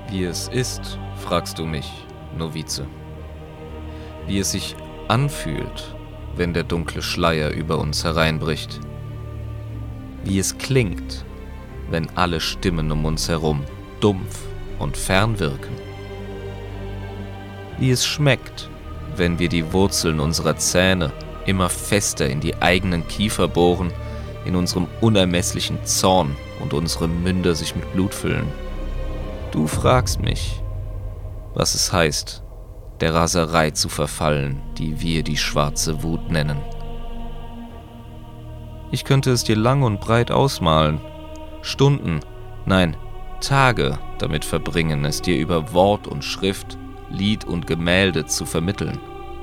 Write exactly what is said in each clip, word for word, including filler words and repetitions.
Wie es ist, fragst du mich, Novize. Wie es sich anfühlt, wenn der dunkle Schleier über uns hereinbricht. Wie es klingt, wenn alle Stimmen um uns herum dumpf und fern wirken. Wie es schmeckt, wenn wir die Wurzeln unserer Zähne immer fester in die eigenen Kiefer bohren, in unserem unermesslichen Zorn und unsere Münder sich mit Blut füllen. Du fragst mich, was es heißt, der Raserei zu verfallen, die wir die schwarze Wut nennen. Ich könnte es dir lang und breit ausmalen, Stunden, nein, Tage damit verbringen, es dir über Wort und Schrift, Lied und Gemälde zu vermitteln.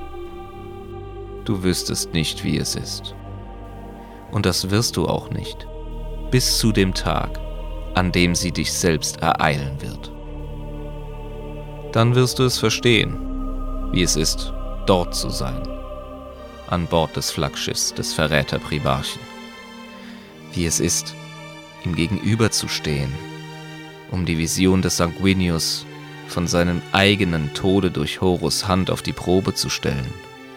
Du wüsstest nicht, wie es ist. Und das wirst du auch nicht, bis zu dem Tag, an dem sie dich selbst ereilen wird. Dann wirst du es verstehen, wie es ist, dort zu sein, an Bord des Flaggschiffs des Verräter-Primarchen. Wie es ist, ihm gegenüberzustehen, um die Vision des Sanguinius von seinem eigenen Tode durch Horus Hand auf die Probe zu stellen.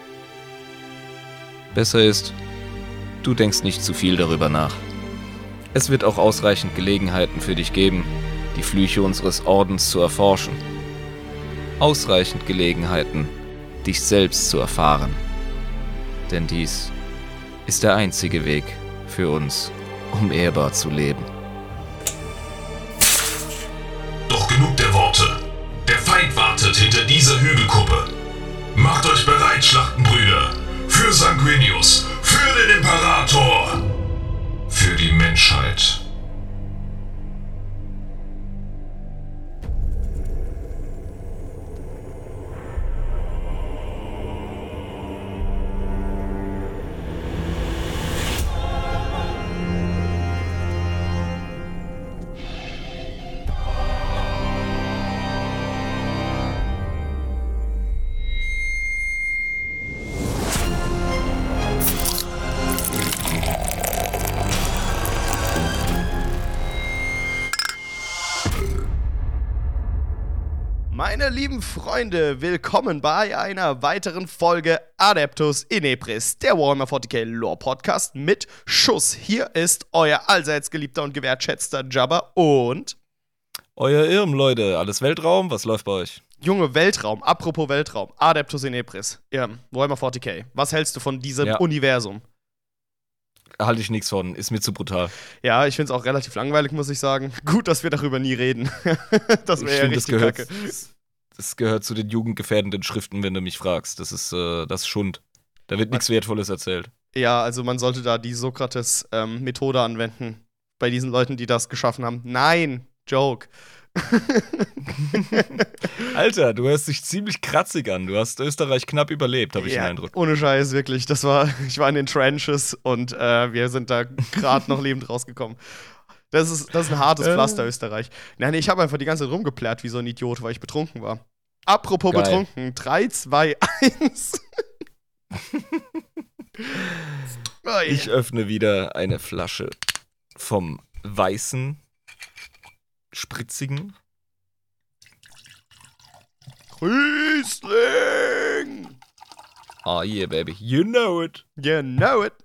Besser ist, du denkst nicht zu viel darüber nach. Es wird auch ausreichend Gelegenheiten für dich geben, die Flüche unseres Ordens zu erforschen. Ausreichend Gelegenheiten, dich selbst zu erfahren. Denn dies ist der einzige Weg für uns, um ehrbar zu leben. Doch genug der Worte. Der Feind wartet hinter dieser Hügelkuppe. Macht euch bereit, Schlachtenbrüder. Für Sanguinius. Für den Imperator. Für die Menschheit. Meine lieben Freunde, willkommen bei einer weiteren Folge Adeptus Inepris, der Warhammer forty K Lore Podcast mit Schuss. Hier ist euer allseits geliebter und gewertschätzter Jabba und Euer Irm, Leute. Alles Weltraum? Was läuft bei euch? Junge, Weltraum. Apropos Weltraum. Adeptus Inepris. Irm, Warhammer forty K. Was hältst du von diesem Ja. Universum? Halte ich nichts von. Ist mir zu brutal. Ja, ich find's auch relativ langweilig, muss ich sagen. Gut, dass wir darüber nie reden. Das Ich wäre ja finde, das richtig gehört, kacke. das gehört zu den jugendgefährdenden Schriften, wenn du mich fragst. Das ist, äh, das ist Schund. Da wird nichts Wertvolles erzählt. Ja, also man sollte da die Sokrates-Methode anwenden. Bei diesen Leuten, die das geschaffen haben. Nein, Joke. Alter, du hörst dich ziemlich kratzig an. Du hast Österreich knapp überlebt, habe ich ja, den Eindruck. ohne Scheiß, wirklich. Das war, ich war in den Trenches und äh, wir sind da gerade noch lebend rausgekommen. Das ist, das ist ein hartes Äh. Pflaster, Österreich. Nein, ich habe einfach die ganze Zeit rumgeplärt wie so ein Idiot, weil ich betrunken war. Apropos Geil. betrunken, drei, zwei, eins. Oh, Ich öffne wieder eine Flasche vom weißen, spritzigen. Riesling! Ah, yeah, baby. You know it. You know it.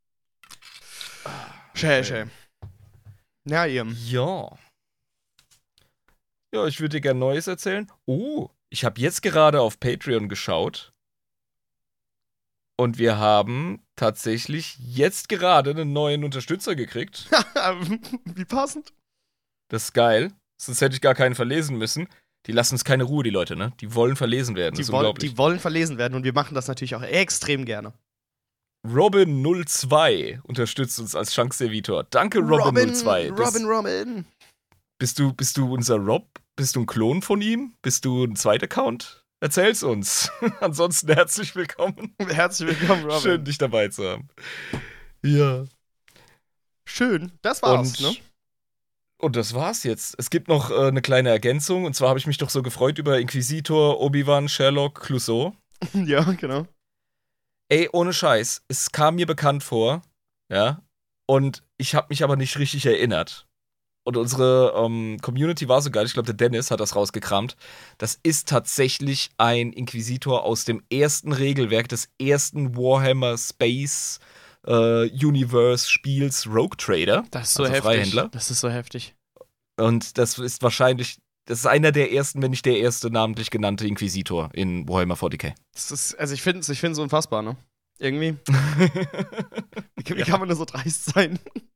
Schön, schön. Ja, ihr. Ja. Ja, ich würde dir gerne Neues erzählen. Oh, ich habe jetzt gerade auf Patreon geschaut. Und wir haben tatsächlich jetzt gerade einen neuen Unterstützer gekriegt. Wie passend. Das ist geil. Sonst hätte ich gar keinen verlesen müssen. Die lassen uns keine Ruhe, die Leute, ne? Die wollen verlesen werden. Das Die, ist woll unglaublich. die wollen verlesen werden und wir machen das natürlich auch extrem gerne. Robin null zwei unterstützt uns als Chance-Servitor. Danke, Robin, null zwei. Das, Robin, Robin. Bist du, bist du unser Rob? Bist du ein Klon von ihm? Bist du ein zweiter Account? Erzähl's uns. Ansonsten herzlich willkommen. Herzlich willkommen, Robin. Schön, dich dabei zu haben. Ja. Schön, das war's, Und, ne? und das war's jetzt. Es gibt noch äh, eine kleine Ergänzung. Und zwar habe ich mich doch so gefreut über Inquisitor, Obi-Wan, Sherlock, Clouseau. Ja, genau. Ey, ohne Scheiß, es kam mir bekannt vor, ja, und ich habe mich aber nicht richtig erinnert. Und unsere ähm, Community war so geil, ich glaube, der Dennis hat das rausgekramt. Das ist tatsächlich ein Inquisitor aus dem ersten Regelwerk des ersten Warhammer Space äh, Universe Spiels Rogue Trader. Das ist so also heftig. Freihändler. Das ist so heftig. Und das ist wahrscheinlich, das ist einer der ersten, wenn nicht der erste namentlich genannte Inquisitor in Warhammer forty K. Das ist, also ich finde es ich find's unfassbar, ne? Irgendwie. wie, wie kann man da so dreist sein?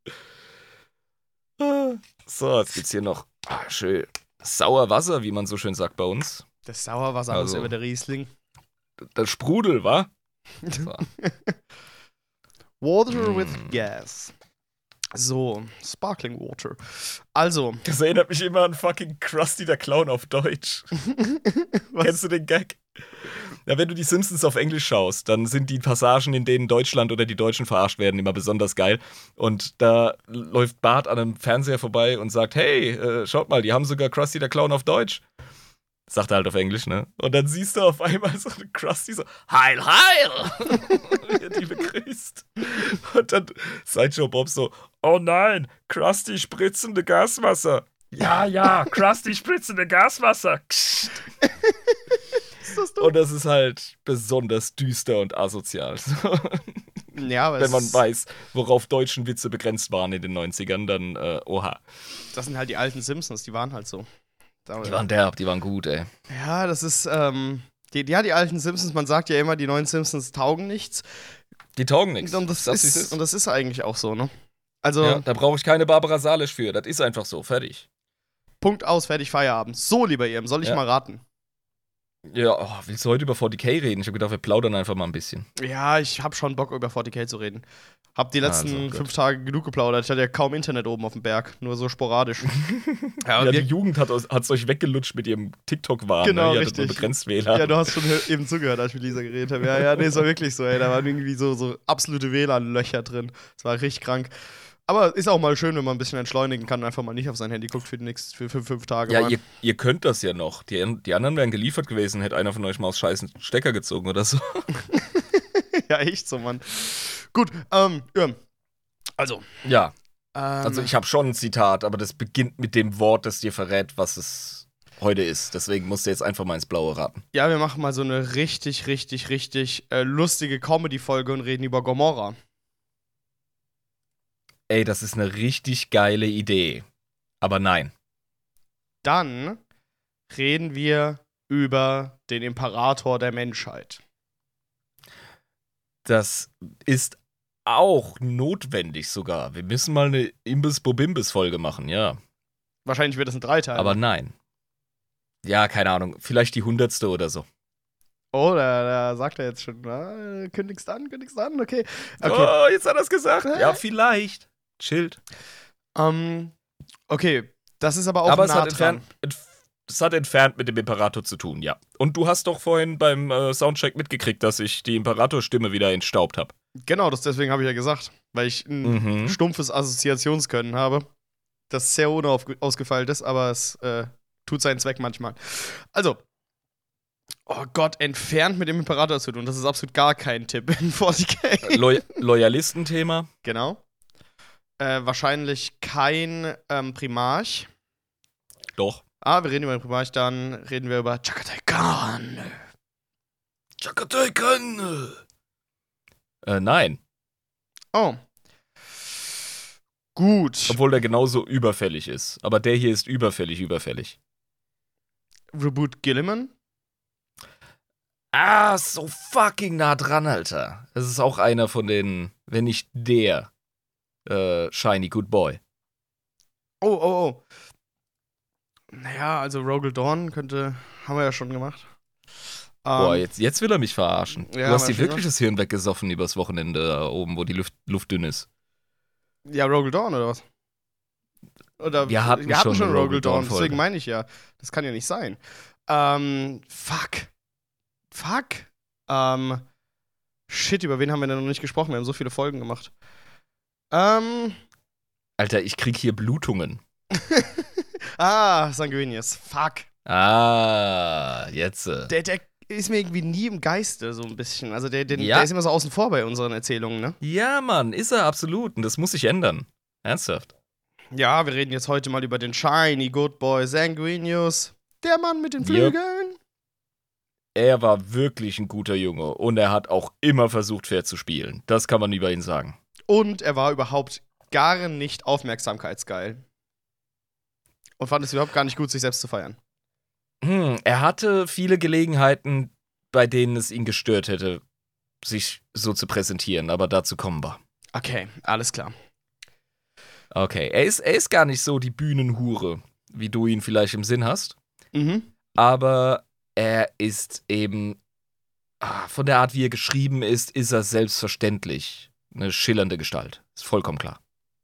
So, jetzt gibt's hier noch ah, schön Sauerwasser, wie man so schön sagt bei uns. Das Sauerwasser Also- aus über der Riesling. Das Sprudel, wa? So. Water Mm. with gas. So, Sparkling Water. Also, Das erinnert mich immer an fucking Krusty der Clown auf Deutsch. was? Kennst du den Gag? Ja, wenn du die Simpsons auf Englisch schaust, dann sind die Passagen, in denen Deutschland oder die Deutschen verarscht werden, immer besonders geil. Und da läuft Bart an einem Fernseher vorbei und sagt, hey, äh, schaut mal, die haben sogar Krusty der Clown auf Deutsch. Sagt er halt auf Englisch, ne? Und dann siehst du auf einmal so eine Krusty so, Heil, Heil! Wie er die begrüßt. Und dann Sideshow Bob so, oh nein, Krusty spritzende Gaswasser. Ja, ja, Krusty spritzende Gaswasser. Ist das dumm? Und das ist halt besonders düster und asozial. Ja, aber Wenn es man ist- weiß, worauf deutschen Witze begrenzt waren in den neunzigern, dann äh, oha. das sind halt die alten Simpsons, die waren halt so. Da, Die waren derb, die waren gut, ey. ja, das ist, ähm, die, ja, die alten Simpsons, man sagt ja immer, die neuen Simpsons taugen nichts. Die taugen nichts. Und das, Sagst du, ist, wie es und das ist eigentlich auch so, ne? Also, Ja, da brauche ich keine Barbara Salisch für. Das ist einfach so, fertig. Punkt aus, fertig, Feierabend. So, lieber Irm, soll ich Ja. mal raten? Ja, oh, willst du heute über forty K reden? Ich habe gedacht, wir plaudern einfach mal ein bisschen. Ja, ich hab schon Bock, über forty K zu reden. Hab die letzten Also, gut. fünf Tage genug geplaudert. Ich hatte ja kaum Internet oben auf dem Berg, nur so sporadisch. Ja, ja, die wir, Jugend hat es euch weggelutscht mit ihrem TikTok-Wahn. Genau, ne? Ihr hattet nur richtig. begrenzt W L A N. ja, du hast schon eben zugehört, als ich mit Lisa geredet habe. Ja, ja, nee, es war wirklich so, ey. Da waren irgendwie so, so absolute W L A N-Löcher drin. Das war richtig krank. Aber ist auch mal schön, wenn man ein bisschen entschleunigen kann und einfach mal nicht auf sein Handy guckt für die nächsten für, für fünf Tage. Ja, Mann. ihr, ihr könnt das ja noch. Die, die anderen wären geliefert gewesen, hätte einer von euch mal aus scheißen Stecker gezogen oder so. ja, echt so, Mann. Gut, ähm, Irm. Also, Ja, ähm, also ich habe schon ein Zitat, aber das beginnt mit dem Wort, das dir verrät, was es heute ist. Deswegen musst du jetzt einfach mal ins Blaue raten. ja, wir machen mal so eine richtig, richtig, richtig äh, lustige Comedy-Folge und reden über Gomorra. Ey, das ist eine richtig geile Idee. Aber nein. Dann reden wir über den Imperator der Menschheit. Das ist auch notwendig sogar. Wir müssen mal eine Imbiss-Bobimbis-Folge machen, ja. Wahrscheinlich wird das ein Dreiteil. Aber nein. Ja, keine Ahnung. Vielleicht die hundertste oder so. Oh, da, da sagt er jetzt schon, na, kündigst an, kündigst an, okay. Okay, Oh, jetzt hat er es gesagt. Ja, vielleicht. Chillt. ähm, okay. Das ist aber auch Aber es nah hat, dran. entfernt, entf es hat entfernt mit dem Imperator zu tun, ja. Und du hast doch vorhin beim äh, Soundcheck mitgekriegt, dass ich die Imperator-Stimme wieder entstaubt habe. Genau, das deswegen habe ich ja gesagt, weil ich ein Mhm. stumpfes Assoziationskönnen habe, das sehr unausgefeilt ist, aber es äh, tut seinen Zweck manchmal. Also, oh Gott, entfernt mit dem Imperator zu tun, das ist absolut gar kein Tipp in forty K. Loy Loyalistenthema? Genau. Äh, wahrscheinlich kein ähm, Primarch. Doch. Ah, wir reden über den Primarch, dann reden wir über Chakatai Khan. Chakataikan! Äh, nein. Oh. Gut. Obwohl der genauso überfällig ist. Aber der hier ist überfällig, überfällig. Reboot Gilliman. Ah, so fucking nah dran, Alter. Das ist auch einer von den, wenn nicht der, äh, Shiny Good Boy. Oh, oh, oh. Naja, also Rogel Dawn könnte, haben wir ja schon gemacht. Boah, Ähm, jetzt, jetzt will er mich verarschen. ja, du hast mal dir sehen, wirklich das Hirn weggesoffen übers Wochenende da oben, wo die Luft, Luft dünn ist. Ja, Rogel Dawn oder was? Oder Wir hatten wir hatten schon schon eine Rogel Rogel Dawn, Dawn-Folge. deswegen meine ich ja. Das kann ja nicht sein. Ähm, fuck. Fuck. Ähm, shit, über wen haben wir denn noch nicht gesprochen? Wir haben so viele Folgen gemacht. Ähm, Alter, ich krieg hier Blutungen. ah, Sanguinius. Fuck. Ah, jetzt. Äh. Der, der ist mir irgendwie nie im Geiste, so ein bisschen. Also der, der, Ja. der ist immer so außen vor bei unseren Erzählungen, ne? Ja, Mann, ist er absolut. Und das muss sich ändern. Ernsthaft. Ja, wir reden jetzt heute mal über den Shiny Good Boy Sanguinius. Der Mann mit den Flügeln. Yep. Er war wirklich ein guter Junge und er hat auch immer versucht, fair zu spielen. Das kann man über ihn sagen. Und er war überhaupt gar nicht aufmerksamkeitsgeil. Und fand es überhaupt gar nicht gut, sich selbst zu feiern. Hm, er hatte viele Gelegenheiten, bei denen es ihn gestört hätte, sich so zu präsentieren, aber dazu kommen wir. Okay, alles klar. Okay, er ist, er ist gar nicht so die Bühnenhure, wie du ihn vielleicht im Sinn hast. Mhm. Aber er ist eben, ah, von der Art, wie er geschrieben ist, ist er selbstverständlich eine schillernde Gestalt. Ist vollkommen klar.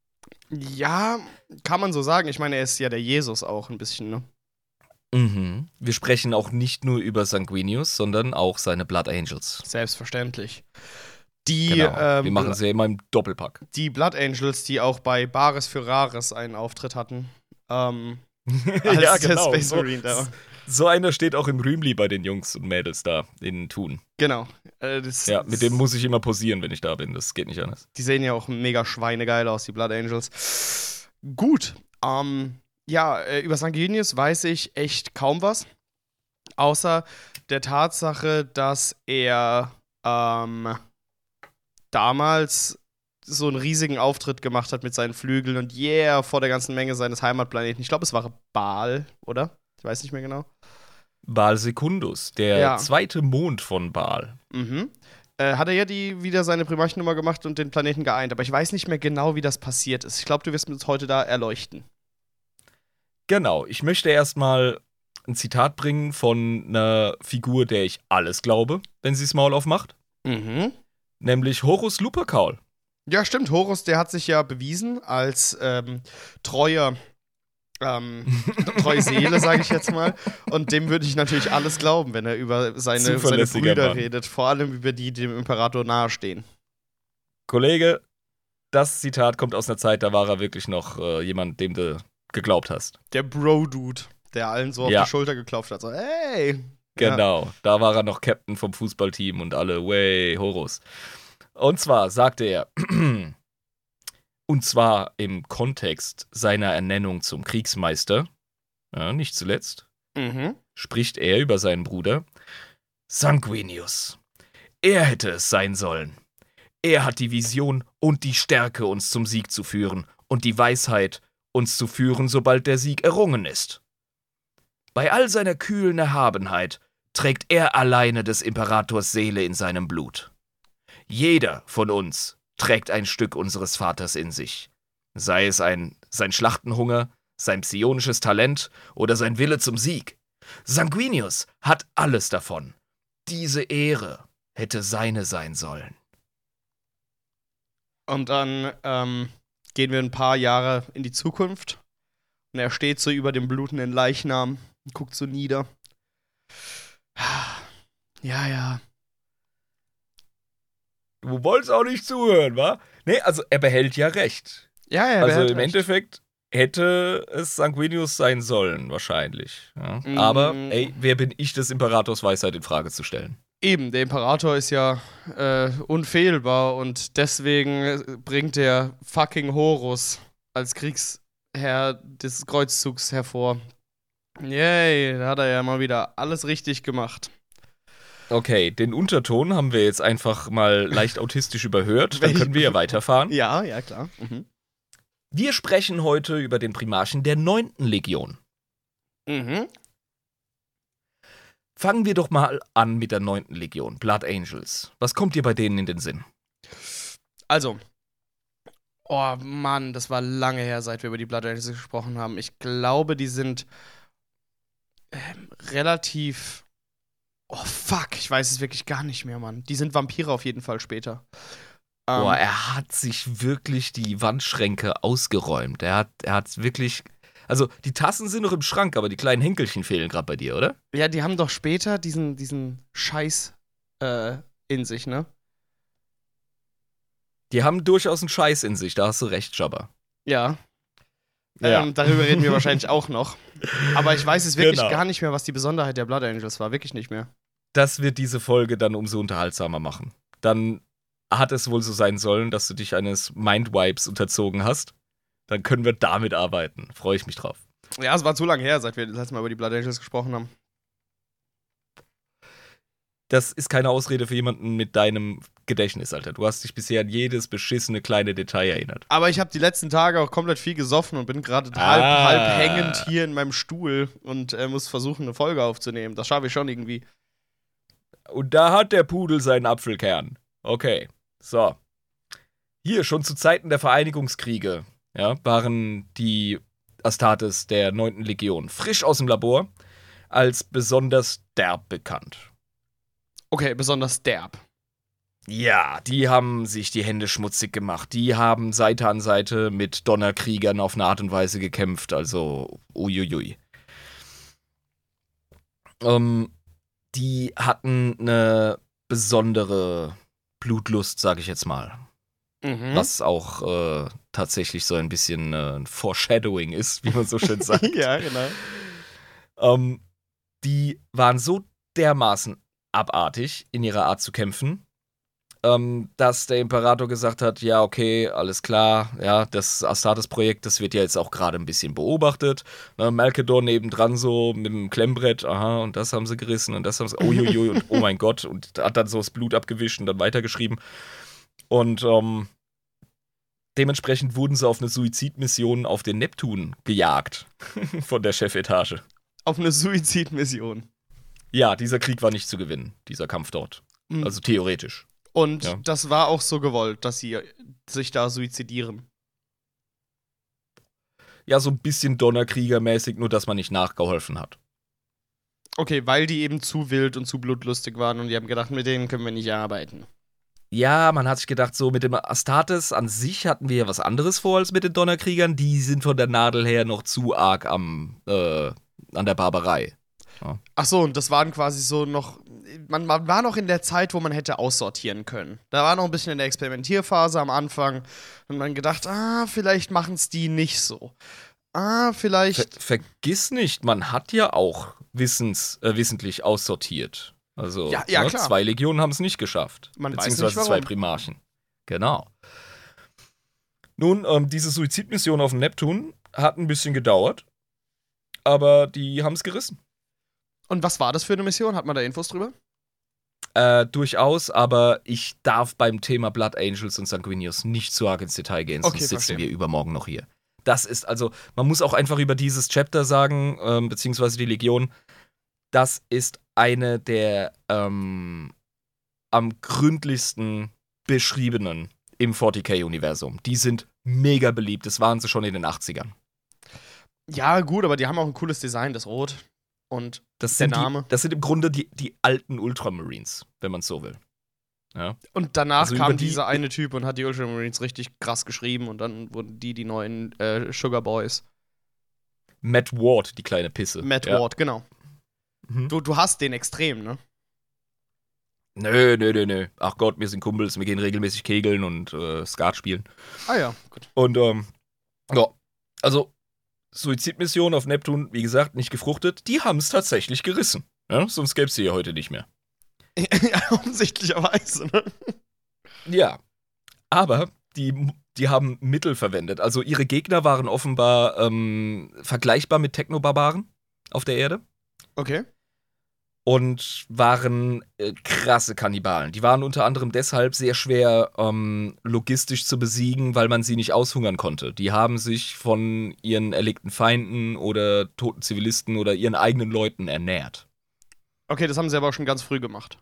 Ja, kann man so sagen. Ich meine, er ist ja der Jesus auch ein bisschen, ne? Mhm. Wir sprechen auch nicht nur über Sanguinius, sondern auch seine Blood Angels. Selbstverständlich. Die, Genau. ähm, Wir machen sie immer im Doppelpack. Die Blood Angels, die auch bei Bares für Rares einen Auftritt hatten. Ähm, als ja, der genau. Space So, Marine da. so einer steht auch im Rühmli bei den Jungs und Mädels da in Thun. Genau. Äh, das, Ja, mit dem muss ich immer posieren, wenn ich da bin. Das geht nicht anders. Die sehen ja auch mega schweinegeil aus, die Blood Angels. Gut. Ähm, ja, äh, über Sanguinius weiß ich echt kaum was. Außer der Tatsache, dass er ähm, damals so einen riesigen Auftritt gemacht hat mit seinen Flügeln und yeah, vor der ganzen Menge seines Heimatplaneten. Ich glaube, es war Baal, oder? Ich weiß nicht mehr genau. Baal Secundus, der Ja. zweite Mond von Baal. Mhm. Äh, hat er ja die, wieder seine Primarchennummer gemacht und den Planeten geeint. Aber ich weiß nicht mehr genau, wie das passiert ist. Ich glaube, du wirst mir das heute da erleuchten. Genau, ich möchte erstmal ein Zitat bringen von einer Figur, der ich alles glaube, wenn sie das Maul aufmacht. Mhm. Nämlich Horus Lupercaul. Ja, stimmt. Horus, der hat sich ja bewiesen als ähm, treuer, ähm, treue Seele, sage ich jetzt mal. Und dem würde ich natürlich alles glauben, wenn er über seine, seine Zuverlässiger Brüder Mann. redet. Vor allem über die, die dem Imperator nahestehen. Kollege, das Zitat kommt aus einer Zeit, da war er wirklich noch äh, jemand, dem du geglaubt hast. Der Bro-Dude, der allen so auf Ja. die Schulter geklopft hat. So, hey! Genau, da war er noch Captain vom Fußballteam und alle, way, Horus. Und zwar sagte er, und zwar im Kontext seiner Ernennung zum Kriegsmeister, ja, nicht zuletzt, Ja. Mhm. spricht er über seinen Bruder, Sanguinius. Er hätte es sein sollen. Er hat die Vision und die Stärke, uns zum Sieg zu führen, und die Weisheit, uns zu führen, sobald der Sieg errungen ist. Bei all seiner kühlen Erhabenheit trägt er alleine des Imperators Seele in seinem Blut. Jeder von uns trägt ein Stück unseres Vaters in sich. Sei es ein, sein Schlachtenhunger, sein psionisches Talent oder sein Wille zum Sieg. Sanguinius hat alles davon. Diese Ehre hätte seine sein sollen. Und dann ähm, gehen wir ein paar Jahre in die Zukunft. Und er steht so über dem blutenden Leichnam und guckt so nieder. Ja, ja. Du wolltest auch nicht zuhören, wa? Nee, also er behält ja recht. Ja, ja, also behält im recht. Endeffekt hätte es Sanguinius sein sollen, wahrscheinlich. Ja. Mm. Aber, ey, wer bin ich, des Imperators Weisheit in Frage zu stellen? Eben, der Imperator ist ja äh, unfehlbar und deswegen bringt der fucking Horus als Kriegsherr des Kreuzzugs hervor. Yay, da hat er ja mal wieder alles richtig gemacht. Okay, den Unterton haben wir jetzt einfach mal leicht autistisch überhört. Dann können wir ja weiterfahren. Ja, ja, klar. Mhm. Wir sprechen heute über den Primarchen der neunten Legion. Mhm. Fangen wir doch mal an mit der neunten Legion, Blood Angels. Was kommt dir bei denen in den Sinn? Also, oh Mann, das war lange her, seit wir über die Blood Angels gesprochen haben. Ich glaube, die sind ähm, relativ. Oh fuck, ich weiß es wirklich gar nicht mehr, Mann. Die sind Vampire auf jeden Fall später. Ähm, Boah, er hat sich wirklich die Wandschränke ausgeräumt. Er hat, er hat wirklich. Also, die Tassen sind noch im Schrank, aber die kleinen Henkelchen fehlen gerade bei dir, oder? Ja, die haben doch später diesen, diesen Scheiß äh, in sich, ne? Die haben durchaus einen Scheiß in sich, da hast du recht, Jabba. Ja. Ja. Ähm, darüber reden wir wahrscheinlich auch noch. Aber ich weiß es wirklich Genau. gar nicht mehr, was die Besonderheit der Blood Angels war. Wirklich nicht mehr. Das wird diese Folge dann umso unterhaltsamer machen. Dann hat es wohl so sein sollen, dass du dich eines Mindwipes unterzogen hast. Dann können wir damit arbeiten. Freue ich mich drauf. Ja, es war zu lange her, seit wir das letzte Mal über die Blood Angels gesprochen haben. Das ist keine Ausrede für jemanden mit deinem Gedächtnis, Alter. Du hast dich bisher an jedes beschissene kleine Detail erinnert. Aber ich habe die letzten Tage auch komplett viel gesoffen und bin gerade Ah. halb, halb hängend hier in meinem Stuhl und äh, muss versuchen, eine Folge aufzunehmen. Das schaffe ich schon irgendwie. Und da hat der Pudel seinen Apfelkern. Okay, so. Hier, schon zu Zeiten der Vereinigungskriege, ja, waren die Astartes der neunten Legion frisch aus dem Labor als besonders derb bekannt. Okay, besonders derb. Ja, die haben sich die Hände schmutzig gemacht. Die haben Seite an Seite mit Donnerkriegern auf eine Art und Weise gekämpft. Also, uiuiui. Ähm, die hatten eine besondere Blutlust, sag ich jetzt mal. Mhm. Was auch äh, tatsächlich so ein bisschen äh, ein Foreshadowing ist, wie man so schön sagt. Ja, genau. ähm, die waren so dermaßen abartig in ihrer Art zu kämpfen, ähm, dass der Imperator gesagt hat, ja, okay, alles klar, ja, das Astartes-Projekt, das wird ja jetzt auch gerade ein bisschen beobachtet. Ne, Malkedon nebendran so mit dem Klemmbrett, aha, und das haben sie gerissen und das haben sie, uiuiui, und oh mein Gott, und hat dann so das Blut abgewischt und dann weitergeschrieben. Und ähm, dementsprechend wurden sie auf eine Suizidmission auf den Neptun gejagt von der Chefetage. Auf eine Suizidmission. Ja, dieser Krieg war nicht zu gewinnen, dieser Kampf dort. Mhm. Also theoretisch. Und Ja. das war auch so gewollt, dass sie sich da suizidieren. Ja, so ein bisschen Donnerkriegermäßig, nur dass man nicht nachgeholfen hat. Okay, weil die eben zu wild und zu blutlustig waren und die haben gedacht, mit denen können wir nicht arbeiten. Ja, man hat sich gedacht, so mit dem Astartes an sich hatten wir ja was anderes vor als mit den Donnerkriegern. Die sind von der Nadel her noch zu arg am, äh, an der Barbarei. Ach so, und das waren quasi so noch, man, man war noch in der Zeit, wo man hätte aussortieren können. Da war noch ein bisschen in der Experimentierphase am Anfang und man gedacht, ah, vielleicht machen es die nicht so. Ah, vielleicht. Ver vergiss nicht, man hat ja auch wissens, äh, wissentlich aussortiert. Also Ja, ja, ne, klar. zwei Legionen haben es nicht geschafft. Man weiß beziehungsweise nicht, warum. zwei Primarchen. Genau. Nun, ähm, diese Suizidmission auf dem Neptun hat ein bisschen gedauert, aber die haben es gerissen. Und was war das für eine Mission? Hat man da Infos drüber? Äh, durchaus, aber ich darf beim Thema Blood Angels und Sanguinius nicht zu arg ins Detail gehen, sonst Okay, sitzen verstehe. wir übermorgen noch hier. Das ist also, man muss auch einfach über dieses Chapter sagen, ähm, beziehungsweise die Legion, das ist eine der ähm, am gründlichsten beschriebenen im forty K-Universum. Die sind mega beliebt, das waren sie schon in den achtzigern. Ja, gut, aber die haben auch ein cooles Design, das Rot. Und Das Der sind, Name. Die, das sind im Grunde die, die alten Ultramarines, wenn man es so will. Ja. Und danach Also kam über die- dieser eine Typ und hat die Ultramarines richtig krass geschrieben und dann wurden die die neuen äh, Sugar Boys. Matt Ward, die kleine Pisse. Matt ja. Ward, genau. Mhm. Du, du hast den extrem, ne? Nö, nö, nö, nö. Ach Gott, wir sind Kumpels, wir gehen regelmäßig kegeln und äh, Skat spielen. Ah ja, gut. Und, ähm, ja, also, Suizidmission auf Neptun, wie gesagt, nicht gefruchtet. Die haben es tatsächlich gerissen. Ja? Sonst gäbe es sie ja heute nicht mehr. Ja, offensichtlicherweise, ne? Ja. Aber die, die haben Mittel verwendet. Also, ihre Gegner waren offenbar ähm, vergleichbar mit Technobarbaren auf der Erde. Okay. Und waren äh, krasse Kannibalen. Die waren unter anderem deshalb sehr schwer ähm, logistisch zu besiegen, weil man sie nicht aushungern konnte. Die haben sich von ihren erlegten Feinden oder toten Zivilisten oder ihren eigenen Leuten ernährt. Okay, das haben sie aber auch schon ganz früh gemacht.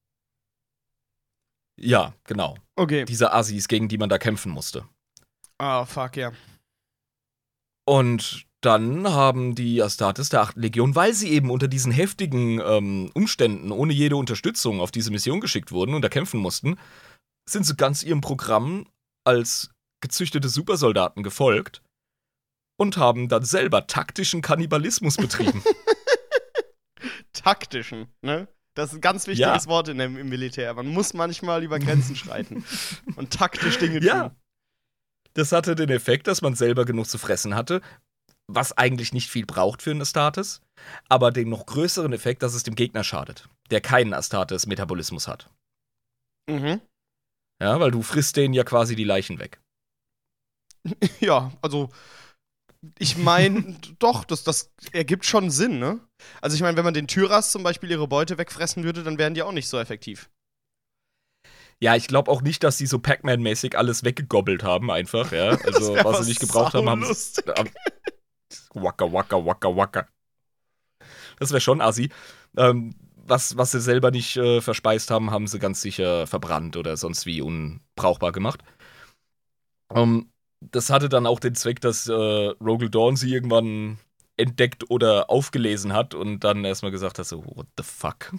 Ja, genau. Okay. Diese Assis, gegen die man da kämpfen musste. Ah, fuck, ja. Und dann haben die Astartes der achten Legion, weil sie eben unter diesen heftigen ähm, Umständen ohne jede Unterstützung auf diese Mission geschickt wurden und da kämpfen mussten, sind sie ganz ihrem Programm als gezüchtete Supersoldaten gefolgt und haben dann selber taktischen Kannibalismus betrieben. Taktischen, ne? Das ist ein ganz wichtiges Ja. Wort in dem, im Militär. Man muss manchmal über Grenzen schreiten und taktisch Dinge Ja. tun. Das hatte den Effekt, dass man selber genug zu fressen hatte, was eigentlich nicht viel braucht für einen Astartes, aber den noch größeren Effekt, dass es dem Gegner schadet, der keinen Astartes-Metabolismus hat. Mhm. Ja, weil du frisst denen ja quasi die Leichen weg. Ja, also ich meine, doch, das, das ergibt schon Sinn, ne? Also ich meine, wenn man den Tyras zum Beispiel ihre Beute wegfressen würde, dann wären die auch nicht so effektiv. Ja, ich glaube auch nicht, dass sie so Pac-Man-mäßig alles weggegobbelt haben, einfach, ja. Also, wär was aber sie nicht gebraucht haben, haben sie. saulustig. Haben, waka, waka, waka, waka. Das wäre schon assi. Ähm, was, was sie selber nicht äh, verspeist haben, haben sie ganz sicher verbrannt oder sonst wie unbrauchbar gemacht. Ähm, das hatte dann auch den Zweck, dass äh, Rogel Dawn sie irgendwann entdeckt oder aufgelesen hat und dann erstmal gesagt hat: so, what the fuck?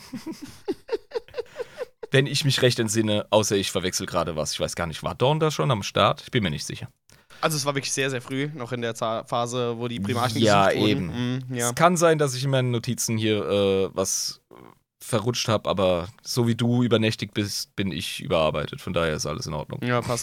Wenn ich mich recht entsinne, außer ich verwechsel gerade was. Ich weiß gar nicht, war Dawn da schon am Start? Ich bin mir nicht sicher. Also es war wirklich sehr, sehr früh, noch in der Za- Phase, wo die Primarchen Ja, gesucht eben. wurden. Mhm, ja. Es kann sein, dass ich in meinen Notizen hier äh, was verrutscht habe, aber so wie du übernächtig bist, bin ich überarbeitet. Von daher ist alles in Ordnung. Ja, passt.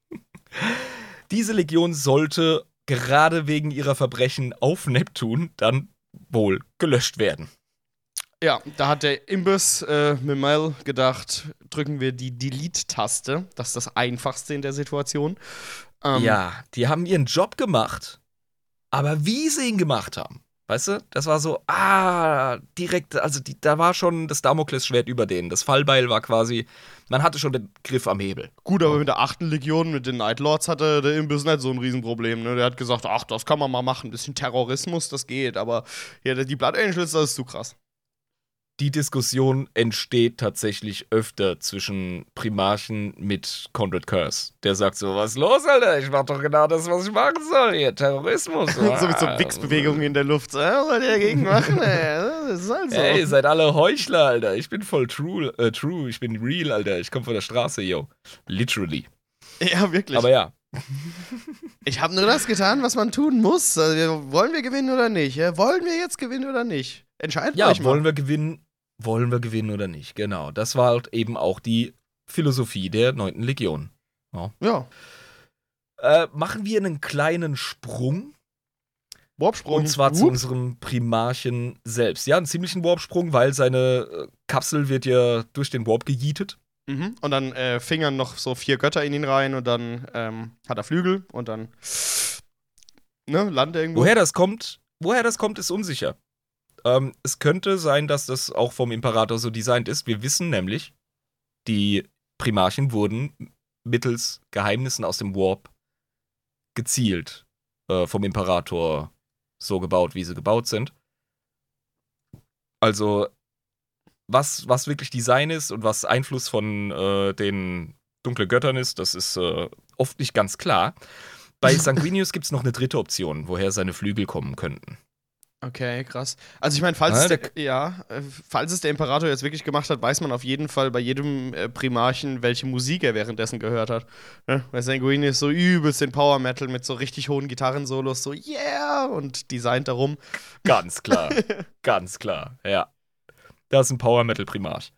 Diese Legion sollte gerade wegen ihrer Verbrechen auf Neptun dann wohl gelöscht werden. Ja, da hat der Imbiss äh, mit Mel gedacht, drücken wir die Delete-Taste. Das ist das Einfachste in der Situation. Ähm, Ja, die haben ihren Job gemacht, aber wie sie ihn gemacht haben, weißt du, das war so, ah, direkt, also die, da war schon das Damoklesschwert über denen. Das Fallbeil war quasi, man hatte schon den Griff am Hebel. Gut, aber mit der achten Legion, mit den Night Lords, hatte der Imbiss nicht so ein Riesenproblem. Ne? Der hat gesagt, ach, das kann man mal machen. Ein bisschen Terrorismus, das geht. Aber ja, die Blood Angels, das ist zu krass. Die Diskussion entsteht tatsächlich öfter zwischen Primarchen mit Conrad Curse. Der sagt so, was ist los, Alter? Ich mach doch genau das, was ich machen soll hier. Terrorismus. so mit so Wix-Bewegungen in der Luft. So, was soll der dagegen machen, ey? Das ist halt so. Ey, ihr seid alle Heuchler, Alter. Ich bin voll true, äh, true. Ich bin real, Alter. Ich komme von der Straße, yo. Literally. Ja, wirklich. Aber ja. Ich habe nur das getan, was man tun muss. Also, wollen wir gewinnen oder nicht? Ja? Wollen wir jetzt gewinnen oder nicht? Entscheidet Ja, euch mal. wollen wir gewinnen? Wollen wir gewinnen oder nicht? Genau. Das war halt eben auch die Philosophie der neunten Legion. Ja. Ja. Äh, machen wir einen kleinen Sprung. Warpsprung. Und zwar zu Whoop. unserem Primarchen selbst. Ja, einen ziemlichen Warpsprung, weil seine äh, Kapsel wird ja durch den Warp gejietet. Mhm. Und dann äh, fingern noch so vier Götter in ihn rein und dann ähm, hat er Flügel und dann ne, landet er irgendwo. Woher das kommt, woher das kommt, ist unsicher. Ähm, es könnte sein, dass das auch vom Imperator so designt ist. Wir wissen nämlich, die Primarchen wurden mittels Geheimnissen aus dem Warp gezielt äh, vom Imperator so gebaut, wie sie gebaut sind. Also, was, was wirklich Design ist und was Einfluss von äh, den dunklen Göttern ist, das ist äh, oft nicht ganz klar. Bei Sanguinius gibt es noch eine dritte Option, woher seine Flügel kommen könnten. Okay, krass. Also ich meine, falls, Ja, es der, der- ja, äh, falls es der Imperator jetzt wirklich gemacht hat, weiß man auf jeden Fall bei jedem äh, Primarchen, welche Musik er währenddessen gehört hat. Ne? Weil Sanguinius so übelst den Power Metal mit so richtig hohen Gitarrensolos, so yeah, und designt darum. Ganz klar. Ganz klar, ja. Das ist ein Power Metal Primarch.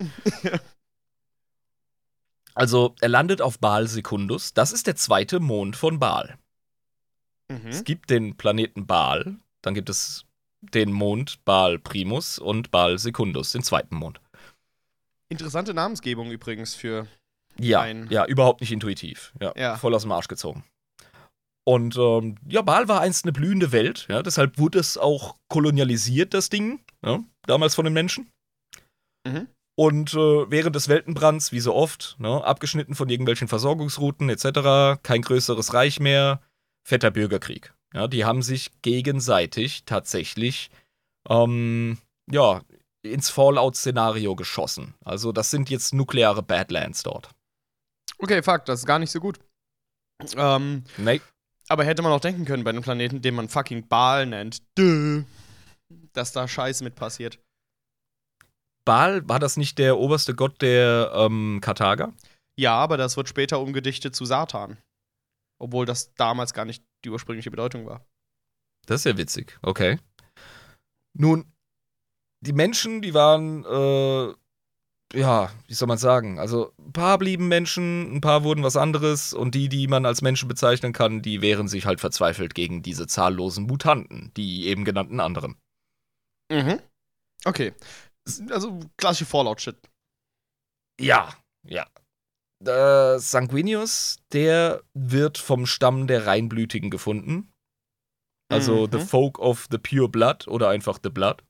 Also, er landet auf Baal Secundus. Das ist der zweite Mond von Baal. Es Mhm. gibt den Planeten Baal, dann gibt es den Mond Baal Primus und Baal Secundus, den zweiten Mond. Interessante Namensgebung übrigens für. Ja, Ein- ja, überhaupt nicht intuitiv. Ja, Ja. voll aus dem Arsch gezogen. Und ähm, ja, Baal war einst eine blühende Welt. Ja, deshalb wurde es auch kolonialisiert, das Ding. Ja, damals von den Menschen. Mhm. Und äh, während des Weltenbrands, wie so oft, ne, abgeschnitten von irgendwelchen Versorgungsrouten et cetera, kein größeres Reich mehr, fetter Bürgerkrieg. Ja, die haben sich gegenseitig tatsächlich ähm, ja, ins Fallout-Szenario geschossen. Also das sind jetzt nukleare Badlands dort. Okay, fuck, das ist gar nicht so gut. Ähm, Nee. aber hätte man auch denken können bei einem Planeten, den man fucking Baal nennt, Dö, dass da Scheiße mit passiert. Baal, war das nicht der oberste Gott der ähm, Karthager? Ja, aber das wird später umgedichtet zu Satan. Obwohl das damals gar nicht die ursprüngliche Bedeutung war. Das ist ja witzig, okay. Nun, die Menschen, die waren, äh, ja, wie soll man sagen, also ein paar blieben Menschen, ein paar wurden was anderes und die, die man als Menschen bezeichnen kann, die wehren sich halt verzweifelt gegen diese zahllosen Mutanten, die eben genannten anderen. Mhm. Okay. Also klassische Fallout-Shit. Ja, ja. äh, Sanguinius, der wird vom Stamm der Reinblütigen gefunden. Also Mhm. The Folk of the Pure Blood oder einfach The Blood.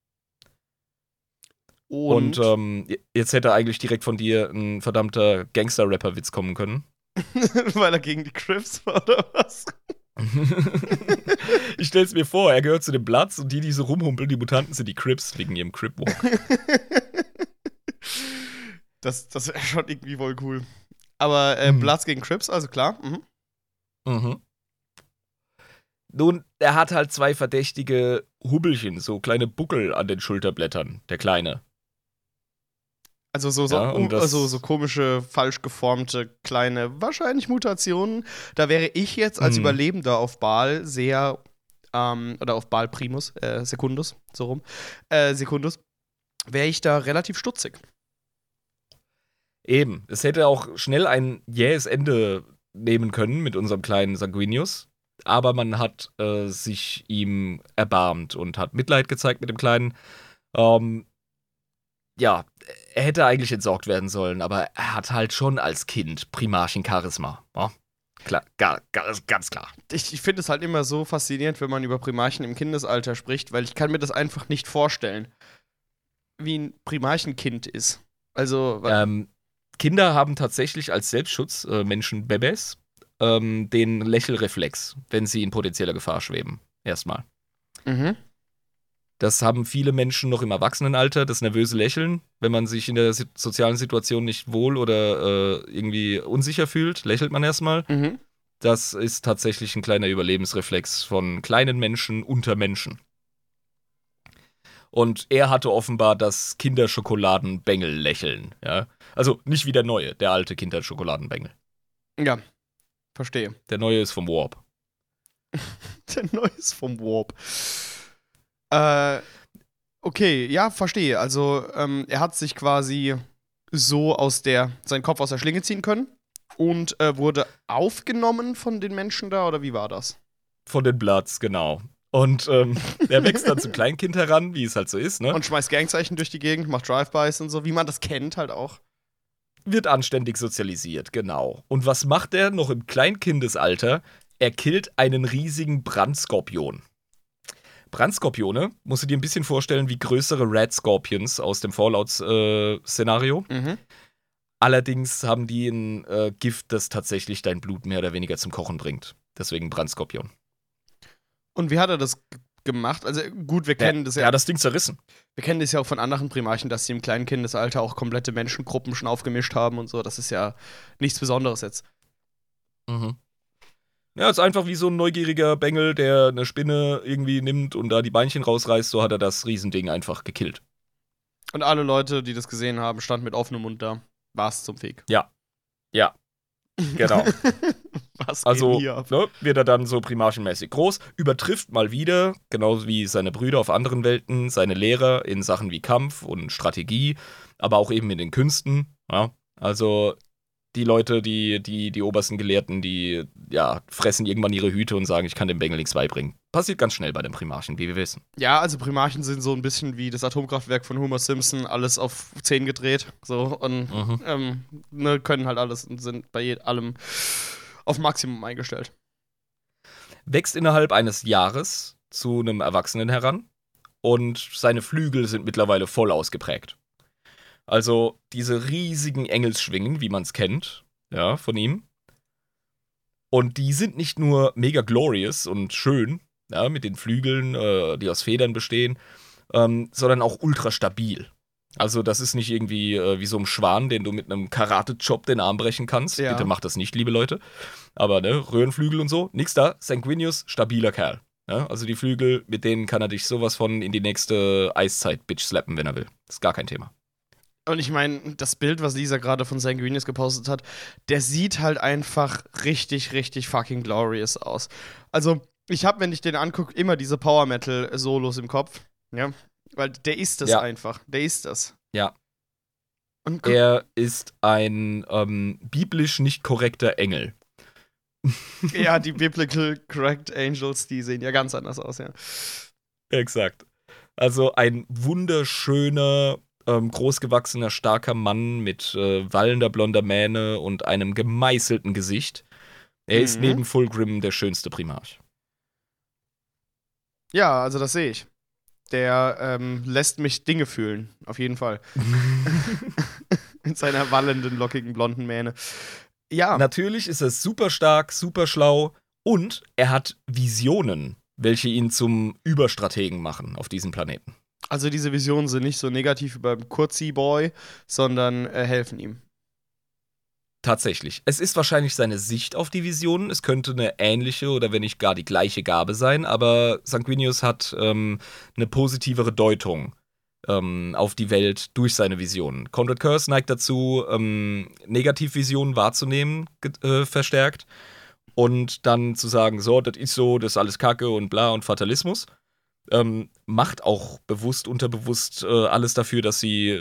Und, Und ähm, jetzt hätte eigentlich direkt von dir ein verdammter Gangster-Rapper-Witz kommen können. weil er gegen die Crips war, oder was? Ich stell's mir vor, er gehört zu den Bloods und die, die so rumhumpeln, die Mutanten sind die Crips wegen ihrem Crip-Walk. das das wäre schon irgendwie wohl cool. Aber äh, Mhm. Bloods gegen Crips, also klar. Mhm. Mhm. Nun, er hat halt zwei verdächtige Hubbelchen, so kleine Buckel an den Schulterblättern, der Kleine. Also so, so, Ja, und um, das- also so komische, falsch geformte, kleine, wahrscheinlich Mutationen. Da wäre ich jetzt als Mhm. Überlebender auf Baal sehr, ähm, oder auf Baal Primus, äh, Secundus, so rum, äh, Secundus, wäre ich da relativ stutzig. Eben, es hätte auch schnell ein jähes Ende nehmen können mit unserem kleinen Sanguinius, aber man hat äh, sich ihm erbarmt und hat Mitleid gezeigt mit dem Kleinen. Ähm, ja, er hätte eigentlich entsorgt werden sollen, aber er hat halt schon als Kind Primarchen-Charisma. Ja? Klar, gar, gar, ganz klar. Ich, ich finde es halt immer so faszinierend, wenn man über Primarchen im Kindesalter spricht, weil ich kann mir das einfach nicht vorstellen, wie ein Primarchenkind ist. Also, wa- Ähm, Kinder haben tatsächlich als Selbstschutz, äh, Menschen Bebes, ähm, den Lächelreflex, wenn sie in potenzieller Gefahr schweben. Erstmal. mhm. Das haben viele Menschen noch im Erwachsenenalter, das nervöse Lächeln, wenn man sich in der si- sozialen Situation nicht wohl oder äh, irgendwie unsicher fühlt, lächelt man erstmal. Mhm. Das ist tatsächlich ein kleiner Überlebensreflex von kleinen Menschen unter Menschen. Und er hatte offenbar das Kinderschokoladenbengel-Lächeln. Ja? Also nicht wie der neue, der alte Kinderschokoladenbengel. Ja, verstehe. Der neue ist vom Warp. Der neue ist vom Warp. Äh, okay, ja, verstehe. Also, ähm, er hat sich quasi so aus der, seinen Kopf aus der Schlinge ziehen können und äh, wurde aufgenommen von den Menschen da, oder wie war das? Von den Bloods, genau. Und ähm, er wächst dann zum Kleinkind heran, wie es halt so ist, ne? Und schmeißt Gangzeichen durch die Gegend, macht Drive-Bys und so, wie man das kennt halt auch. Wird anständig sozialisiert, genau. Und was macht er noch im Kleinkindesalter? Er killt einen riesigen Brandskorpion. Brandskorpione, musst du dir ein bisschen vorstellen wie größere Red Scorpions aus dem Fallout-Szenario. Mhm. Allerdings haben die ein äh, Gift, das tatsächlich dein Blut mehr oder weniger zum Kochen bringt. Deswegen Brandskorpion. Und wie hat er das g- gemacht? Also gut, wir kennen das ja, Ja, das Ding zerrissen. wir kennen das ja auch von anderen Primarchen, dass sie im kleinen Kindesalter auch komplette Menschengruppen schon aufgemischt haben und so. Das ist ja nichts Besonderes jetzt. Mhm. Ja, ist einfach wie so ein neugieriger Bengel, der eine Spinne irgendwie nimmt und da die Beinchen rausreißt. So hat er das Riesending einfach gekillt. Und alle Leute, die das gesehen haben, standen mit offenem Mund da. War's zum Fick. Ja. Ja. Genau. Was geht Also hier ab? ne, wird er dann so primarchenmäßig groß, übertrifft mal wieder, genauso wie seine Brüder auf anderen Welten, seine Lehrer in Sachen wie Kampf und Strategie, aber auch eben in den Künsten. Ja? Also die Leute, die, die, die obersten Gelehrten, die ja, fressen irgendwann ihre Hüte und sagen, ich kann dem Bengel nichts beibringen. Passiert ganz schnell bei den Primarchen, wie wir wissen. Ja, also Primarchen sind so ein bisschen wie das Atomkraftwerk von Homer Simpson, alles auf zehn gedreht. So, und Mhm. ähm, ne, können halt alles und sind bei je- allem auf Maximum eingestellt. Wächst innerhalb eines Jahres zu einem Erwachsenen heran und seine Flügel sind mittlerweile voll ausgeprägt. Also diese riesigen Engelsschwingen, wie man es kennt, ja, von ihm. Und die sind nicht nur mega glorious und schön, ja, mit den Flügeln, äh, die aus Federn bestehen, ähm, sondern auch ultra stabil. Also das ist nicht irgendwie äh, wie so ein Schwan, den du mit einem Karate-Chop den Arm brechen kannst. Ja. Bitte macht das nicht, liebe Leute. Aber ne, Röhrenflügel und so, nix da. Sanguinius, stabiler Kerl. Ja, also die Flügel, mit denen kann er dich sowas von in die nächste Eiszeit-Bitch slappen, wenn er will. Das ist gar kein Thema. Und ich meine, das Bild, was Lisa gerade von Sanguinius gepostet hat, der sieht halt einfach richtig, richtig fucking glorious aus. Also, ich habe, wenn ich den angucke, immer diese Power-Metal-Solos im Kopf. Ja, weil der ist das Ja. einfach. Der ist das. Ja. Und guck, Er ist ein ähm, biblisch nicht korrekter Engel. ja, die Biblical Correct Angels, die sehen ja ganz anders aus, ja. Exakt. Also ein wunderschöner, ähm, großgewachsener, starker Mann mit äh, wallender blonder Mähne und einem gemeißelten Gesicht. Er Mhm. ist neben Fulgrim der schönste Primarch. Ja, also das sehe ich. Der ähm, lässt mich Dinge fühlen, auf jeden Fall. Mit seiner wallenden, lockigen, blonden Mähne. Ja. Natürlich ist er super stark, super schlau und er hat Visionen, welche ihn zum Überstrategen machen auf diesem Planeten. Also diese Visionen sind nicht so negativ wie beim Kurzi-Boy, sondern äh, helfen ihm. Tatsächlich. Es ist wahrscheinlich seine Sicht auf die Visionen. Es könnte eine ähnliche oder wenn nicht gar die gleiche Gabe sein, aber Sanguinius hat ähm, eine positivere Deutung ähm, auf die Welt durch seine Visionen. Conrad Curse neigt dazu, ähm, Negativvisionen wahrzunehmen, äh, verstärkt und dann zu sagen, so, das ist so, das ist alles Kacke und bla und Fatalismus. Ähm, macht auch bewusst, unterbewusst äh, alles dafür, dass sie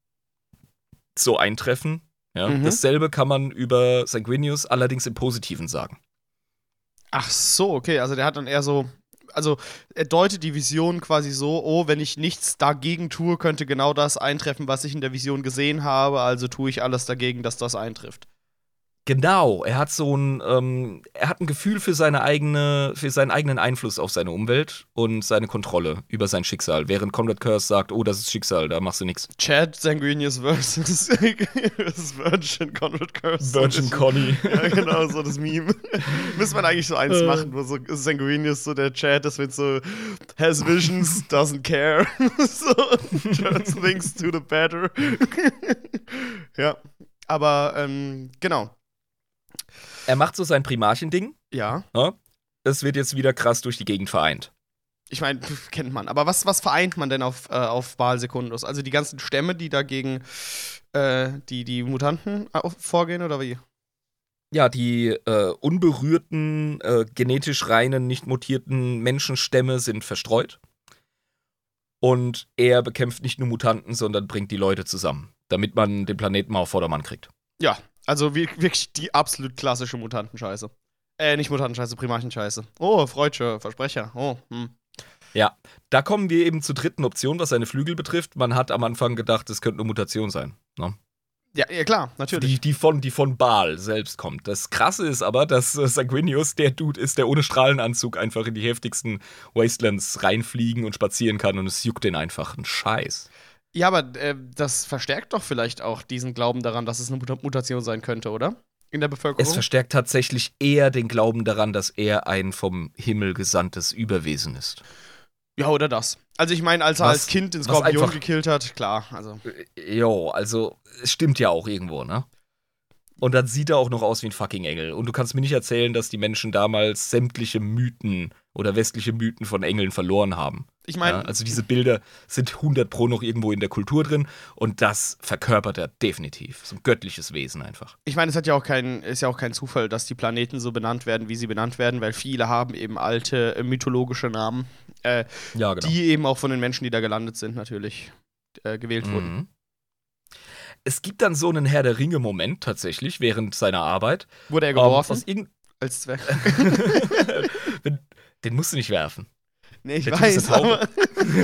so eintreffen. Ja, Mhm. Dasselbe kann man über Sanguinius allerdings im Positiven sagen. Ach so, okay, also der hat dann eher so, also er deutet die Vision quasi so, oh, wenn ich nichts dagegen tue, könnte genau das eintreffen, was ich in der Vision gesehen habe, also tue ich alles dagegen, dass das eintrifft. Genau, er hat so ein, ähm, er hat ein Gefühl für seine eigene, für seinen eigenen Einfluss auf seine Umwelt und seine Kontrolle über sein Schicksal, während Conrad Curse sagt, oh, das ist Schicksal, da machst du nichts. Chad Sanguinius versus das Virgin Conrad Curse. Virgin Conny. Ja, genau, so das Meme. Müsste man eigentlich so eins Äh. machen, wo so Sanguinius so der Chat ist mit so has visions, doesn't care. So, turns things to the better. Ja, aber ähm, genau. Er macht so sein Primarchen-Ding. Ja, Ja? Es wird jetzt wieder krass durch die Gegend vereint. ich meine, kennt man. Aber was, was vereint man denn auf, äh, auf Baal Secundus? Also die ganzen Stämme, die dagegen äh, die, die Mutanten auf, vorgehen, oder wie? Ja, die äh, unberührten, äh, genetisch reinen, nicht mutierten Menschenstämme sind verstreut. Und er bekämpft nicht nur Mutanten, sondern bringt die Leute zusammen, damit man den Planeten mal auf Vordermann kriegt. Ja, also wir- wirklich die absolut klassische Mutantenscheiße. Äh, nicht Mutantenscheiße, Primarchenscheiße. Oh, freudscher Versprecher. Oh, hm. Ja, da kommen wir eben zur dritten Option, was seine Flügel betrifft. Man hat am Anfang gedacht, es könnte eine Mutation sein. Ne? Ja, ja, klar, natürlich. Die, die, von, die von Baal selbst kommt. Das Krasse ist aber, dass äh, Sanguinius der Dude ist, der ohne Strahlenanzug einfach in die heftigsten Wastelands reinfliegen und spazieren kann und es juckt den einfach einen Scheiß. Ja, aber äh, das verstärkt doch vielleicht auch diesen Glauben daran, dass es eine Mut- Mutation sein könnte, oder? In der Bevölkerung. Es verstärkt tatsächlich eher den Glauben daran, dass er ein vom Himmel gesandtes Überwesen ist. Ja, oder das. Also ich meine, als er Was- als Kind den was Skorpion einfach- gekillt hat, klar, also. Jo, also, es stimmt ja auch irgendwo, ne? Und dann sieht er auch noch aus wie ein fucking Engel. Und du kannst mir nicht erzählen, dass die Menschen damals sämtliche Mythen oder westliche Mythen von Engeln verloren haben. Ich meine, Ja, also diese Bilder sind hundert pro noch irgendwo in der Kultur drin und das verkörpert er definitiv. So ein göttliches Wesen einfach. ich meine, es hat ja auch kein, ist ja auch kein Zufall, dass die Planeten so benannt werden, wie sie benannt werden, weil viele haben eben alte äh, mythologische Namen, äh, Ja, genau. die eben auch von den Menschen, die da gelandet sind, natürlich äh, gewählt wurden. Mhm. Es gibt dann so einen Herr der Ringe-Moment tatsächlich während seiner Arbeit. Wurde er Ähm, geworfen aus irgend- als Zwerg? den, den musst du nicht werfen. Nee, ich Der Typ ist weiß, eine aber.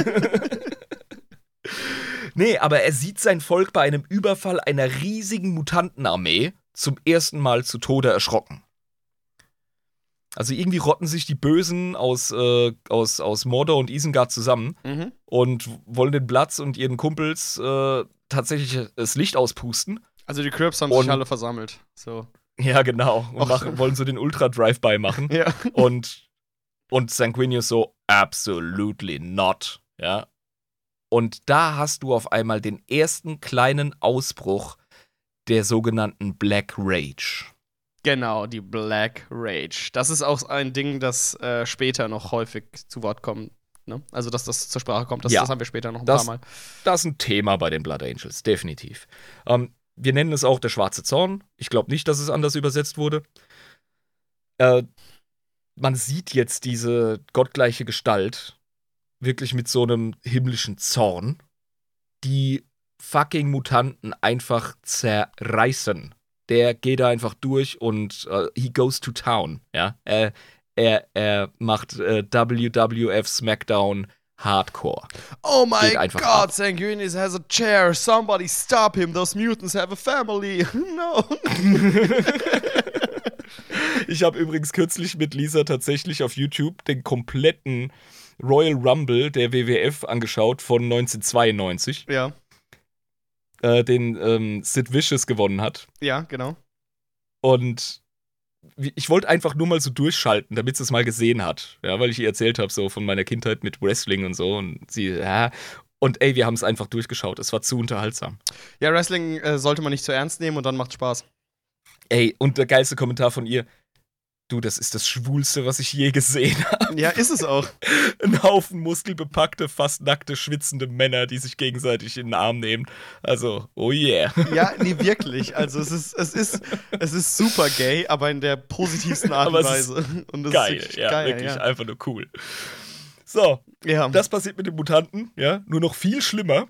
Nee, aber er sieht sein Volk bei einem Überfall einer riesigen Mutantenarmee zum ersten Mal zu Tode erschrocken. Also irgendwie rotten sich die Bösen aus, äh, aus, aus Mordor und Isengard zusammen Mhm. und wollen den Platz und ihren Kumpels äh, tatsächlich das Licht auspusten. Also die Crips haben Und- sich alle versammelt. So. Ja, genau. Und Och. machen, wollen so den Ultra-Drive-By machen. Ja. Und, und Sanguinius so, absolutely not. Ja. Und da hast du auf einmal den ersten kleinen Ausbruch der sogenannten Black Rage. Genau, die Black Rage. Das ist auch ein Ding, das äh, später noch häufig zu Wort kommt. Ne? Also, dass das zur Sprache kommt. Das, Ja. das haben wir später noch ein Das- paar Mal. Das ist ein Thema bei den Blood Angels, definitiv. Ähm, wir nennen es auch der schwarze Zorn. Ich glaube nicht, dass es anders übersetzt wurde. Äh, man sieht jetzt diese gottgleiche Gestalt wirklich mit so einem himmlischen Zorn, die fucking Mutanten einfach zerreißen. Der geht da einfach durch und äh, he goes to town, ja. Er, er, er macht äh, W W F SmackDown hardcore. Oh my Geht einfach God, ab. Sanguinius has a chair. Somebody stop him. Those mutants have a family. No. Ich habe übrigens kürzlich mit Lisa tatsächlich auf YouTube den kompletten Royal Rumble der W W F angeschaut von neunzehnhundertzweiundneunzig, Ja, äh, den ähm, Sid Vicious gewonnen hat. ja, genau. Und wie- ich wollte einfach nur mal so durchschalten, damit sie es mal gesehen hat. Ja, weil ich ihr erzählt habe, so von meiner Kindheit mit Wrestling und so. Und sie, ja. Und ey, wir haben es einfach durchgeschaut. Es war zu unterhaltsam. Ja, Wrestling äh, sollte man nicht zu ernst nehmen und dann macht Spaß. Ey, und der geilste Kommentar von ihr: Du, das ist das Schwulste, was ich je gesehen habe. Ja, ist es auch. Ein Haufen muskelbepackte, fast nackte, schwitzende Männer, die sich gegenseitig in den Arm nehmen. Also, oh yeah. Ja, nee, wirklich. Also es ist, es ist, es ist super gay, aber in der positivsten Art und Aber es ist Weise. Und das Geil, ist wirklich ja, geil, wirklich ja. einfach nur cool. So, Ja. das passiert mit den Mutanten, ja, nur noch viel schlimmer.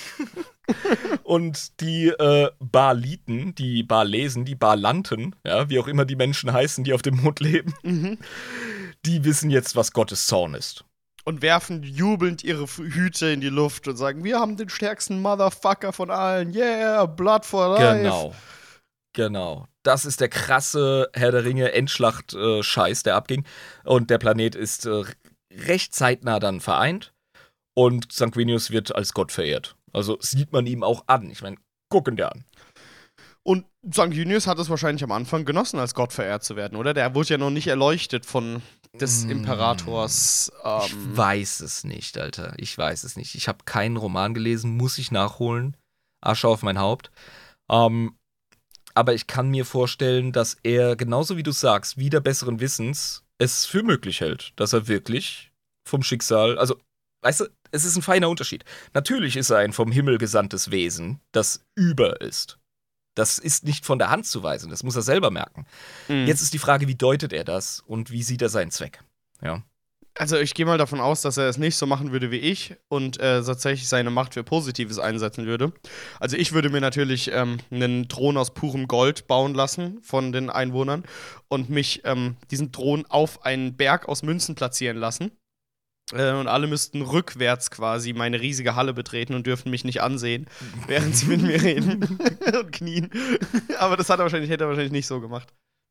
Und die äh, Baliten, die Balesen, die Balanten, ja, wie auch immer die Menschen heißen, die auf dem Mond leben, Mhm. die wissen jetzt, was Gottes Zorn ist. Und werfen jubelnd ihre F- Hüte in die Luft und sagen, wir haben den stärksten Motherfucker von allen. Yeah, Blood for life. Genau. Genau. Das ist der krasse Herr der Ringe Endschlacht-Scheiß, der abging. Und der Planet ist äh, recht zeitnah dann vereint. Und Sanguinius wird als Gott verehrt. Also sieht man ihm auch an. Ich meine, gucken dir an. Und Sanguinius hat es wahrscheinlich am Anfang genossen, als Gott verehrt zu werden, oder? Der wurde ja noch nicht erleuchtet von des Mm. Imperators. Ich Ähm, weiß es nicht, Alter. Ich weiß es nicht. Ich habe keinen Roman gelesen, muss ich nachholen. Asche auf mein Haupt. Ähm, aber ich kann mir vorstellen, dass er, genauso wie du sagst, wieder besseren Wissens, es für möglich hält, dass er wirklich vom Schicksal, also, weißt du, es ist ein feiner Unterschied. Natürlich ist er ein vom Himmel gesandtes Wesen, das über ist. Das ist nicht von der Hand zu weisen, das muss er selber merken. mh. Jetzt ist die Frage, wie deutet er das und wie sieht er seinen Zweck? Ja. Also ich gehe mal davon aus, dass er es nicht so machen würde wie ich und äh, tatsächlich seine Macht für Positives einsetzen würde. Also ich würde mir natürlich ähm, einen Thron aus purem Gold bauen lassen von den Einwohnern und mich ähm, diesen Thron auf einen Berg aus Münzen platzieren lassen. Äh, und alle müssten rückwärts quasi meine riesige Halle betreten und dürften mich nicht ansehen, während sie mit mir reden und knien. Aber das hat er wahrscheinlich, hätte er wahrscheinlich nicht so gemacht.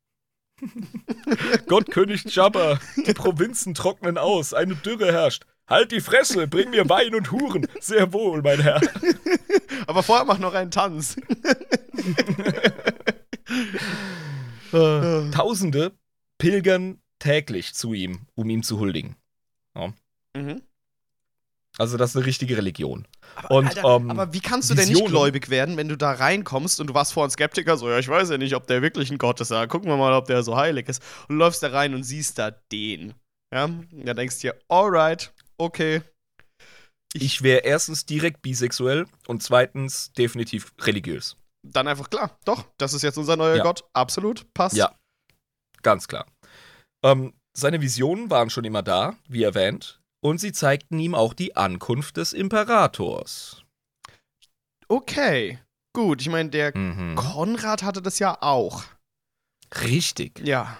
Gott König Jabba, die Provinzen trocknen aus, eine Dürre herrscht. Halt die Fresse, bring mir Wein und Huren. Sehr wohl, mein Herr. Aber vorher mach noch einen Tanz. Tausende pilgern täglich zu ihm, um ihm zu huldigen. Mhm. Also das ist eine richtige Religion. Aber, Und, Alter, ähm, aber wie kannst du denn nicht Visionen- gläubig werden, wenn du da reinkommst und du warst vorhin Skeptiker, so, ja, ich weiß ja nicht, ob der wirklich ein Gott ist, ja, gucken wir mal, ob der so heilig ist. Und du läufst da rein und siehst da den. Ja, und dann denkst du dir, alright, okay. Ich wäre erstens direkt bisexuell und zweitens definitiv religiös. Dann einfach klar, doch, das ist jetzt unser neuer Ja. Gott, absolut, passt. Ja, ganz klar. Ähm, seine Visionen waren schon immer da, wie erwähnt, und sie zeigten ihm auch die Ankunft des Imperators. Okay, gut, ich meine, der Mhm. Konrad hatte das ja auch. Richtig. Ja.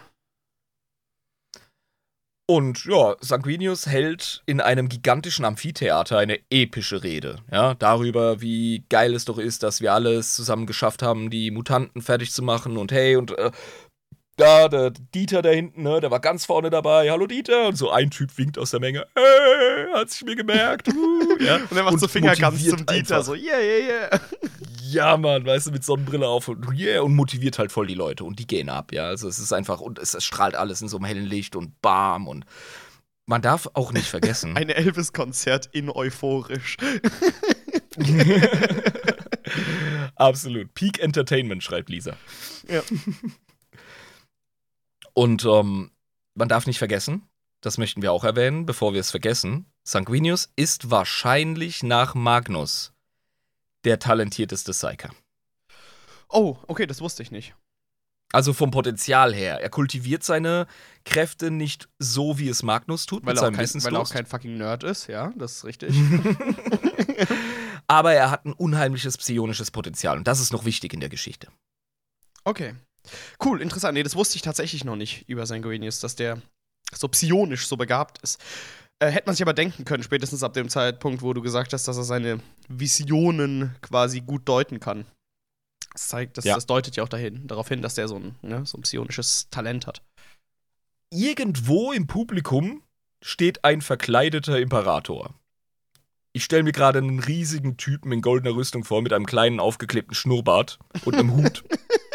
Und ja, Sanguinius hält in einem gigantischen Amphitheater eine epische Rede, ja, darüber, wie geil es doch ist, dass wir alles zusammen geschafft haben, die Mutanten fertig zu machen und hey, und äh, da, der Dieter da hinten, ne, der war ganz vorne dabei, hallo Dieter, und so ein Typ winkt aus der Menge, hey, hat sich mir gemerkt, uh, ja. Und er macht so Fingerguns motiviert zum Dieter, einfach. so, yeah, yeah, yeah. Ja, Mann, weißt du, mit Sonnenbrille auf und yeah, und motiviert halt voll die Leute und die gehen ab, ja. Also es ist einfach, und es, es strahlt alles in so einem hellen Licht und bam und man darf auch nicht vergessen. Ein Elvis-Konzert in euphorisch. Absolut. Peak Entertainment, schreibt Lisa. Ja. Und ähm, man darf nicht vergessen, das möchten wir auch erwähnen, bevor wir es vergessen, Sanguinius ist wahrscheinlich nach Magnus der talentierteste Psyker. Oh, okay, das wusste ich nicht. Also vom Potenzial her. Er kultiviert seine Kräfte nicht so, wie es Magnus tut, Weil mit er, auch seinem kein, weil er auch Wissensdurst. kein fucking Nerd ist, ja, das ist richtig. Aber er hat ein unheimliches psionisches Potenzial. Und das ist noch wichtig in der Geschichte. Okay. Cool, interessant. Nee, das wusste ich tatsächlich noch nicht über Sanguinius, dass der so psionisch so begabt ist. Äh, hätte man sich aber denken können, spätestens ab dem Zeitpunkt, wo du gesagt hast, dass er seine Visionen quasi gut deuten kann. Das zeigt, das, Ja. das deutet ja auch dahin, darauf hin, dass der so ein, ne, so ein psionisches Talent hat. Irgendwo im Publikum steht ein verkleideter Imperator. Ich stelle mir gerade einen riesigen Typen in goldener Rüstung vor mit einem kleinen aufgeklebten Schnurrbart und einem Hut.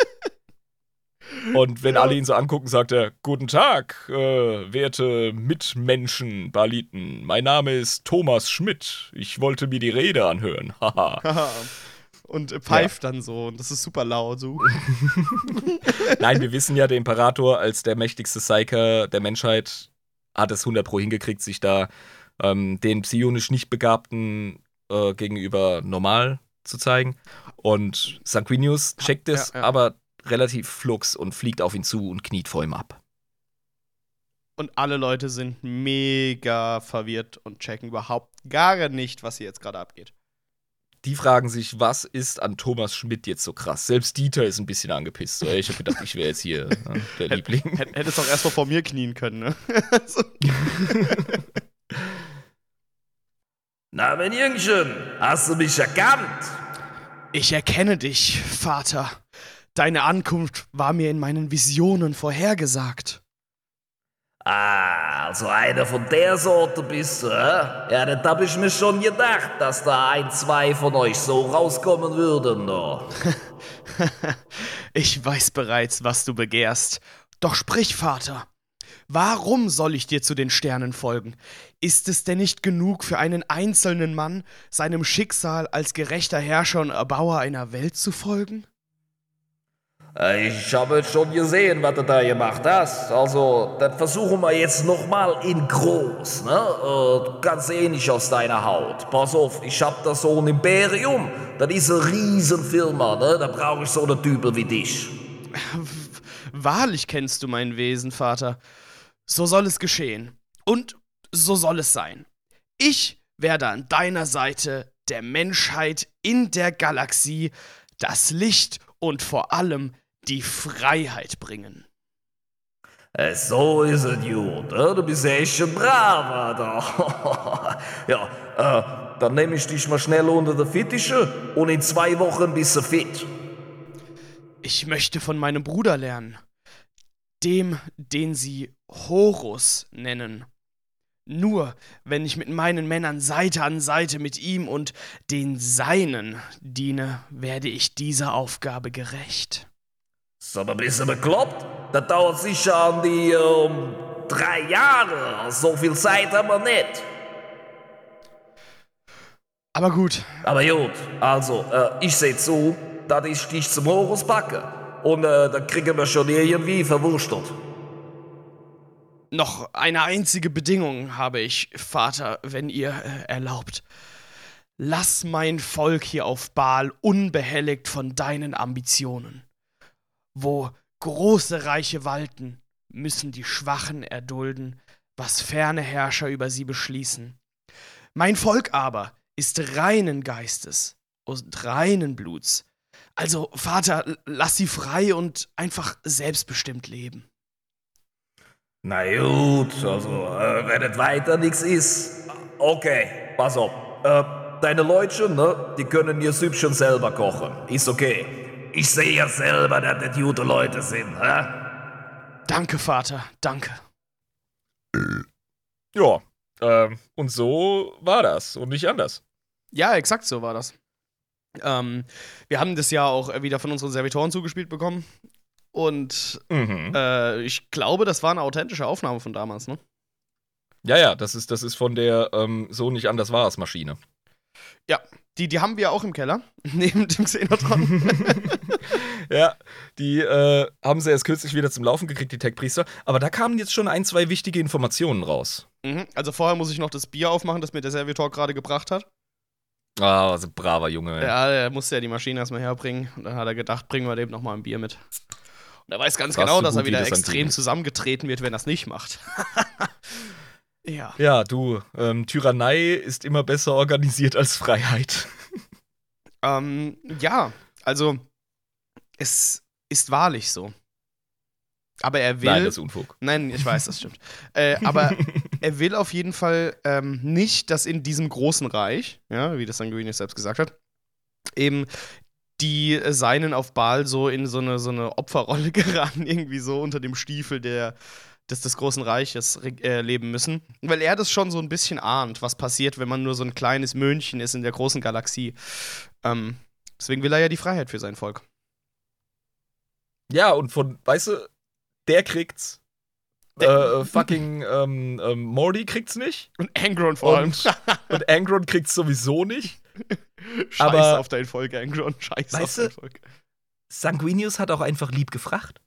Und wenn Ja. alle ihn so angucken, sagt er: Guten Tag, äh, werte Mitmenschen, Baliten. Mein Name ist Thomas Schmidt. Ich wollte mir die Rede anhören. Haha. Und äh, pfeift dann so und das ist super laut. So. Nein, wir wissen ja, der Imperator als der mächtigste Psyker der Menschheit hat es hundert Pro hingekriegt, sich da ähm, den psionisch nicht Begabten äh, gegenüber normal zu zeigen. Und Sanguinius checkt es, Ja, ja. aber relativ flugs und fliegt auf ihn zu und kniet vor ihm ab. Und alle Leute sind mega verwirrt und checken überhaupt gar nicht, was hier jetzt gerade abgeht. Die fragen sich, was ist an Thomas Schmidt jetzt so krass? Selbst Dieter ist ein bisschen angepisst. So, ey, ich hab gedacht, ich wäre jetzt hier ne, der Liebling. Hätt- Hättest doch erst mal vor mir knien können, ne? So. Na, mein Jüngchen, hast du mich erkannt? Ich erkenne dich, Vater. Deine Ankunft war mir in meinen Visionen vorhergesagt. Ah, also einer von der Sorte bist du, hä? Ja, das hab ich mir schon gedacht, dass da ein, zwei von euch so rauskommen würden, no. Ich weiß bereits, was du begehrst. Doch sprich, Vater. Warum soll ich dir zu den Sternen folgen? Ist es denn nicht genug für einen einzelnen Mann, seinem Schicksal als gerechter Herrscher und Erbauer einer Welt zu folgen? Ich habe jetzt schon gesehen, was du da gemacht hast. Also, das versuchen wir jetzt nochmal in groß, ne? Äh, Du kannst eh nicht aus deiner Haut. Pass auf, ich hab da so ein Imperium. Das ist eine Riesenfirma, ne? Da brauche ich so eine Typen wie dich. Wahrlich kennst du mein Wesen, Vater. So soll es geschehen. Und so soll es sein. Ich werde an deiner Seite der Menschheit in der Galaxie das Licht und vor allem die Freiheit bringen. Äh, So ist es gut, ne? Du bist echt ein Braver da. Ja, äh, dann nehme ich dich mal schnell unter die Fittiche und in zwei Wochen bist du fit. Ich möchte von meinem Bruder lernen. Dem, den sie Horus nennen. Nur wenn ich mit meinen Männern Seite an Seite mit ihm und den Seinen diene, werde ich dieser Aufgabe gerecht. Sag mal, bist du bekloppt? Das dauert sicher an die ähm, drei Jahre. So viel Zeit haben wir nicht. Aber gut, Aber gut, also, äh, ich seh zu, dass ich dich zum Horus packe. Und äh, dann kriegen wir schon irgendwie verwurschtelt. noch eine einzige Bedingung habe ich, Vater, wenn ihr äh, erlaubt. Lass mein Volk hier auf Baal unbehelligt von deinen Ambitionen. Wo große Reiche walten, müssen die Schwachen erdulden, was ferne Herrscher über sie beschließen. Mein Volk aber ist reinen Geistes und reinen Bluts. Also, Vater, l- lass sie frei und einfach selbstbestimmt leben. Na gut, also, äh, wenn es weiter nichts ist. Okay, pass auf. Äh, deine Leute, ne, die können ihr Süppchen selber kochen. Ist okay. Ich sehe ja selber, dass das gute Leute sind, hä? Danke, Vater, danke. Ja, ähm, und so war das und nicht anders. Ja, exakt so war das. Ähm, wir haben das ja auch äh, wieder von unseren Servitoren zugespielt bekommen. Und Mhm. äh, ich glaube, das war eine authentische Aufnahme von damals, ne? Ja, ja, das ist, das ist von der ähm, so nicht anders war es Maschine. Ja, die, die haben wir auch im Keller, neben dem Xenotron. Ja, die äh, haben sie erst kürzlich wieder zum Laufen gekriegt, die Tech-Priester. Aber da kamen jetzt schon ein, zwei wichtige Informationen raus. Mhm, also vorher muss ich noch das Bier aufmachen, das mir der Servitor gerade gebracht hat. Ah, also braver Junge. Ey. Ja, er musste ja die Maschine erstmal herbringen. Und dann hat er gedacht, bringen wir dem nochmal ein Bier mit. Und er weiß ganz Fast genau, so dass gut er wie wieder das extrem Antike. zusammengetreten wird, wenn er es nicht macht. Ja. Ja, du, ähm, Tyrannei ist immer besser organisiert als Freiheit. Ähm, ja, also es ist wahrlich so. Aber er will. Nein, das ist Unfug. Nein, ich weiß, das stimmt. äh, aber er will auf jeden Fall ähm, nicht, dass in diesem großen Reich, ja, wie das Sanguinius selbst gesagt hat, eben die Seinen auf Baal so in so eine, so eine Opferrolle geraten, irgendwie so unter dem Stiefel der, des, des großen Reiches äh, leben müssen. Weil er das schon so ein bisschen ahnt, was passiert, wenn man nur so ein kleines Möhnchen ist in der großen Galaxie. Ähm, deswegen will er ja die Freiheit für sein Volk. Ja, und von, weißt du, der kriegt's. Äh, fucking ähm, ähm, Morty kriegt's nicht. Und Angron vor allem. Und, und Angron kriegt's sowieso nicht. Scheiß aber, auf dein Volk, Angron. Scheiß auf weißt du, dein Volk. Sanguinius hat auch einfach lieb gefragt.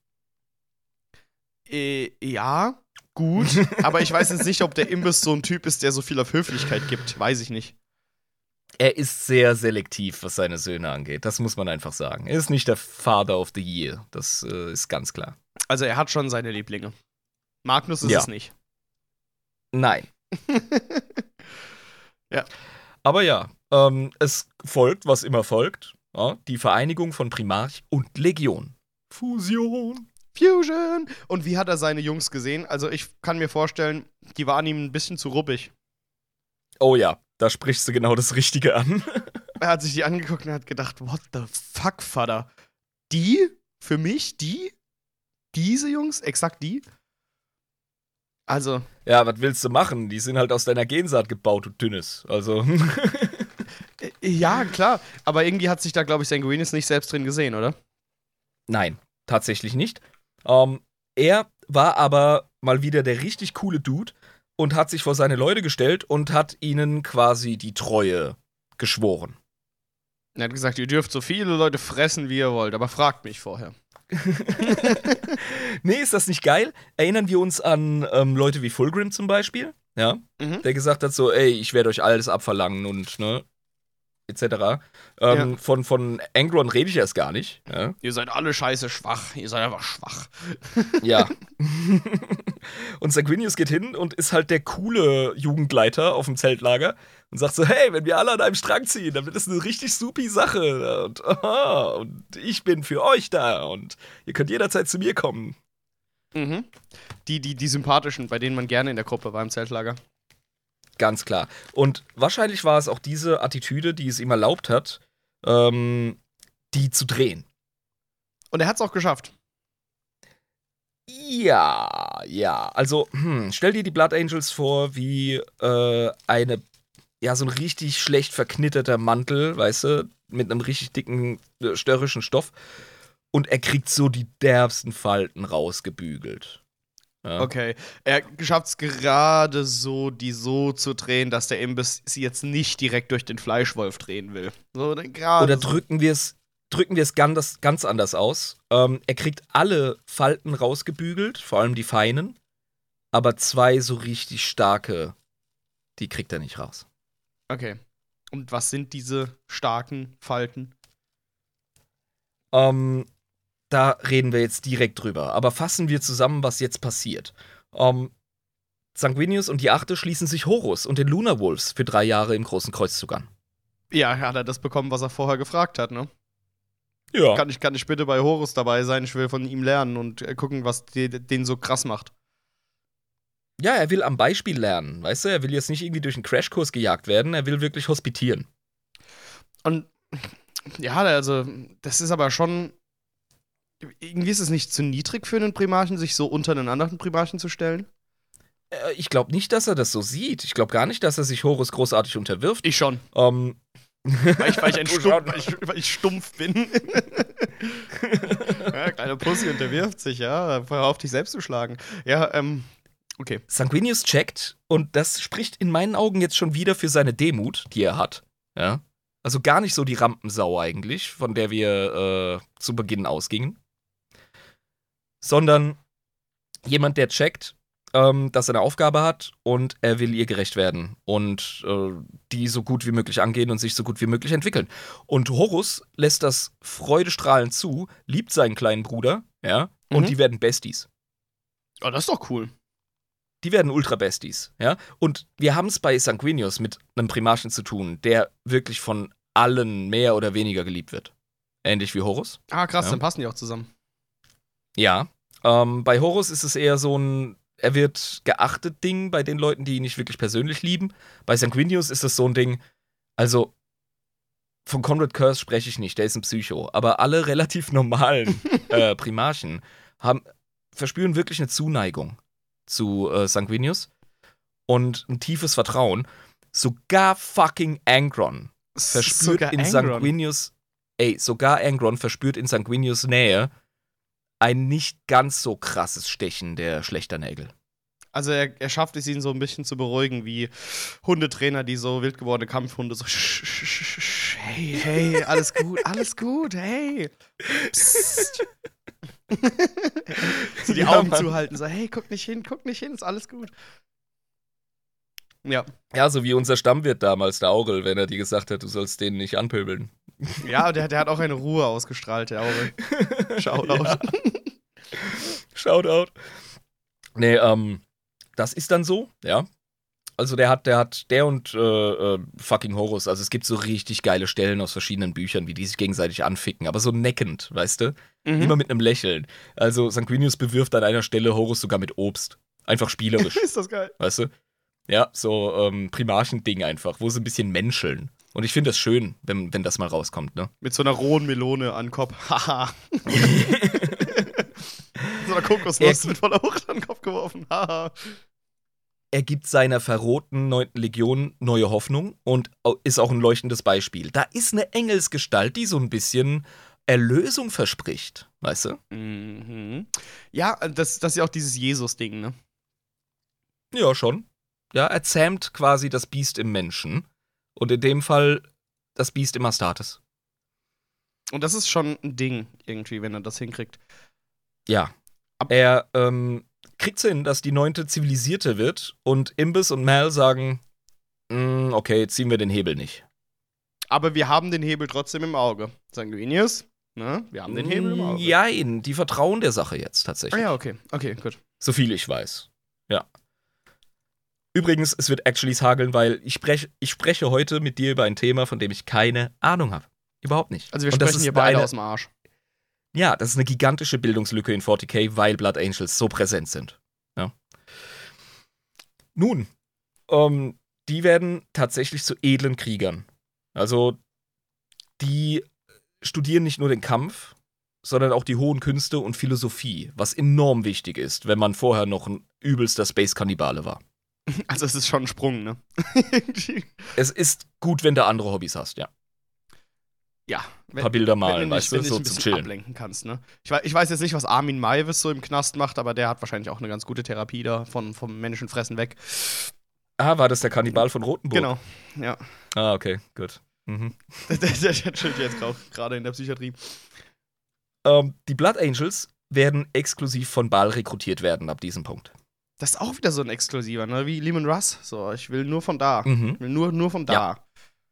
Äh, ja, gut. Aber ich weiß jetzt nicht, ob der Imbiss so ein Typ ist, der so viel auf Höflichkeit gibt. Weiß ich nicht. Er ist sehr selektiv, was seine Söhne angeht. Das muss man einfach sagen. Er ist nicht der Father of the Year. Das äh, ist ganz klar. Also er hat schon seine Lieblinge. Magnus ist Ja. es nicht. Nein. Ja. Aber ja, ähm, es folgt, was immer folgt. Ja, die Vereinigung von Primarch und Legion. Fusion. Fusion! Und wie hat er seine Jungs gesehen? Also ich kann mir vorstellen, die waren ihm ein bisschen zu ruppig. Oh ja, da sprichst du genau das Richtige an. Er hat sich die angeguckt und hat gedacht, what the fuck, Vater? Die? Für mich? Die? Diese Jungs? Exakt die? Also, Ja, was willst du machen? Die sind halt aus deiner Gensaat gebaut, du Dünnes. Also, äh, ja, klar. Aber irgendwie hat sich da, glaube ich, Sanguinius nicht selbst drin gesehen, oder? nein, tatsächlich nicht. Ähm, er war aber mal wieder der richtig coole Dude und hat sich vor seine Leute gestellt und hat ihnen quasi die Treue geschworen. Er hat gesagt, ihr dürft so viele Leute fressen, wie ihr wollt, aber fragt mich vorher. Nee, ist das nicht geil? Erinnern wir uns an ähm, Leute wie Fulgrim zum Beispiel, ja, Mhm. der gesagt hat so, ey, ich werde euch alles abverlangen und, ne, et cetera. Ähm, Ja. von, von Angron rede ich erst gar nicht, ja. Ihr seid alle scheiße schwach. Ihr seid einfach schwach. Ja. Und Sanguinius geht hin und ist halt der coole Jugendleiter auf dem Zeltlager und sagt so, hey, wenn wir alle an einem Strang ziehen, dann wird das eine richtig supi Sache. Und, aha, und ich bin für euch da und ihr könnt jederzeit zu mir kommen. Mhm. Die, die, die sympathischen, bei denen man gerne in der Gruppe war im Zeltlager. Ganz klar. Und wahrscheinlich war es auch diese Attitüde, die es ihm erlaubt hat, ähm, die zu drehen. Und er hat's auch geschafft. Ja, ja. Also, hm, stell dir die Blood Angels vor wie äh, eine, ja, so ein richtig schlecht verknitterter Mantel, weißt du, mit einem richtig dicken, äh, störrischen Stoff. Und er kriegt so die derbsten Falten rausgebügelt. Ja. Okay. Er schafft es gerade so, die so zu drehen, dass der Imbiss sie jetzt nicht direkt durch den Fleischwolf drehen will. So, dann gerade. Oder so. drücken wir es drücken wir es ganz, ganz anders aus. Ähm, er kriegt alle Falten rausgebügelt, vor allem die feinen, aber zwei so richtig starke, die kriegt er nicht raus. Okay. Und was sind diese starken Falten? Ähm, da reden wir jetzt direkt drüber. Aber fassen wir zusammen, was jetzt passiert. Ähm, Sanguinius und die Achte schließen sich Horus und den Lunar Wolves für drei Jahre im Großen Kreuzzug an. Ja, hat er das bekommen, was er vorher gefragt hat, ne? Ja. Kann ich, kann ich bitte bei Horus dabei sein? Ich will von ihm lernen und äh, gucken, was die, den so krass macht. Ja, er will am Beispiel lernen, weißt du? Er will jetzt nicht irgendwie durch einen Crashkurs gejagt werden, er will wirklich hospitieren. Und ja, also, das ist aber schon. Irgendwie ist es nicht zu niedrig für einen Primarchen, sich so unter einen anderen Primarchen zu stellen? Äh, ich glaube nicht, dass er das so sieht. Ich glaube gar nicht, dass er sich Horus großartig unterwirft. Ich schon. Ähm. Weil ich, weil ich, ein Du Stumpf, schon. weil ich, weil ich stumpf bin. Ja, kleine Pussy unterwirft sich, ja. Hör auf, dich selbst zu schlagen. Ja, ähm, okay. Sanguinius checkt, und das spricht in meinen Augen jetzt schon wieder für seine Demut, die er hat. Ja. Also gar nicht so die Rampensau eigentlich, von der wir äh, zu Beginn ausgingen. Sondern jemand, der checkt, ähm, dass er eine Aufgabe hat und er will ihr gerecht werden und äh, die so gut wie möglich angehen und sich so gut wie möglich entwickeln. Und Horus lässt das freudestrahlend zu, liebt seinen kleinen Bruder, ja, und Mhm. die werden Besties. Oh, das ist doch cool. Die werden Ultra-Besties, ja. Und wir haben es bei Sanguinius mit einem Primarchen zu tun, der wirklich von allen mehr oder weniger geliebt wird. Ähnlich wie Horus. Ah, krass, Ja. dann passen die auch zusammen. Ja. Ähm, bei Horus ist es eher so ein, er wird geachtet Ding bei den Leuten, die ihn nicht wirklich persönlich lieben. Bei Sanguinius ist das so ein Ding, also von Conrad Curse spreche ich nicht, der ist ein Psycho, aber alle relativ normalen äh, Primarchen haben, verspüren wirklich eine Zuneigung zu äh, Sanguinius und ein tiefes Vertrauen. Sogar fucking Angron verspürt Sogar in Angron. Sanguinius, ey, sogar Angron verspürt in Sanguinius Nähe ein nicht ganz so krasses Stechen der Schlechternägel. Also er, er schafft es, ihn so ein bisschen zu beruhigen, wie Hundetrainer, die so wild gewordene Kampfhunde so sch, sch, sch, sch, hey, hey, alles gut, alles gut, hey. Psst. So die Ja, Augen Mann. zuhalten, so hey, guck nicht hin, guck nicht hin, ist alles gut. Ja, Ja, so wie unser Stammwirt damals, der Aurel, wenn er dir gesagt hat, du sollst den nicht anpöbeln. ja, der, der hat auch eine Ruhe ausgestrahlt, der Aurel. Shoutout. Ja. Shoutout. Nee, ähm, das ist dann so, ja. Also der hat, der hat, der und äh, äh, fucking Horus, also es gibt so richtig geile Stellen aus verschiedenen Büchern, wie die sich gegenseitig anficken, aber so neckend, weißt du? Mhm. Immer mit einem Lächeln. Also Sanguinius bewirft an einer Stelle Horus sogar mit Obst. Einfach spielerisch, Ist das geil. weißt du? Ja, so ähm, Primarchen-Ding einfach, wo sie ein bisschen menscheln. Und ich finde das schön, wenn, wenn das mal rauskommt, ne? Mit so einer rohen Melone an den Kopf. Haha. So einer Kokosnuss Er- mit voller Wucht an den Kopf geworfen. Haha. Er gibt seiner verrohten neunten Legion neue Hoffnung und au- ist auch ein leuchtendes Beispiel. Da ist eine Engelsgestalt, die so ein bisschen Erlösung verspricht, weißt du? Mhm. Ja, das, das ist ja auch dieses Jesus-Ding, ne? Ja, schon. Ja, er zähmt quasi das Biest im Menschen und in dem Fall das Biest im Astartes. Und das ist schon ein Ding, irgendwie, wenn er das hinkriegt. Ja. Ab- Er ähm, kriegt's hin, dass die neunte zivilisierter wird und Imbus und Mal sagen, "Mm, okay, ziehen wir den Hebel nicht. Aber wir haben den Hebel trotzdem im Auge. Sanguinius, ne? Wir haben den Hebel im Auge. Jein, die vertrauen der Sache jetzt Ah tatsächlich. ja, okay. Okay, gut. So viel ich weiß. Ja. Übrigens, es wird Actuallys hageln, weil ich, sprech, ich spreche heute mit dir über ein Thema, von dem ich keine Ahnung habe. Überhaupt nicht. Also wir Und das sprechen ist hier beide eine, aus dem Arsch. Ja, das ist eine gigantische Bildungslücke in forty K, weil Blood Angels so präsent sind. Ja. Nun, ähm, die werden tatsächlich zu edlen Kriegern. Also, die studieren nicht nur den Kampf, sondern auch die hohen Künste und Philosophie, was enorm wichtig ist, wenn man vorher noch ein übelster Space-Kannibale war. Also es ist schon ein Sprung, ne? Es ist gut, wenn du andere Hobbys hast, ja. Ja. Ein paar Bilder malen, wenn du dich, weißt wenn du, du so dich ein zum bisschen Chillen. ablenken kannst, ne? Ich weiß, ich weiß jetzt nicht, was Armin Maivis so im Knast macht, aber der hat wahrscheinlich auch eine ganz gute Therapie da von, vom Menschenfressen weg. Ah, war das der Kannibal von Rotenburg? Genau, ja. Ah, okay, gut. Mhm. der, der, der chillt jetzt auch gerade in der Psychiatrie. Ähm, die Blood Angels werden exklusiv von Baal rekrutiert werden ab diesem Punkt. Das ist auch wieder so ein Exklusiver, ne? Wie Lehman Russ. So, ich will nur von da. Mhm. Ich will nur, nur von da.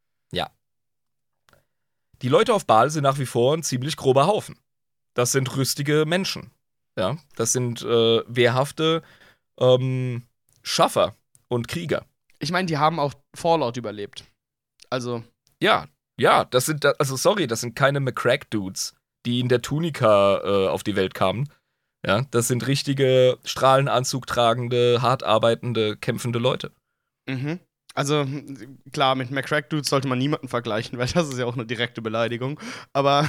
Die Leute auf Baal sind nach wie vor ein ziemlich grober Haufen. Das sind rüstige Menschen. Ja, das sind äh, wehrhafte ähm, Schaffer und Krieger. Ich meine, die haben auch Fallout überlebt. Also, Ja, ja, das sind, da- also sorry, das sind keine McCrack-Dudes, die in der Tunika äh, auf die Welt kamen. Ja, das sind richtige Strahlenanzug tragende, hart arbeitende, kämpfende Leute. mhm. Also, klar, mit McCrack-Dudes sollte man niemanden vergleichen, weil das ist ja auch eine direkte Beleidigung. Aber,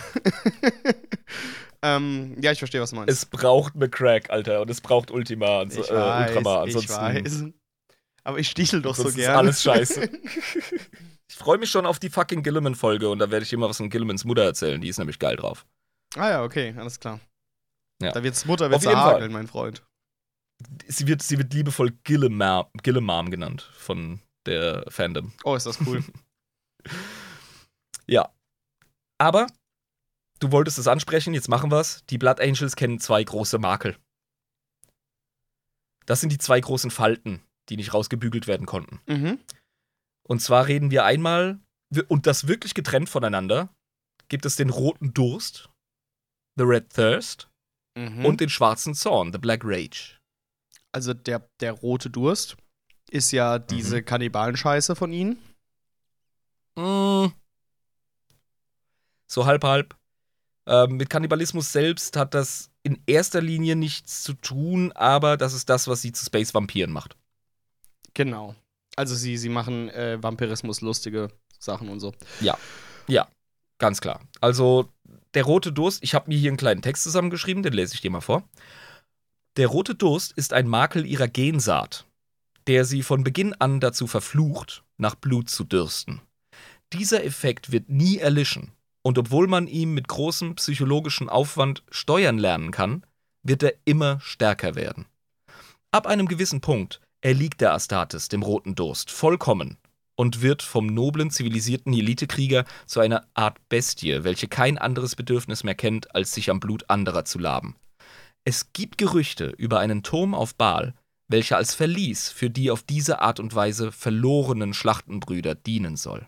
ähm, ja, ich verstehe, was du meinst. Es braucht McCrack, Alter, und es braucht Ultima, ans ich äh, weiß, Ultramar. ich Ansonsten, weiß. Aber ich stichel doch so ansonsten ist gerne. alles scheiße. Ich freue mich schon auf die fucking Gilliman-Folge und da werde ich immer was von Gillimans Mutter erzählen. Die ist nämlich geil drauf. Ah ja, okay, alles klar. Ja. Da wird's Mutter wird Auf jeden hageln, mein Freund. Sie wird, sie wird liebevoll Gillimam, Gillimam genannt von der Fandom. Oh, ist das cool. Ja. Aber du wolltest es ansprechen, jetzt machen wir's. Die Blood Angels kennen zwei große Makel. Das sind die zwei großen Falten, die nicht rausgebügelt werden konnten. mhm. Und zwar reden wir einmal, und das wirklich getrennt voneinander, gibt es den roten Durst, The Red Thirst, Mhm. und den schwarzen Zorn, The Black Rage. Also der, der rote Durst ist ja diese Mhm. Kannibalenscheiße von ihnen. Mm. So halb, halb. Ähm, mit Kannibalismus selbst hat das in erster Linie nichts zu tun, aber das ist das, was sie zu Space-Vampiren macht. Genau. Also sie, sie machen äh, Vampirismus lustige Sachen und so. Ja, ja, ganz klar. Also der rote Durst, ich habe mir hier einen kleinen Text zusammengeschrieben, den lese ich dir mal vor. Der rote Durst ist ein Makel ihrer Gensaat, der sie von Beginn an dazu verflucht, nach Blut zu dürsten. Dieser Effekt wird nie erlischen. Und obwohl man ihm mit großem psychologischen Aufwand steuern lernen kann, wird er immer stärker werden. Ab einem gewissen Punkt erliegt der Astartes dem roten Durst vollkommen und wird vom noblen, zivilisierten Elitekrieger zu einer Art Bestie, welche kein anderes Bedürfnis mehr kennt, als sich am Blut anderer zu laben. Es gibt Gerüchte über einen Turm auf Baal, welcher als Verlies für die auf diese Art und Weise verlorenen Schlachtenbrüder dienen soll.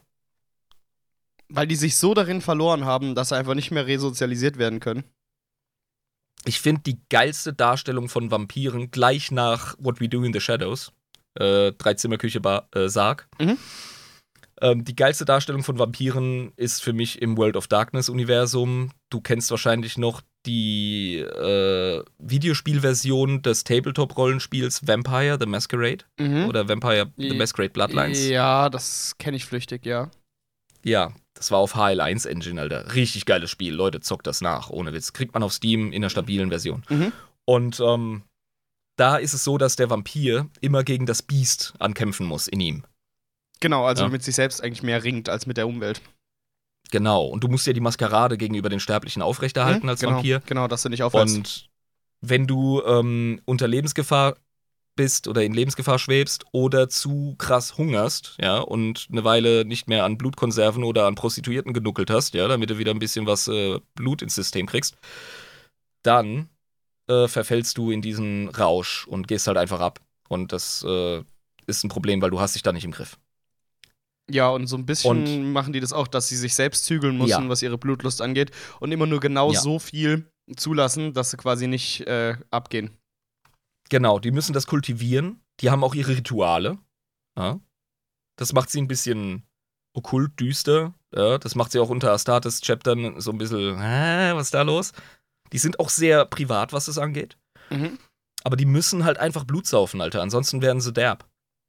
Weil die sich so darin verloren haben, dass sie einfach nicht mehr resozialisiert werden können. Ich finde die geilste Darstellung von Vampiren gleich nach What We Do in the Shadows, äh, Dreizimmerküche Bar, äh, Sarg. Mhm. Ähm, die geilste Darstellung von Vampiren ist für mich im World of Darkness-Universum. Du kennst wahrscheinlich noch die äh, Videospielversion des Tabletop-Rollenspiels Vampire the Masquerade Mhm. oder Vampire the Masquerade Bloodlines. Ja, das kenne ich flüchtig, ja. Ja, das war auf H L eins Engine, Alter. Richtig geiles Spiel. Leute, zockt das nach, ohne Witz. Kriegt man auf Steam in einer stabilen Version. Mhm. Und ähm, da ist es so, dass der Vampir immer gegen das Biest ankämpfen muss in ihm. Genau, also Ja. mit sich selbst eigentlich mehr ringt als mit der Umwelt. Genau. Und du musst ja die Maskerade gegenüber den Sterblichen aufrechterhalten Mhm, als genau, Vampir. Genau, dass du nicht aufhörst. Und wenn du ähm, unter Lebensgefahr bist oder in Lebensgefahr schwebst oder zu krass hungerst, ja, und eine Weile nicht mehr an Blutkonserven oder an Prostituierten genuckelt hast, ja, damit du wieder ein bisschen was äh, Blut ins System kriegst, dann äh, verfällst du in diesen Rausch und gehst halt einfach ab. Und das äh, ist ein Problem, weil du hast dich da nicht im Griff. Ja, und so ein bisschen Und- machen die das auch, dass sie sich selbst zügeln müssen, Ja. was ihre Blutlust angeht. Und immer nur genau Ja. so viel zulassen, dass sie quasi nicht äh, abgehen. Genau, die müssen das kultivieren. Die haben auch ihre Rituale. Ja. Das macht sie ein bisschen okkult, düster. Ja. Das macht sie auch unter Astartes-Chaptern so ein bisschen, äh, was ist da los? Die sind auch sehr privat, was das angeht. Mhm. Aber die müssen halt einfach Blut saufen, Alter. Ansonsten werden sie derb.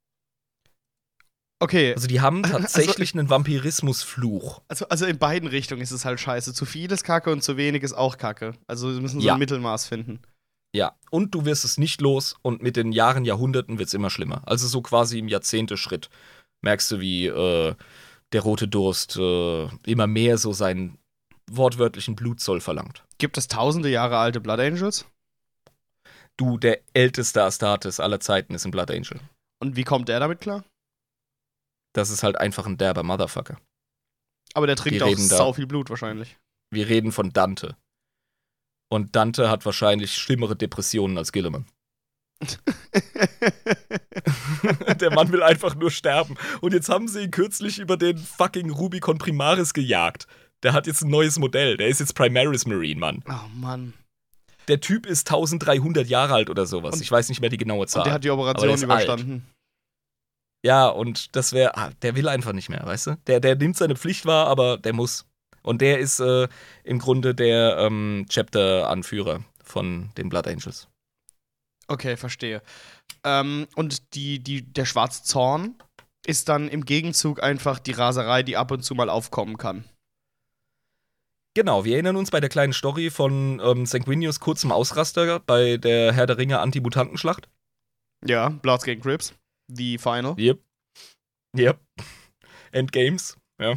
Okay, Also die haben tatsächlich einen Vampirismusfluch. also, also in beiden Richtungen ist es halt scheiße. Zu viel ist Kacke und zu wenig ist auch Kacke. Also sie müssen so Ja. ein Mittelmaß finden. Ja, und du wirst es nicht los und mit den Jahren, Jahrhunderten wird es immer schlimmer. Also so quasi im Jahrzehnte-Schritt merkst du, wie äh, der rote Durst äh, immer mehr so seinen wortwörtlichen Blutzoll verlangt. Gibt es tausende Jahre alte Blood Angels? Du, der älteste Astartes aller Zeiten ist ein Blood Angel. Und wie kommt der damit klar? Das ist halt einfach ein derber Motherfucker. Aber der trinkt Die auch reden da- sau viel Blut wahrscheinlich. Wir reden von Dante. Und Dante hat wahrscheinlich schlimmere Depressionen als Gilliman. Der Mann will einfach nur sterben. Und jetzt haben sie ihn kürzlich über den fucking Rubicon Primaris gejagt. Der hat jetzt ein neues Modell. Der ist jetzt Primaris Marine, Mann. Oh Mann. Der Typ ist dreizehnhundert Jahre alt oder sowas. Und- ich weiß nicht mehr die genaue Zahl. Und der hat die Aber Operation der ist alt. überstanden. Ja, und das wäre, ah, der will einfach nicht mehr, weißt du? Der, der nimmt seine Pflicht wahr, aber der muss. Und der ist äh, im Grunde der ähm, Chapter-Anführer von den Blood Angels. Okay, verstehe. Ähm, und die, die, der schwarze Zorn ist dann im Gegenzug einfach die Raserei, die ab und zu mal aufkommen kann. Genau, wir erinnern uns bei der kleinen Story von ähm, Sanguinius kurzem Ausraster bei der Herr der Ringe Anti-Mutanten-Schlacht. Ja, Bloods gegen Crips. The Final. Yep. Yep. Endgames. Ja.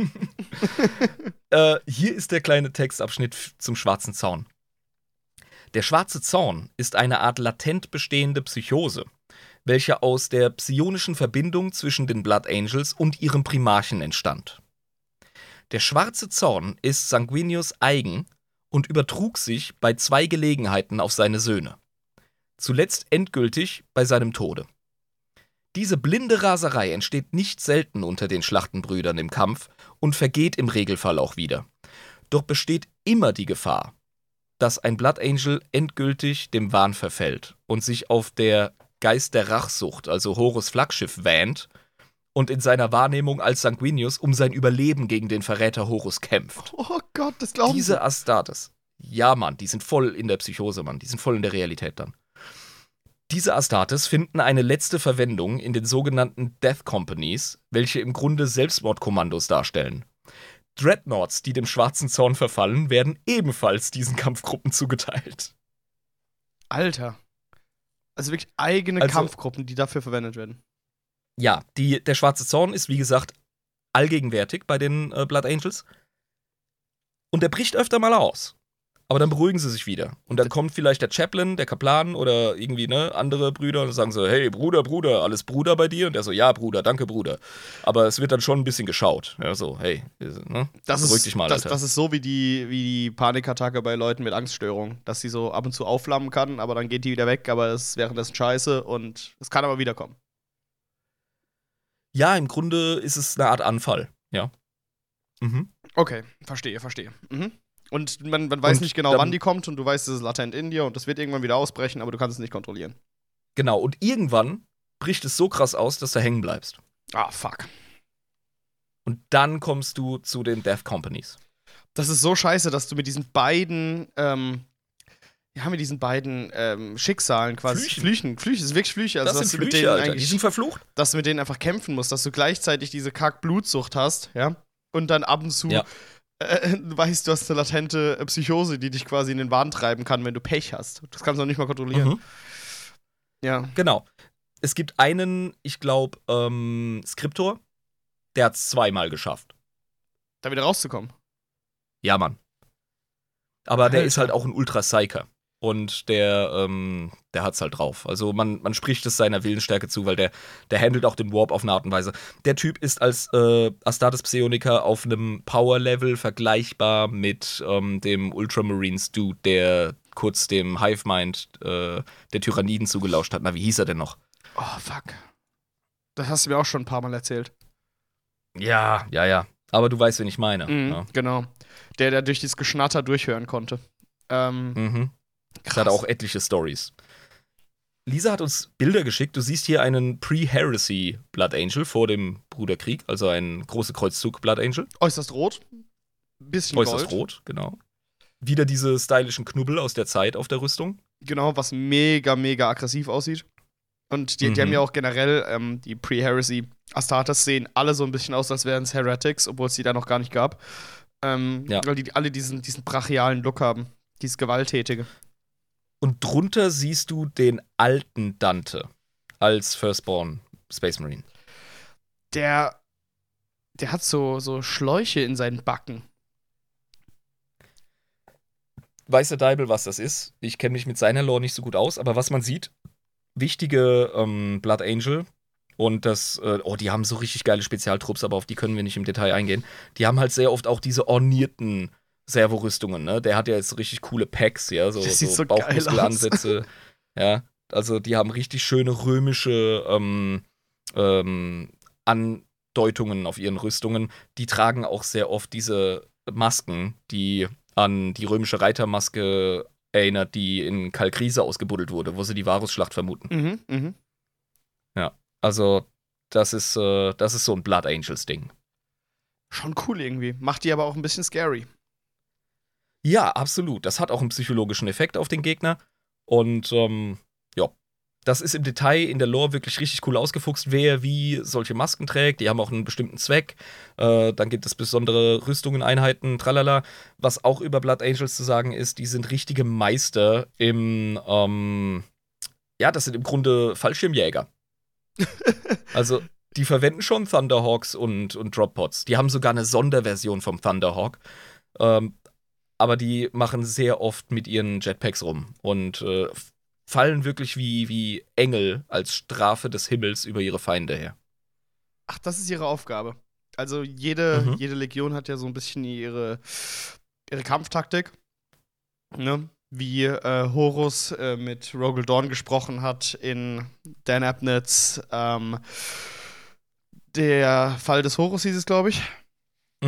äh, hier ist der kleine Textabschnitt f- zum schwarzen Zaun. Der schwarze Zaun ist eine Art latent bestehende Psychose, welche aus der psionischen Verbindung zwischen den Blood Angels und ihrem Primarchen entstand. Der schwarze Zorn ist Sanguinius eigen und übertrug sich bei zwei Gelegenheiten auf seine Söhne. Zuletzt endgültig bei seinem Tode. Diese blinde Raserei entsteht nicht selten unter den Schlachtenbrüdern im Kampf und vergeht im Regelfall auch wieder. Doch besteht immer die Gefahr, dass ein Blood Angel endgültig dem Wahn verfällt und sich auf der Geist der Rachsucht, also Horus Flaggschiff, wähnt und in seiner Wahrnehmung als Sanguinius um sein Überleben gegen den Verräter Horus kämpft. Oh Gott, das glauben Diese Astartes. Ja, Mann, die sind voll in der Psychose, Mann. Die sind voll in der Realität dann. Diese Astartes finden eine letzte Verwendung in den sogenannten Death Companies, welche im Grunde Selbstmordkommandos darstellen. Dreadnoughts, die dem schwarzen Zorn verfallen, werden ebenfalls diesen Kampfgruppen zugeteilt. Alter. Also wirklich eigene Also- Kampfgruppen, die dafür verwendet werden. Ja, die, der schwarze Zorn ist, wie gesagt, allgegenwärtig bei den äh, Blood Angels. Und der bricht öfter mal aus. Aber dann beruhigen sie sich wieder. Und dann kommt vielleicht der Chaplain, der Kaplan oder irgendwie ne, andere Brüder und sagen so, hey, Bruder, Bruder, alles Bruder bei dir? Und der so, ja, Bruder, danke, Bruder. Aber es wird dann schon ein bisschen geschaut. Ja, so, hey, ne? Das beruhig ist, dich mal, das, Alter. das ist so wie die, wie die Panikattacke bei Leuten mit Angststörungen, dass sie so ab und zu aufflammen kann, aber dann geht die wieder weg, aber es ist währenddessen scheiße und es kann aber wiederkommen. Ja, im Grunde ist es eine Art Anfall, ja. Mhm. Okay, verstehe, verstehe. Mhm. Und man, man weiß Und nicht genau, dann- wann die kommt und du weißt, es ist latent in dir und das wird irgendwann wieder ausbrechen, aber du kannst es nicht kontrollieren. Genau, und irgendwann bricht es so krass aus, dass du hängen bleibst. Ah, fuck. Und dann kommst du zu den Death Companies. Das ist so scheiße, dass du mit diesen beiden, ähm, ja, mit diesen beiden ähm, Schicksalen quasi. Flüchen. Flüchen, Flüche, das ist wirklich Flüche. Also, Das dass sind du mit Flüche, denen Alter. Die eigentlich, sind verflucht. dass du mit denen einfach kämpfen musst, dass du gleichzeitig diese Kack-Blutsucht hast, ja, und dann ab und zu Ja. äh, du weißt, du hast eine latente Psychose, die dich quasi in den Wahn treiben kann, wenn du Pech hast. Das kannst du noch nicht mal kontrollieren. Mhm. Ja. Genau. Es gibt einen, ich glaube, ähm, Skriptor, der hat es zweimal geschafft. Da wieder rauszukommen. Ja, Mann. Aber der Alter. ist halt auch ein Ultra-Psyker. Und der, ähm, der hat's halt drauf. Also man, man spricht es seiner Willensstärke zu, weil der, der handelt auch den Warp auf eine Art und Weise. Der Typ ist als äh, Astartes Psioniker auf einem Power-Level vergleichbar mit ähm, dem Ultramarines-Dude, der kurz dem Hive-Mind äh, der Tyranniden zugelauscht hat. Na, wie hieß er denn noch? Oh, fuck. Das hast du mir auch schon ein paar Mal erzählt. Ja, ja, ja. Aber du weißt, wen ich meine. Mhm, Ja. genau. Der, der durch dieses Geschnatter durchhören konnte. Ähm, Mhm. krass. Das hat auch etliche Stories. Lisa hat uns Bilder geschickt. Du siehst hier einen Pre-Heresy Blood Angel vor dem Bruderkrieg, also ein große Kreuzzug Blood Angel. Äußerst rot. Bisschen Äußerst Gold. rot, genau. Wieder diese stylischen Knubbel aus der Zeit auf der Rüstung. Genau, was mega, mega aggressiv aussieht. Und die, die Mhm. haben ja auch generell, ähm, die Pre-Heresy Astartes sehen alle so ein bisschen aus, als wären es Heretics, obwohl es die da noch gar nicht gab. Ähm, Ja. Weil die alle diesen, diesen brachialen Look haben. Dieses Gewalttätige. Und drunter siehst du den alten Dante als Firstborn Space Marine. Der, der hat so, so Schläuche in seinen Backen. Weiß der Deibel, was das ist? Ich kenne mich mit seiner Lore nicht so gut aus, aber was man sieht, wichtige ähm, Blood Angel und das, äh, oh, die haben so richtig geile Spezialtrupps, aber auf die können wir nicht im Detail eingehen. Die haben halt sehr oft auch diese ornierten Servorüstungen, ne? Der hat ja jetzt richtig coole Packs, ja, so, Das sieht so so geil Bauchmuskelansätze. Ja, also die haben richtig schöne römische ähm, ähm, Andeutungen auf ihren Rüstungen. Die tragen auch sehr oft diese Masken, die an die römische Reitermaske erinnert, die in Kalkrise ausgebuddelt wurde, wo sie die Varusschlacht vermuten. Mhm, mhm. Also, das ist, äh, das ist so ein Blood Angels-Ding. Schon cool irgendwie. Macht die aber auch ein bisschen scary. Ja, absolut. Das hat auch einen psychologischen Effekt auf den Gegner. Und ähm, ja, das ist im Detail in der Lore wirklich richtig cool ausgefuchst, wer wie solche Masken trägt. Die haben auch einen bestimmten Zweck. Äh, dann gibt es besondere Rüstungen, Einheiten, tralala. Was auch über Blood Angels zu sagen ist, die sind richtige Meister im, ähm, ja, das sind im Grunde Fallschirmjäger. Also, die verwenden schon Thunderhawks und, und Droppods. Die haben sogar eine Sonderversion vom Thunderhawk. Ähm, aber die machen sehr oft mit ihren Jetpacks rum und äh, fallen wirklich wie, wie Engel als Strafe des Himmels über ihre Feinde her. Ach, das ist ihre Aufgabe. Also jede, Mhm. jede Legion hat ja so ein bisschen ihre, ihre Kampftaktik. Ne? Wie äh, Horus äh, mit Rogel Dawn gesprochen hat in Dan Abnets ähm, Der Fall des Horus hieß es, glaube ich. Mhm.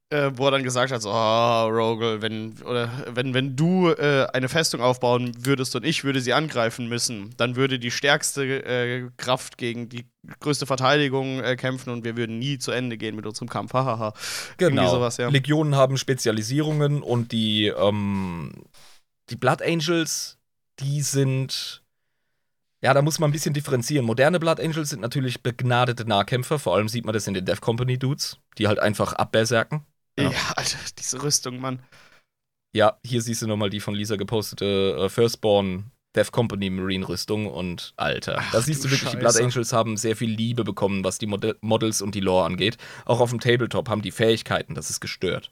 äh, wo er dann gesagt hat, so, oh, Rogel, wenn, oder wenn, wenn du äh, eine Festung aufbauen würdest und ich würde sie angreifen müssen, dann würde die stärkste äh, Kraft gegen die größte Verteidigung äh, kämpfen und wir würden nie zu Ende gehen mit unserem Kampf. Hahaha. Irgendwie Genau. sowas, ja. Legionen haben Spezialisierungen und die, ähm, die Blood Angels, die sind. Ja, da muss man ein bisschen differenzieren. Moderne Blood Angels sind natürlich begnadete Nahkämpfer. Vor allem sieht man das in den Death Company Dudes, die halt einfach abberserken. Ja, Ja. Alter, diese Rüstung, Mann. Ja, hier siehst du nochmal die von Lisa gepostete äh, Firstborn Death Company Marine Rüstung und Alter. Ach, Da siehst du du wirklich, die Scheiße. Blood Angels haben sehr viel Liebe bekommen, was die Mod- Models und die Lore angeht. Auch auf dem Tabletop haben die Fähigkeiten, das ist gestört.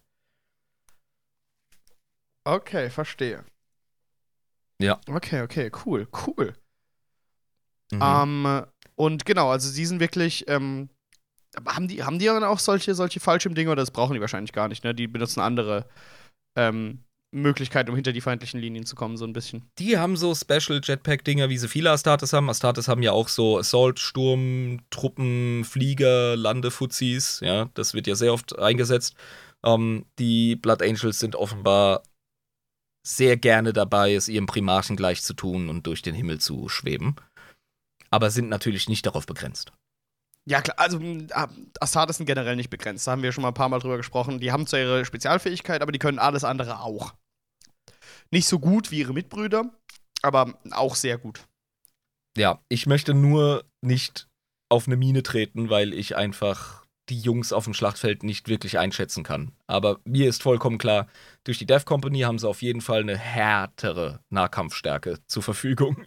Okay, verstehe. Ja. Okay, okay, cool, cool. Mhm. Ähm, und genau, also die sind wirklich, ähm, haben die, haben die dann auch solche, solche Fallschirmdinger oder das brauchen die wahrscheinlich gar nicht, ne? Die benutzen andere ähm, Möglichkeiten, um hinter die feindlichen Linien zu kommen, so ein bisschen. Die haben so Special Jetpack-Dinger, wie sie viele Astartes haben. Astartes haben ja auch so Assault, Sturm, Truppen, Flieger, Landefuzis. Ja, das wird ja sehr oft eingesetzt. Ähm, die Blood Angels sind offenbar sehr gerne dabei, es ihrem Primarchen gleich zu tun und durch den Himmel zu schweben. Aber sind natürlich nicht darauf begrenzt. Ja, klar, also m, ah, Astartes sind generell nicht begrenzt. Da haben wir schon mal ein paar Mal drüber gesprochen. Die haben zwar ihre Spezialfähigkeit, aber die können alles andere auch. Nicht so gut wie ihre Mitbrüder, aber auch sehr gut. Ja, ich möchte nur nicht auf eine Mine treten, weil ich einfach die Jungs auf dem Schlachtfeld nicht wirklich einschätzen kann. Aber mir ist vollkommen klar, durch die Death Company haben sie auf jeden Fall eine härtere Nahkampfstärke zur Verfügung.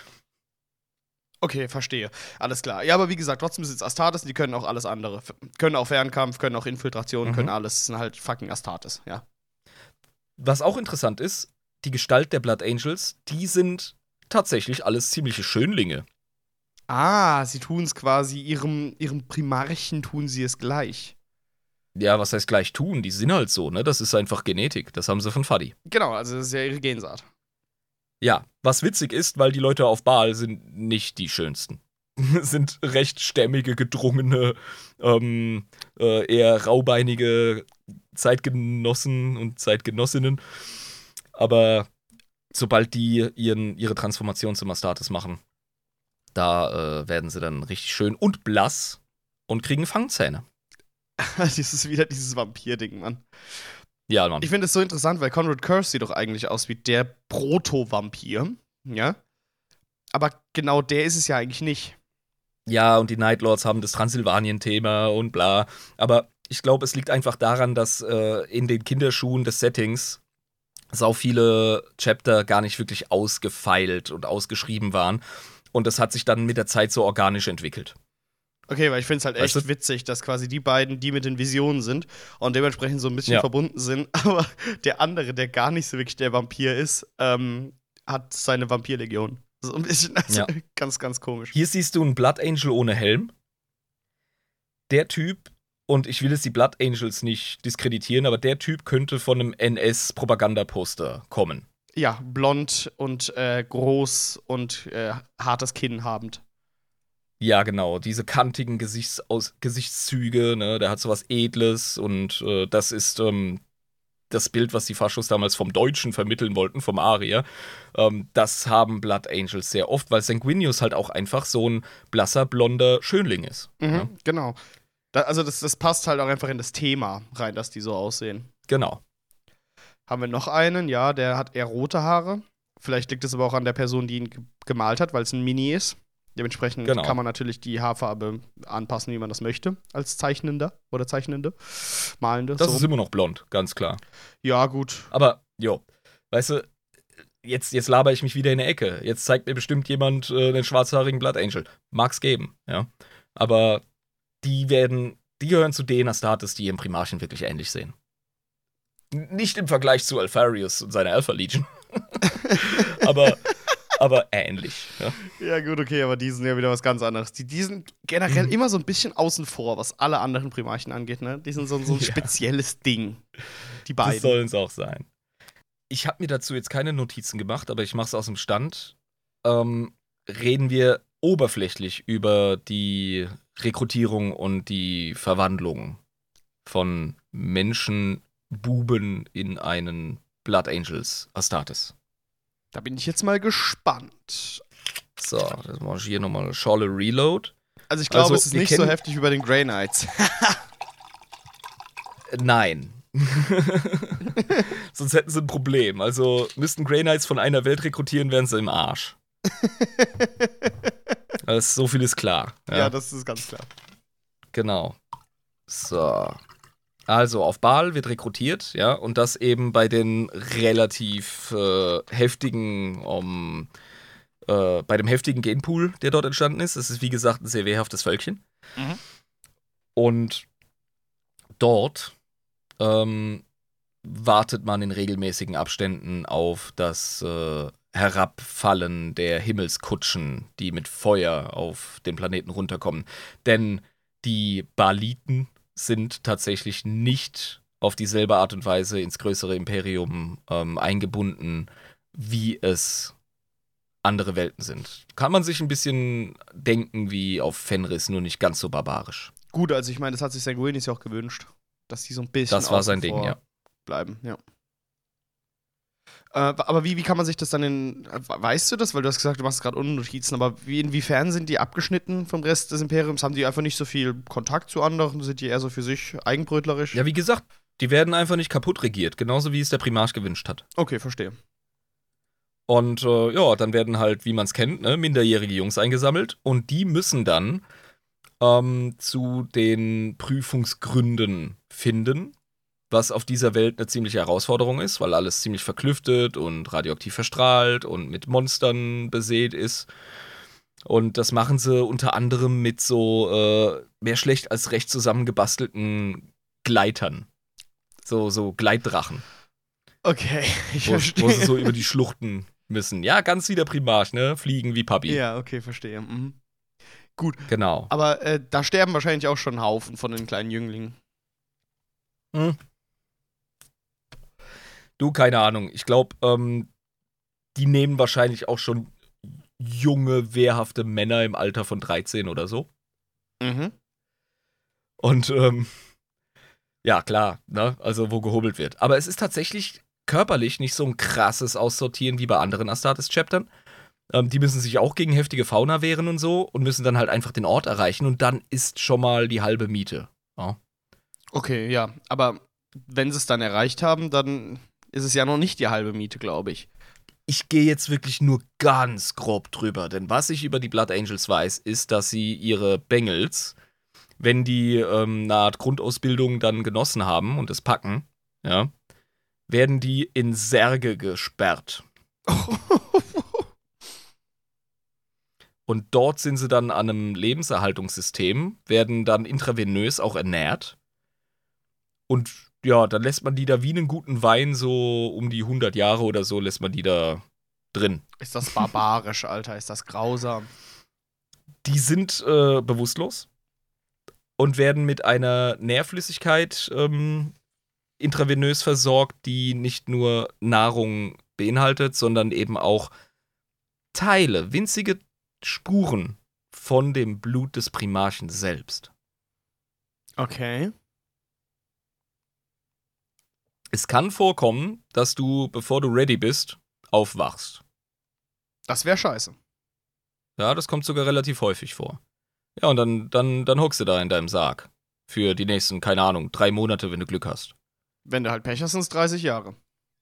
Okay, verstehe. Alles klar. Ja, aber wie gesagt, trotzdem sind es Astartes, die können auch alles andere. F können auch Fernkampf, können auch Infiltration, Mhm. können alles. Das sind halt fucking Astartes, ja. Was auch interessant ist, die Gestalt der Blood Angels, die sind tatsächlich alles ziemliche Schönlinge. Ah, sie tun es quasi, ihrem, ihrem Primarchen tun sie es gleich. Ja, was heißt gleich tun? Die sind halt so, ne? Das ist einfach Genetik. Das haben sie von Fadi. Genau, also das ist ja ihre Gensaat. Ja, was witzig ist, weil die Leute auf Baal sind nicht die schönsten. Sind recht stämmige, gedrungene, ähm, äh, eher raubeinige Zeitgenossen und Zeitgenossinnen. Aber sobald die ihren, ihre Transformation zum Astartes machen, da äh, werden sie dann richtig schön und blass und kriegen Fangzähne. Das ist wieder dieses Vampir-Ding, Mann. Ja, Mann. Ich finde es so interessant, weil Conrad Curse sieht doch eigentlich aus wie der Proto-Vampir, ja? Aber genau der ist es ja eigentlich nicht. Ja, und die Night Lords haben das Transsilvanien-Thema und bla. Aber ich glaube, es liegt einfach daran, dass äh, in den Kinderschuhen des Settings sau viele Chapter gar nicht wirklich ausgefeilt und ausgeschrieben waren. Und das hat sich dann mit der Zeit so organisch entwickelt. Okay, weil ich finde es halt echt Weißt du? witzig, dass quasi die beiden, die mit den Visionen sind und dementsprechend so ein bisschen Ja. verbunden sind, aber der andere, der gar nicht so wirklich der Vampir ist, ähm, hat seine Vampirlegion. So ein bisschen, also Ja. ganz, ganz komisch. Hier siehst du einen Blood Angel ohne Helm. Der Typ, und ich will jetzt die Blood Angels nicht diskreditieren, aber der Typ könnte von einem N S-Propagandaposter kommen. Ja, blond und äh, groß und äh, hartes Kinn habend. Ja, genau, diese kantigen Gesichtsaus Gesichtszüge, ne, der hat sowas Edles und äh, das ist ähm, das Bild, was die Faschos damals vom Deutschen vermitteln wollten, vom Arier. Ähm, das haben Blood Angels sehr oft, weil Sanguinius halt auch einfach so ein blasser, blonder Schönling ist. Mhm, Ja, genau. Da, also das, das passt halt auch einfach in das Thema rein, dass die so aussehen. genau. Haben wir noch einen, ja, der hat eher rote Haare. Vielleicht liegt es aber auch an der Person, die ihn ge- gemalt hat, weil es ein Mini ist. Dementsprechend Genau. kann man natürlich die Haarfarbe anpassen, wie man das möchte, als Zeichnender oder Zeichnende, Malende. Das so. ist immer noch blond, ganz klar. Ja, gut. Aber, jo, weißt du, jetzt, jetzt laber ich mich wieder in eine Ecke. Jetzt zeigt mir bestimmt jemand äh, den schwarzhaarigen Blood Angel. Mag's geben, ja. Aber die werden, die gehören zu den Astartes, die ihrem Primarchen wirklich ähnlich sehen. N- Nicht im Vergleich zu Alpharius und seiner Alpha Legion. aber, aber ähnlich, ja. Ja, gut, okay, aber die sind ja wieder was ganz anderes. Die, die sind generell Mhm. immer so ein bisschen außen vor, was alle anderen Primarchen angeht, ne? Die sind so, so ein Ja. spezielles Ding. Die Das beiden. sollen es auch sein. Ich habe mir dazu jetzt keine Notizen gemacht, aber ich mache es aus dem Stand. Ähm, reden wir oberflächlich über die Rekrutierung und die Verwandlung von Menschenbuben in einen Blood Angels Astartes. Da bin ich jetzt mal gespannt. So, das mache ich hier nochmal Schorle Reload. Also ich glaube, Also, es ist wir nicht so kennen- heftig wie bei den Grey Knights. Äh, Nein. Sonst hätten sie ein Problem. Also müssten Grey Knights von einer Welt rekrutieren, wären sie im Arsch. Also, so viel ist klar. Ja. Ja, das ist ganz klar. genau. So. Also auf Baal wird rekrutiert, ja, und das eben bei den relativ äh, heftigen, um, äh, bei dem heftigen Genpool, der dort entstanden ist. Es ist, wie gesagt, ein sehr wehrhaftes Völkchen. Mhm. Und dort ähm, wartet man in regelmäßigen Abständen auf das äh, Herabfallen der Himmelskutschen, die mit Feuer auf den Planeten runterkommen. Denn die Baliten sind tatsächlich nicht auf dieselbe Art und Weise ins größere Imperium ähm, eingebunden, wie es andere Welten sind. Kann man sich ein bisschen denken wie auf Fenris, nur nicht ganz so barbarisch. Gut, also ich meine, das hat sich Sanguinis ja auch gewünscht, dass die so ein bisschen Das war außen sein Ding, vor ja. bleiben, ja. Äh, aber wie, wie kann man sich das dann in. Weißt du das? Weil du hast gesagt, du machst gerade Unnotizen, aber wie, inwiefern sind die abgeschnitten vom Rest des Imperiums? Haben die einfach nicht so viel Kontakt zu anderen? Sind die eher so für sich eigenbrötlerisch? Ja, wie gesagt, die werden einfach nicht kaputt regiert, genauso wie es der Primarch gewünscht hat. Okay, verstehe. Und äh, ja, dann werden halt, wie man es kennt, ne, minderjährige Jungs eingesammelt und die müssen dann ähm, zu den Prüfungsgründen finden, was auf dieser Welt eine ziemliche Herausforderung ist, weil alles ziemlich verklüftet und radioaktiv verstrahlt und mit Monstern besät ist. Und das machen sie unter anderem mit so äh, mehr schlecht als recht zusammengebastelten Gleitern. So, so Gleitdrachen, Okay, ich wo, verstehe. wo sie so über die Schluchten müssen. Ja, ganz wie der Primarch, ne? Fliegen wie Papi. Ja, okay, verstehe. Mhm. Gut, Genau. aber äh, da sterben wahrscheinlich auch schon Haufen von den kleinen Jünglingen. Hm. Du, keine Ahnung. Ich glaube, ähm, die nehmen wahrscheinlich auch schon junge, wehrhafte Männer im Alter von dreizehn oder so. Mhm. Und, ähm, ja, klar, ne? Also, wo gehobelt wird. Aber es ist tatsächlich körperlich nicht so ein krasses Aussortieren wie bei anderen Astartes-Chaptern. Ähm, die müssen sich auch gegen heftige Fauna wehren und so und müssen dann halt einfach den Ort erreichen und dann ist schon mal die halbe Miete. Ja. Okay, ja, aber wenn sie es dann erreicht haben, dann ist es ja noch nicht die halbe Miete, glaube ich. Ich gehe jetzt wirklich nur ganz grob drüber, denn was ich über die Blood Angels weiß, ist, dass sie ihre Bengels, wenn die ähm, eine Art Grundausbildung dann genossen haben und es packen, ja, werden die in Särge gesperrt. Und dort sind sie dann an einem Lebenserhaltungssystem, werden dann intravenös auch ernährt. Und ja, dann lässt man die da wie einen guten Wein so um die hundert Jahre oder so, lässt man die da drin. Ist das barbarisch, Alter? Ist das grausam? Die sind äh, bewusstlos und werden mit einer Nährflüssigkeit ähm, intravenös versorgt, die nicht nur Nahrung beinhaltet, sondern eben auch Teile, winzige Spuren von dem Blut des Primarchen selbst. Okay. Es kann vorkommen, dass du, bevor du ready bist, aufwachst. Das wäre scheiße. Ja, das kommt sogar relativ häufig vor. Ja, und dann, dann, dann hockst du da in deinem Sarg. Für die nächsten, keine Ahnung, drei Monate, wenn du Glück hast. Wenn du halt Pech hast, sind es dreißig Jahre.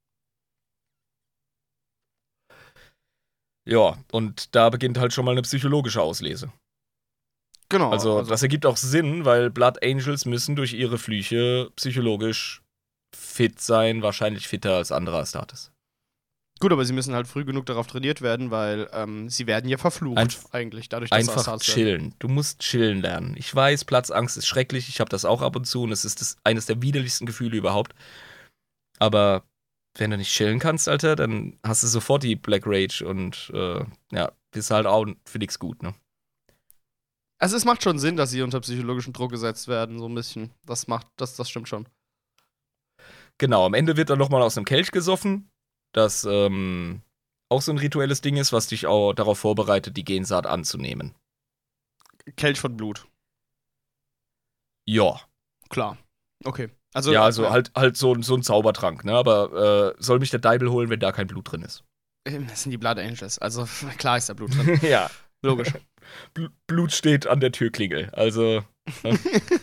Ja, und da beginnt halt schon mal eine psychologische Auslese. Genau. Also, das ergibt auch Sinn, weil Blood Angels müssen durch ihre Flüche psychologisch fit sein, wahrscheinlich fitter als andere Astartes. Gut, aber sie müssen halt früh genug darauf trainiert werden, weil ähm, sie werden ja verflucht, Einf- eigentlich, dadurch, dass sie Einfach Astartes werden. chillen. Du musst chillen lernen. Ich weiß, Platzangst ist schrecklich. Ich habe das auch ab und zu und es ist das, eines der widerlichsten Gefühle überhaupt. Aber wenn du nicht chillen kannst, Alter, dann hast du sofort die Black Rage und äh, ja, bist halt auch für nichts gut, ne? Also es macht schon Sinn, dass sie unter psychologischen Druck gesetzt werden, so ein bisschen. Das macht, das, das stimmt schon. Genau, am Ende wird dann nochmal aus einem Kelch gesoffen, das ähm, auch so ein rituelles Ding ist, was dich auch darauf vorbereitet, die Gensaat anzunehmen. Kelch von Blut, Ja, klar. Okay. Also, ja, also halt, halt so, so ein Zaubertrank, ne? Aber äh, soll mich der Deibel holen, wenn da kein Blut drin ist? Das sind die Blood Angels. Also klar ist da Blut drin. Ja. Logisch. Bl- Blut steht an der Türklingel. Also. Ne?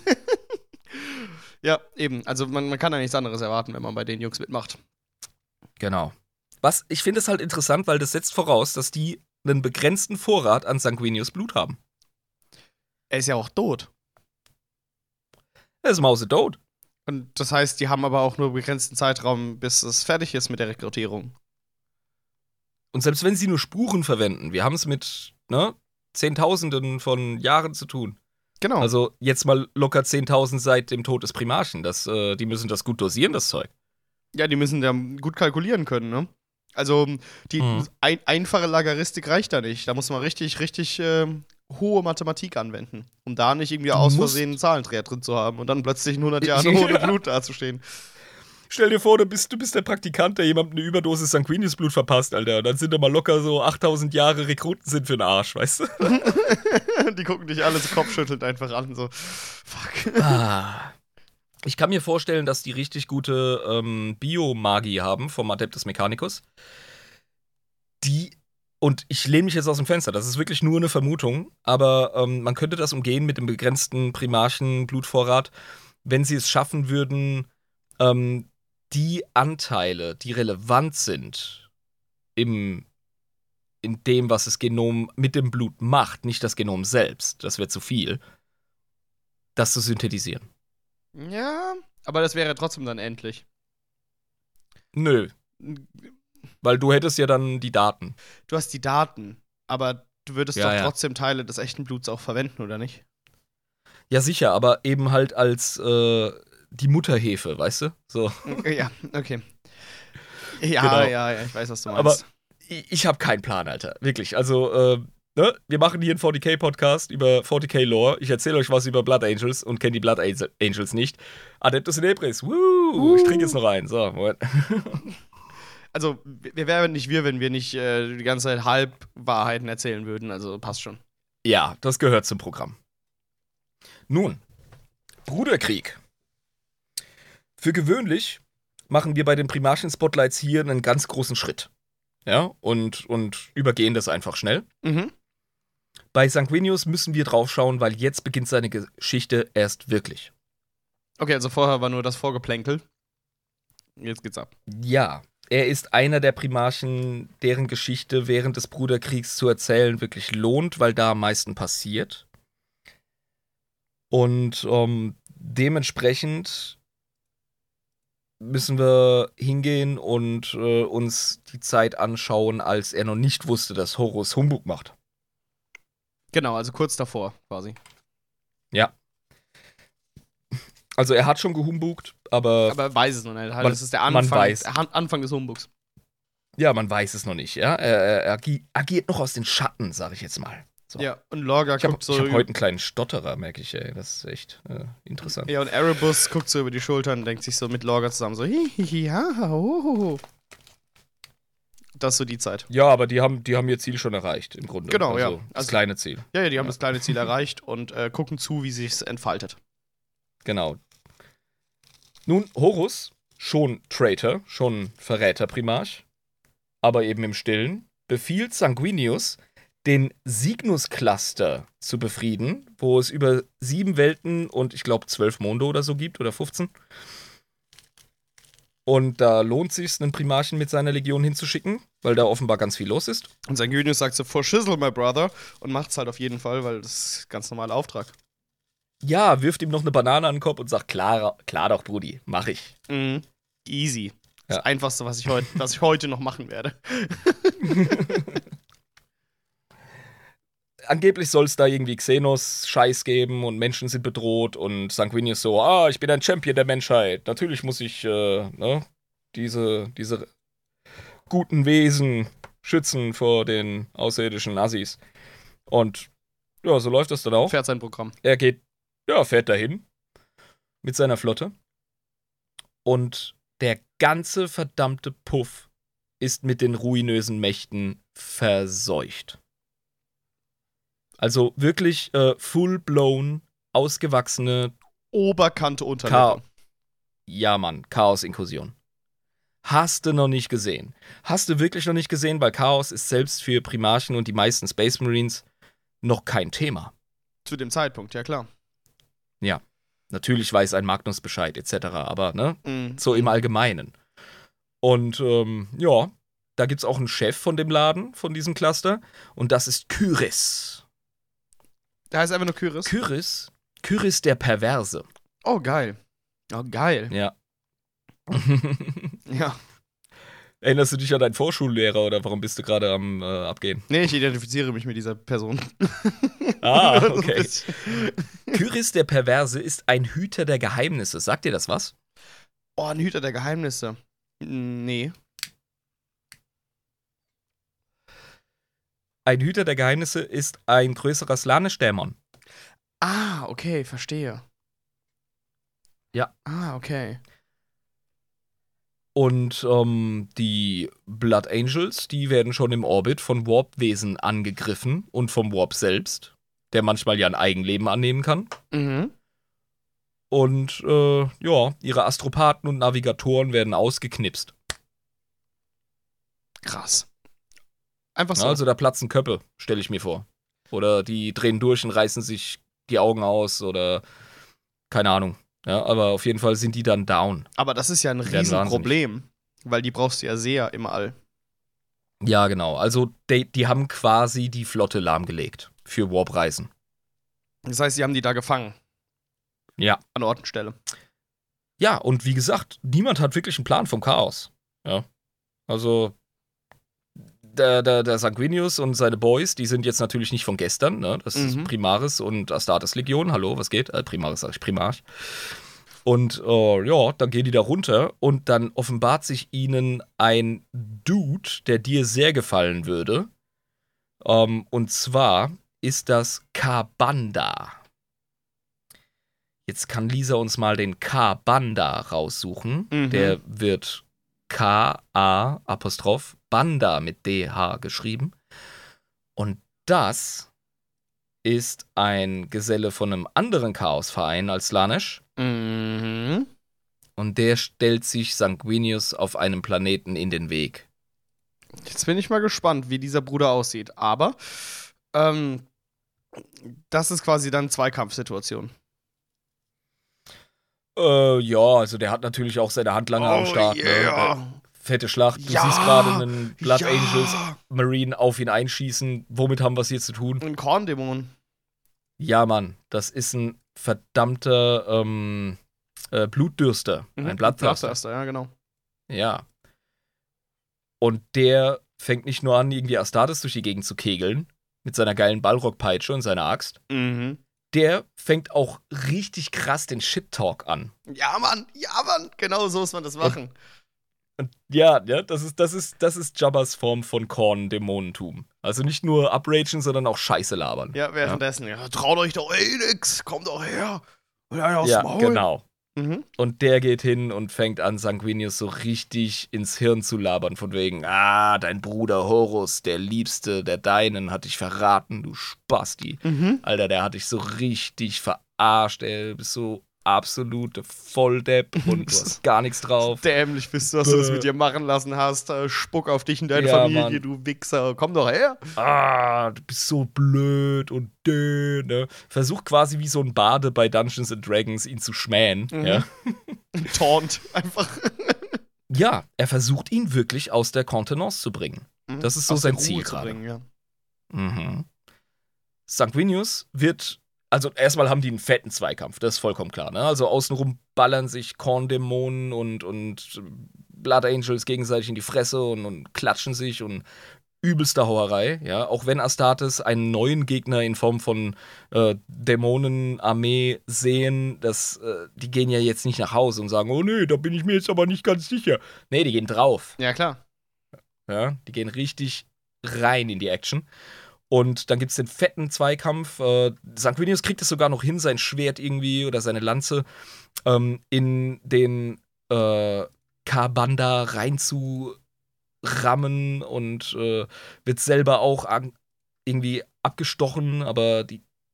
Ja, eben. Also man, man kann ja nichts anderes erwarten, wenn man bei den Jungs mitmacht. Genau. Was, ich finde es halt interessant, weil das setzt voraus, dass die einen begrenzten Vorrat an Sanguinius Blut haben. Er ist ja auch tot. Er ist mausetot. Und das heißt, die haben aber auch nur einen begrenzten Zeitraum, bis es fertig ist mit der Rekrutierung. Und selbst wenn sie nur Spuren verwenden, wir haben es mit ne, Zehntausenden von Jahren zu tun. Genau. Also jetzt mal locker zehntausend seit dem Tod des Primarchen. Das, äh, die müssen das gut dosieren, das Zeug. Ja, die müssen ja gut kalkulieren können, ne? Also die Mhm. ein, einfache Lageristik reicht da nicht. Da muss man richtig, richtig äh, hohe Mathematik anwenden, um da nicht irgendwie Du aus musst- Versehen einen Zahlendreher drin zu haben und dann plötzlich in hundert Jahren Ja. ohne Blut dazustehen. Stell dir vor, du bist, du bist der Praktikant, der jemandem eine Überdosis Sanguinius-Blut verpasst, Alter. Und dann sind da mal locker so achttausend Jahre Rekruten sind für den Arsch, weißt du? Die gucken dich alle so kopfschüttelnd einfach an, so, fuck. Ah. Ich kann mir vorstellen, dass die richtig gute ähm, Biomagie haben vom Adeptus Mechanicus. Die, und ich lehne mich jetzt aus dem Fenster, das ist wirklich nur eine Vermutung, aber ähm, man könnte das umgehen mit dem begrenzten Primarchen-Blutvorrat, wenn sie es schaffen würden, ähm, die Anteile, die relevant sind im, in dem, was das Genom mit dem Blut macht, nicht das Genom selbst, das wäre zu viel, das zu synthetisieren. Ja, aber das wäre trotzdem dann endlich. Nö, weil du hättest ja dann die Daten. Du hast die Daten, aber du würdest Ja, doch ja. trotzdem Teile des echten Bluts auch verwenden, oder nicht? Ja, sicher, aber eben halt als äh, die Mutterhefe, weißt du? So. Ja, okay. Ja, Genau. ja, ja, ich weiß, was du meinst. Aber ich, ich habe keinen Plan, Alter. Wirklich. Also, äh, ne? Wir machen hier einen forty K-Podcast über forty K-Lore. Ich erzähle euch was über Blood Angels und kenne die Blood Angels nicht. Adeptus Inebris. Woo! Ich trinke jetzt noch einen. So, Moment. Also, wir wären nicht wir, wenn wir nicht äh, die ganze Zeit Halbwahrheiten erzählen würden, also passt schon. Ja, das gehört zum Programm. Nun, Bruderkrieg. Für gewöhnlich machen wir bei den Primarchen-Spotlights hier einen ganz großen Schritt. Ja, und, und übergehen das einfach schnell. Mhm. Bei Sanguinius müssen wir draufschauen, weil jetzt beginnt seine Geschichte erst wirklich. Okay, also vorher war nur das Vorgeplänkel. Jetzt geht's ab. Ja, er ist einer der Primarchen, deren Geschichte während des Bruderkriegs zu erzählen wirklich lohnt, weil da am meisten passiert. Und ähm, dementsprechend müssen wir hingehen und äh, uns die Zeit anschauen, als er noch nicht wusste, dass Horus Humbug macht. Genau, also kurz davor quasi. Ja. Also er hat schon gehumbugt, aber, Aber er weiß es noch nicht. Halt, Man- das ist der man Anfang, weiß. der Han- Anfang des Humbugs. ja, man weiß es noch nicht. Ja, er, er, er agi- agiert noch aus den Schatten, sag ich jetzt mal. So. Ja, und Lorga Ich habe guckt so. hab heute einen kleinen Stotterer, merke ich, ey. Das ist echt äh, interessant. Ja, und Erebus guckt so über die Schulter und denkt sich so mit Lorga zusammen so, hihihi, ha, ho, ho, ho. Das ist so die Zeit. Ja, aber die haben, die haben ihr Ziel schon erreicht, im Grunde. Genau, also, ja. Das Also- kleine Ziel. Ja, ja, die haben Ja. das kleine Ziel erreicht und äh, gucken zu, wie sich's entfaltet. Genau. Nun, Horus, schon Traitor, schon Verräter-Primarch, aber eben im Stillen, befiehlt Sanguinius, den Cygnus-Cluster zu befrieden, wo es über sieben Welten und ich glaube zwölf Monde oder so gibt, oder fünfzehn. Und da lohnt es sich, einen Primarchen mit seiner Legion hinzuschicken, weil da offenbar ganz viel los ist. Und Sanguinius sagt so, for shizzle, my brother, und macht's halt auf jeden Fall, weil das ist ein ganz normaler Auftrag. Ja, wirft ihm noch eine Banane an den Kopf und sagt, klar, klar doch, Brudi, mach ich. Mhm. Easy. Das Ja. Einfachste, was ich, heut, was ich heute noch machen werde. Angeblich soll es da irgendwie Xenos-Scheiß geben und Menschen sind bedroht und Sanguinius so, ah, ich bin ein Champion der Menschheit. Natürlich muss ich äh, ne, diese, diese guten Wesen schützen vor den außerirdischen Nazis. Und ja, so läuft das dann auch. Fährt sein Programm. Er geht, ja, fährt dahin mit seiner Flotte. Und der ganze verdammte Puff ist mit den ruinösen Mächten verseucht. Also wirklich äh, full-blown, ausgewachsene Oberkante, Unterlippe. Chaos. Ja, Mann, Chaos-Inkursion. Hast du noch nicht gesehen. Hast du wirklich noch nicht gesehen, weil Chaos ist selbst für Primarchen und die meisten Space Marines noch kein Thema. Zu dem Zeitpunkt, ja klar. Ja, natürlich weiß ein Magnus Bescheid et cetera, aber ne, Mhm. so im Allgemeinen. Und ähm, ja, da gibt's auch einen Chef von dem Laden, von diesem Cluster, und das ist Kyris. Der heißt einfach nur Kyris. Kyris, Kyris der Perverse. Oh, geil. Oh, geil. Ja. Ja. Erinnerst du dich an deinen Vorschullehrer oder warum bist du gerade am äh, Abgehen? Nee, ich identifiziere mich mit dieser Person. Ah, So ein okay. bisschen. Kyris der Perverse ist ein Hüter der Geheimnisse. Sagt dir das was? Oh, ein Hüter der Geheimnisse. Nee. Ein Hüter der Geheimnisse ist ein größerer Slaanesh-Dämon. Ah, okay, verstehe. Ja. Ah, okay. Und ähm, die Blood Angels, die werden schon im Orbit von Warp-Wesen angegriffen und vom Warp selbst, der manchmal ja ein Eigenleben annehmen kann. Mhm. Und äh, ja, ihre Astropathen und Navigatoren werden ausgeknipst. Krass. Einfach so. Ja, also da platzen Köpfe, stelle ich mir vor. Oder die drehen durch und reißen sich die Augen aus oder keine Ahnung. Ja, aber auf jeden Fall sind die dann down. Aber das ist ja ein Werden Riesenproblem, weil die brauchst du ja sehr im All. Ja, genau. Also die, die haben quasi die Flotte lahmgelegt für Warp-Reisen. Das heißt, sie haben die da gefangen. Ja. An Ort und Stelle. Ja, und wie gesagt, niemand hat wirklich einen Plan vom Chaos. Ja. Also der, der, der Sanguinius und seine Boys, die sind jetzt natürlich nicht von gestern, ne? Das ist Mhm. Primaris und Astartes Legion. Hallo, was geht? Äh, Primaris sag ich, Primarch. Und äh, ja, dann gehen die da runter und dann offenbart sich ihnen ein Dude, der dir sehr gefallen würde. Ähm, und zwar ist das Ka'Bandha. Jetzt kann Lisa uns mal den Ka'Bandha raussuchen. Mhm. Der wird K-A Apostroph Banda mit D H geschrieben. Und das ist ein Geselle von einem anderen Chaosverein als Slaanesh. Mhm. Und der stellt sich Sanguinius auf einem Planeten in den Weg. Jetzt bin ich mal gespannt, wie dieser Bruder aussieht. Aber ähm, das ist quasi dann Zweikampfsituation. Äh, ja, also der hat natürlich auch seine Handlanger am Start. Ne? Äh, fette Schlacht. Du Ja, siehst gerade einen Blood ja. Angels Marine auf ihn einschießen. Womit haben wir es hier zu tun? Ein Korndämon. Ja, Mann, das ist ein verdammter ähm, äh, Blutdürster. Mhm. Ein Bloodthirster. Bloodthirster, ja, genau. Ja. Und der fängt nicht nur an, irgendwie Astartes durch die Gegend zu kegeln, mit seiner geilen Ballrockpeitsche und seiner Axt. Mhm. Der fängt auch richtig krass den Shit-Talk an. Ja, Mann, ja, Mann, genau so muss man das machen. Und ja, ja, das ist, das ist, das ist Jabbas Form von Korn-Dämonentum. Also nicht nur upragen, sondern auch Scheiße labern. Ja, währenddessen. Ja. Traut euch doch eh nix, kommt doch her. Ja, aufs Ja, Maul. genau. Mhm. Und der geht hin und fängt an, Sanguinius so richtig ins Hirn zu labern, von wegen, ah, dein Bruder Horus, der Liebste der Deinen, hat dich verraten, du Spasti. Mhm. Alter, der hat dich so richtig verarscht, ey, du bist so absolute Volldepp und du hast gar nichts drauf. Dämlich bist du, dass du das Bäh. mit dir machen lassen hast. Äh, Spuck auf dich und deine Ja, Familie, Mann. du Wichser. Komm doch her. Ah, du bist so blöd und dö, ne? Versuch quasi wie so ein Bade bei Dungeons and Dragons ihn zu schmähen, Mhm. ja. Taunt einfach. Ja, er versucht ihn wirklich aus der Kontenance zu bringen. Das ist so Aus sein der Ziel Ruhe zu gerade. bringen, ja. Mhm. Sanguinius wird, also erstmal haben die einen fetten Zweikampf, das ist vollkommen klar, ne? Also außenrum ballern sich Korndämonen und, und Blood Angels gegenseitig in die Fresse und, und klatschen sich und übelster Hauerei, ja? Auch wenn Astartes einen neuen Gegner in Form von äh, Dämonenarmee sehen, das, äh, die gehen ja jetzt nicht nach Hause und sagen, oh nee, da bin ich mir jetzt aber nicht ganz sicher. Nee, die gehen drauf. Ja, klar. Ja, die gehen richtig rein in die Action. Und dann gibt es den fetten Zweikampf. Äh, Sanguinius kriegt es sogar noch hin, sein Schwert irgendwie oder seine Lanze ähm, in den äh, Ka'Bandha reinzurammen und äh, wird selber auch an, irgendwie abgestochen, aber die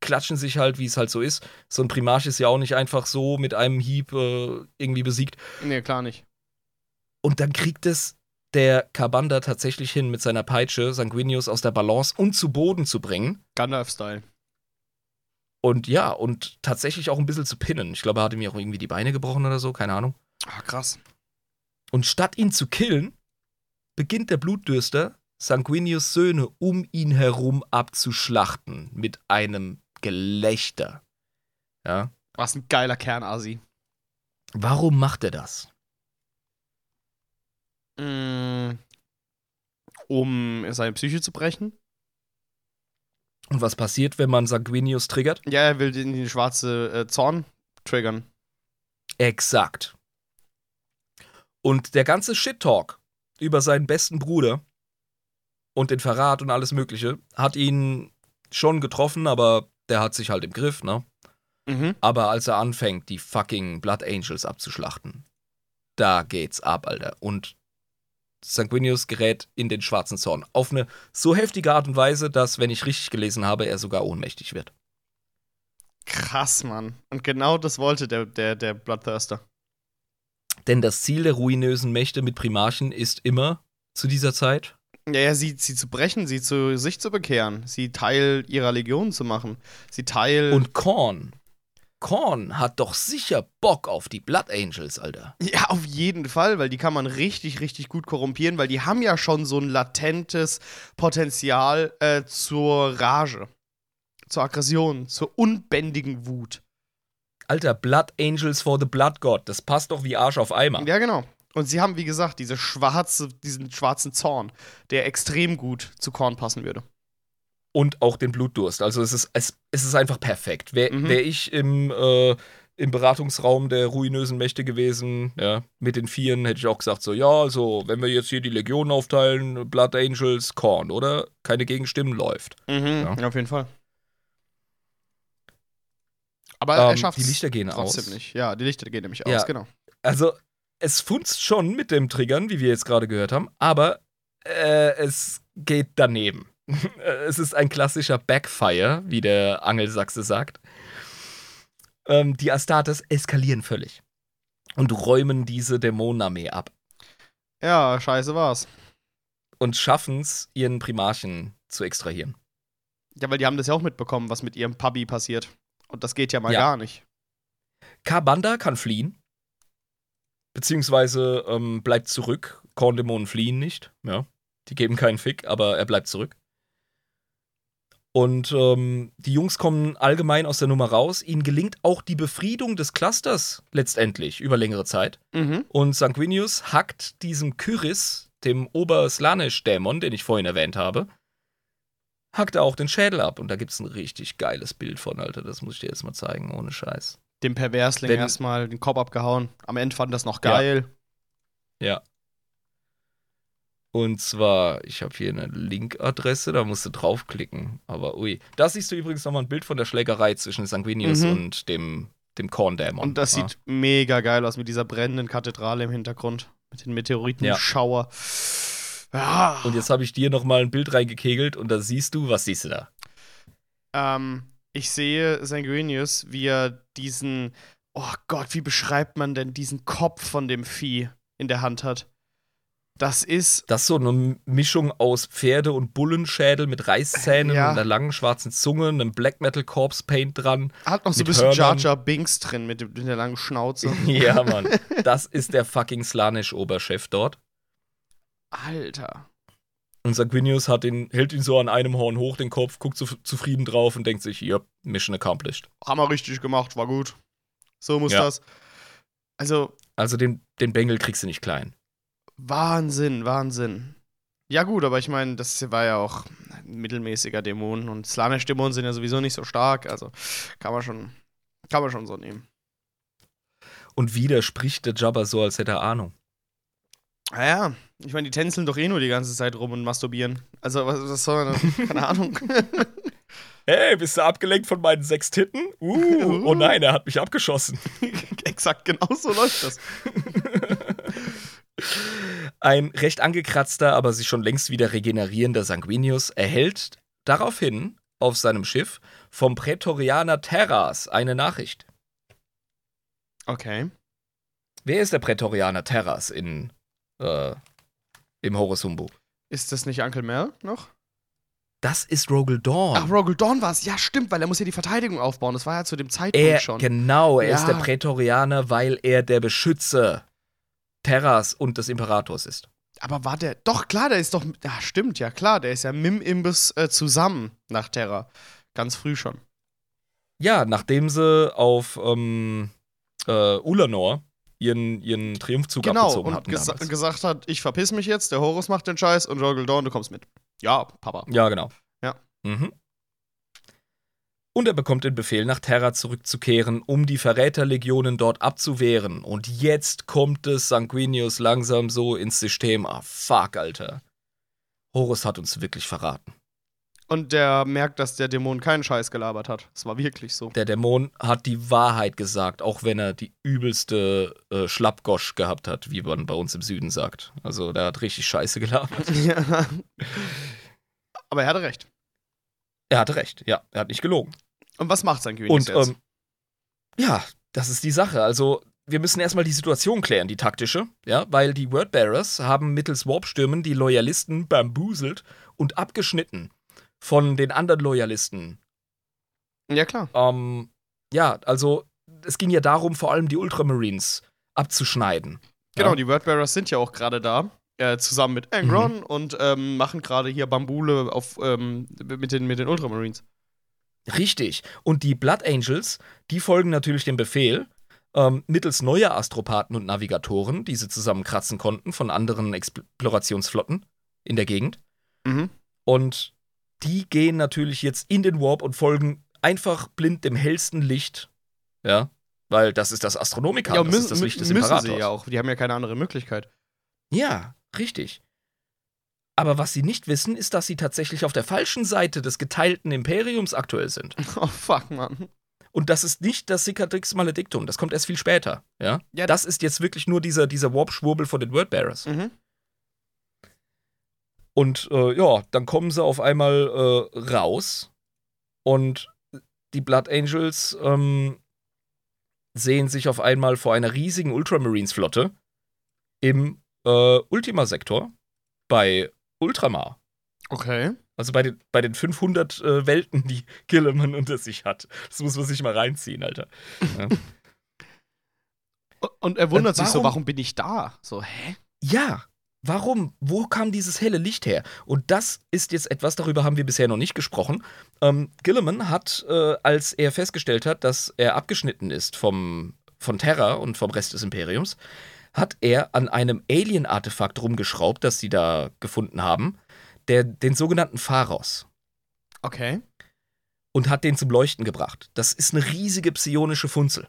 klatschen sich halt, wie es halt so ist. So ein Primarch ist ja auch nicht einfach so mit einem Hieb äh, irgendwie besiegt. Nee, klar nicht. Und dann kriegt es der Ka'Bandha tatsächlich hin, mit seiner Peitsche Sanguinius aus der Balance und zu Boden zu bringen. Gandalf-Style. Und ja, und tatsächlich auch ein bisschen zu pinnen. Ich glaube, er hat ihm ja auch irgendwie die Beine gebrochen oder so, keine Ahnung. Ah, krass. Und statt ihn zu killen, beginnt der Blutdürster, Sanguinius Söhne um ihn herum abzuschlachten. Mit einem Gelächter. Ja. Was ein geiler Kernasi. Warum macht er das? Mm, um seine Psyche zu brechen. Und was passiert, wenn man Sanguinius triggert? Ja, er will den, den schwarze äh, Zorn triggern. Exakt. Und der ganze Shit-Talk über seinen besten Bruder und den Verrat und alles Mögliche hat ihn schon getroffen, aber der hat sich halt im Griff, ne? Mhm. Aber als er anfängt, die fucking Blood Angels abzuschlachten, da geht's ab, Alter. Und Sanguinius gerät in den schwarzen Zorn. Auf eine so heftige Art und Weise, dass, wenn ich richtig gelesen habe, er sogar ohnmächtig wird. Krass, Mann. Und genau das wollte der, der, der Bloodthirster. Denn das Ziel der ruinösen Mächte mit Primarchen ist immer, zu dieser Zeit, Ja, ja, sie, sie zu brechen, sie zu sich zu bekehren, sie Teil ihrer Legion zu machen, sie Teil. und Khorne. Khorne hat doch sicher Bock auf die Blood Angels, Alter. Ja, auf jeden Fall, weil die kann man richtig, richtig gut korrumpieren, weil die haben ja schon so ein latentes Potenzial äh, zur Rage, zur Aggression, zur unbändigen Wut. Alter, Blood Angels for the Blood God. Das passt doch wie Arsch auf Eimer. Ja, genau. Und sie haben, wie gesagt, diese schwarze, diesen schwarzen Zorn, der extrem gut zu Khorne passen würde. Und auch den Blutdurst. Also es ist, es, es ist einfach perfekt. Wäre Mhm. wär ich im, äh, im Beratungsraum der ruinösen Mächte gewesen, ja, mit den Vieren, hätte ich auch gesagt, so, ja, also, wenn wir jetzt hier die Legionen aufteilen, Blood Angels, Khorne, oder? Keine Gegenstimmen, läuft. Mhm, Ja. auf jeden Fall. Aber er Ähm, schafft die Lichter gehen trotzdem aus. nicht. Ja, die Lichter gehen nämlich Ja. aus, genau. Also, es funzt schon mit dem Triggern, wie wir jetzt gerade gehört haben, aber äh, es geht daneben. Es ist ein klassischer Backfire, wie der Angelsachse sagt. Ähm, die Astartes eskalieren völlig und räumen diese Dämonenarmee ab Ja, scheiße war's. und schaffen es, ihren Primarchen zu extrahieren. Ja, weil die haben das ja auch mitbekommen, was mit ihrem Puppy passiert. Und das geht ja mal Ja. gar nicht. Ka'Bandha kann fliehen, beziehungsweise ähm, bleibt zurück. Khorne-Dämonen fliehen nicht, ja. Die geben keinen Fick, aber er bleibt zurück. Und ähm, die Jungs kommen allgemein aus der Nummer raus. Ihnen gelingt auch die Befriedung des Clusters letztendlich über längere Zeit. Mhm. Und Sanguinius hackt diesem Kyris, dem Oberslaanesh-Dämon, den ich vorhin erwähnt habe, hackt er auch den Schädel ab. Und da gibt's ein richtig geiles Bild von, Alter. Das muss ich dir jetzt mal zeigen, ohne Scheiß. Dem Perversling Wenn- erstmal den Kopf abgehauen. Am Ende fand das noch Ja. geil. Ja. Und zwar, ich habe hier eine Linkadresse, da musst du draufklicken. Aber ui. Da siehst du übrigens nochmal ein Bild von der Schlägerei zwischen Sanguinius Mhm. und dem, dem Khorne-Dämon. Und das ja. sieht mega geil aus mit dieser brennenden Kathedrale im Hintergrund. Mit den Meteoritenschauer. Ja. Und jetzt habe ich dir nochmal ein Bild reingekegelt und da siehst du, was siehst du da? Ähm, ich sehe Sanguinius, wie er diesen, oh Gott, wie beschreibt man denn diesen Kopf von dem Vieh in der Hand hat? Das ist, Das ist so eine Mischung aus Pferde- und Bullenschädel mit Reißzähnen Ja. und einer langen schwarzen Zunge, einem Black Metal Corpse Paint dran. hat noch so ein Mit bisschen Jar Hörnern. Jar Binks drin mit, dem- mit der langen Schnauze. Ja, Mann. Das ist der fucking Slaanesh-Oberchef dort. Alter. Und Sanguinius hat ihn, hält ihn so an einem Horn hoch, den Kopf, guckt zu, zufrieden drauf und denkt sich, ja, Mission accomplished. Haben wir richtig gemacht, war gut. So muss Ja. das. Also, Also den, den Bengel kriegst du nicht klein. Wahnsinn, Wahnsinn. Ja, gut, aber ich meine, das war ja auch ein mittelmäßiger Dämon und Slaanesh-Dämonen sind ja sowieso nicht so stark, also kann man schon, kann man schon so nehmen. Und wieder spricht der Jabba so, als hätte er Ahnung. Naja, ich meine, die tänzeln doch eh nur die ganze Zeit rum und masturbieren. Also, was, was soll man denn? Keine Ahnung. Hey, bist du abgelenkt von meinen sechs Titten? Uh, oh nein, er hat mich abgeschossen. Exakt, genau so läuft das. Ein recht angekratzter, aber sich schon längst wieder regenerierender Sanguinius erhält daraufhin auf seinem Schiff vom Prätorianer Terras eine Nachricht. Okay. Wer ist der Prätorianer Terras in, äh, im Horus Humbug? Ist das nicht Uncle Mel noch? Das ist Rogel Dawn. Ach, Rogel Dawn war es. Ja, stimmt, weil er muss ja die Verteidigung aufbauen. Das war ja zu dem Zeitpunkt er, schon. Genau, er Ja. ist der Prätorianer, weil er der Beschützer Terras und des Imperators ist. Aber war der. Doch, klar, der ist doch. Ja, stimmt, ja, klar. Der ist ja mit dem Imbiss äh, zusammen nach Terra. Ganz früh schon. Ja, nachdem sie auf ähm, äh, Ulanor ihren, ihren Triumphzug Genau, abgezogen und hatten gesa damals. gesagt hat: Ich verpiss mich jetzt, der Horus macht den Scheiß und Rogel Dawn, du kommst mit. Ja, Papa. Ja, genau. Ja. Mhm. Und er bekommt den Befehl, nach Terra zurückzukehren, um die Verräterlegionen dort abzuwehren. Und jetzt kommt es Sanguinius langsam so ins System. Ah, fuck, Alter. Horus hat uns wirklich verraten. Und der merkt, dass der Dämon keinen Scheiß gelabert hat. Das war wirklich so. Der Dämon hat die Wahrheit gesagt, auch wenn er die übelste äh, Schlappgosch gehabt hat, wie man bei uns im Süden sagt. Also, der hat richtig Scheiße gelabert. Ja. Aber er hatte recht. Er hatte recht, ja, er hat nicht gelogen. Und was macht sein König Und jetzt? ähm, ja, das ist die Sache. Also, wir müssen erstmal die Situation klären, die taktische, ja, weil die Wordbearers haben mittels Warpstürmen die Loyalisten bambuselt und abgeschnitten von den anderen Loyalisten. Ja, klar. Ähm, ja, also, es ging ja darum, vor allem die Ultramarines abzuschneiden. Genau, ja? die Wordbearers sind ja auch gerade da. Äh, zusammen mit Angron Mhm. und ähm, machen gerade hier Bambule auf, ähm, mit, den, mit den Ultramarines. Richtig. Und die Blood Angels, die folgen natürlich dem Befehl, ähm, mittels neuer Astropathen und Navigatoren, die sie zusammenkratzen konnten von anderen Explorationsflotten in der Gegend. Mhm. Und die gehen natürlich jetzt in den Warp und folgen einfach blind dem hellsten Licht. Ja, weil das ist das Astronomikon, Ja, das müssen, ist das Licht des müssen Imperators. sie ja auch. Die haben ja keine andere Möglichkeit. Ja, richtig. Aber was sie nicht wissen, ist, dass sie tatsächlich auf der falschen Seite des geteilten Imperiums aktuell sind. Oh, fuck, Mann. Und das ist nicht das Cicatrix Maledictum, das kommt erst viel später. Ja? Ja. Das ist jetzt wirklich nur dieser, dieser Warp-Schwurbel von den Wordbearers. Mhm. Und äh, ja, dann kommen sie auf einmal äh, raus und die Blood Angels ähm, sehen sich auf einmal vor einer riesigen Ultramarines-Flotte im äh, Ultima-Sektor bei Ultramar. Okay. Also bei den, bei den fünfhundert äh, Welten, die Gilliman unter sich hat. Das muss man sich mal reinziehen, Alter. Ja, Und er wundert Äh, sich so, warum- warum bin ich da? So, hä? ja, warum? Wo kam dieses helle Licht her? Und das ist jetzt etwas, darüber haben wir bisher noch nicht gesprochen. Ähm, Gilliman hat, äh, als er festgestellt hat, dass er abgeschnitten ist vom, von Terra und vom Rest des Imperiums, hat er an einem Alien-Artefakt rumgeschraubt, das sie da gefunden haben, der, den sogenannten Pharos, Okay. und hat den zum Leuchten gebracht. Das ist eine riesige psionische Funzel.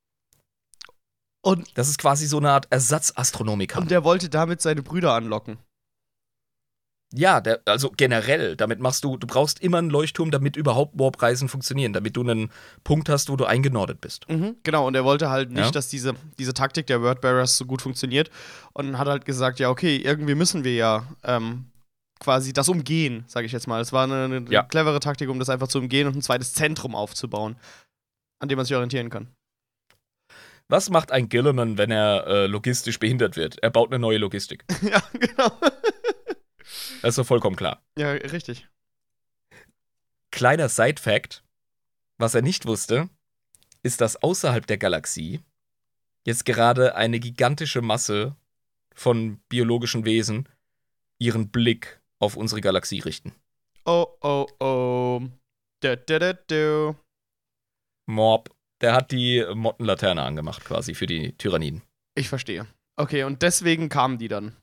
Und, Das ist quasi so eine Art Ersatzastronomikon. und der wollte damit seine Brüder anlocken. Ja, der, also generell, damit machst du, du brauchst immer einen Leuchtturm, damit überhaupt Warp-Reisen funktionieren, damit du einen Punkt hast, wo du eingenordet bist. Mhm. Genau, und er wollte halt nicht, Ja. dass diese, diese Taktik der Wordbearers so gut funktioniert. Und hat halt gesagt, ja, okay, irgendwie müssen wir ja ähm, quasi das umgehen, sage ich jetzt mal. Es war eine, eine Ja. clevere Taktik, um das einfach zu umgehen und ein zweites Zentrum aufzubauen, an dem man sich orientieren kann. Was macht ein Gilliman, wenn er äh, logistisch behindert wird? Er baut eine neue Logistik. Ja, genau. Das ist doch vollkommen klar. Ja, richtig. Kleiner Side-Fact: Was er nicht wusste, ist, dass außerhalb der Galaxie jetzt gerade eine gigantische Masse von biologischen Wesen ihren Blick auf unsere Galaxie richten. Oh, oh, oh. Da, da, da, da. Morb, der hat die Mottenlaterne angemacht, quasi für die Tyranniden. Ich verstehe. Okay, und deswegen kamen die dann.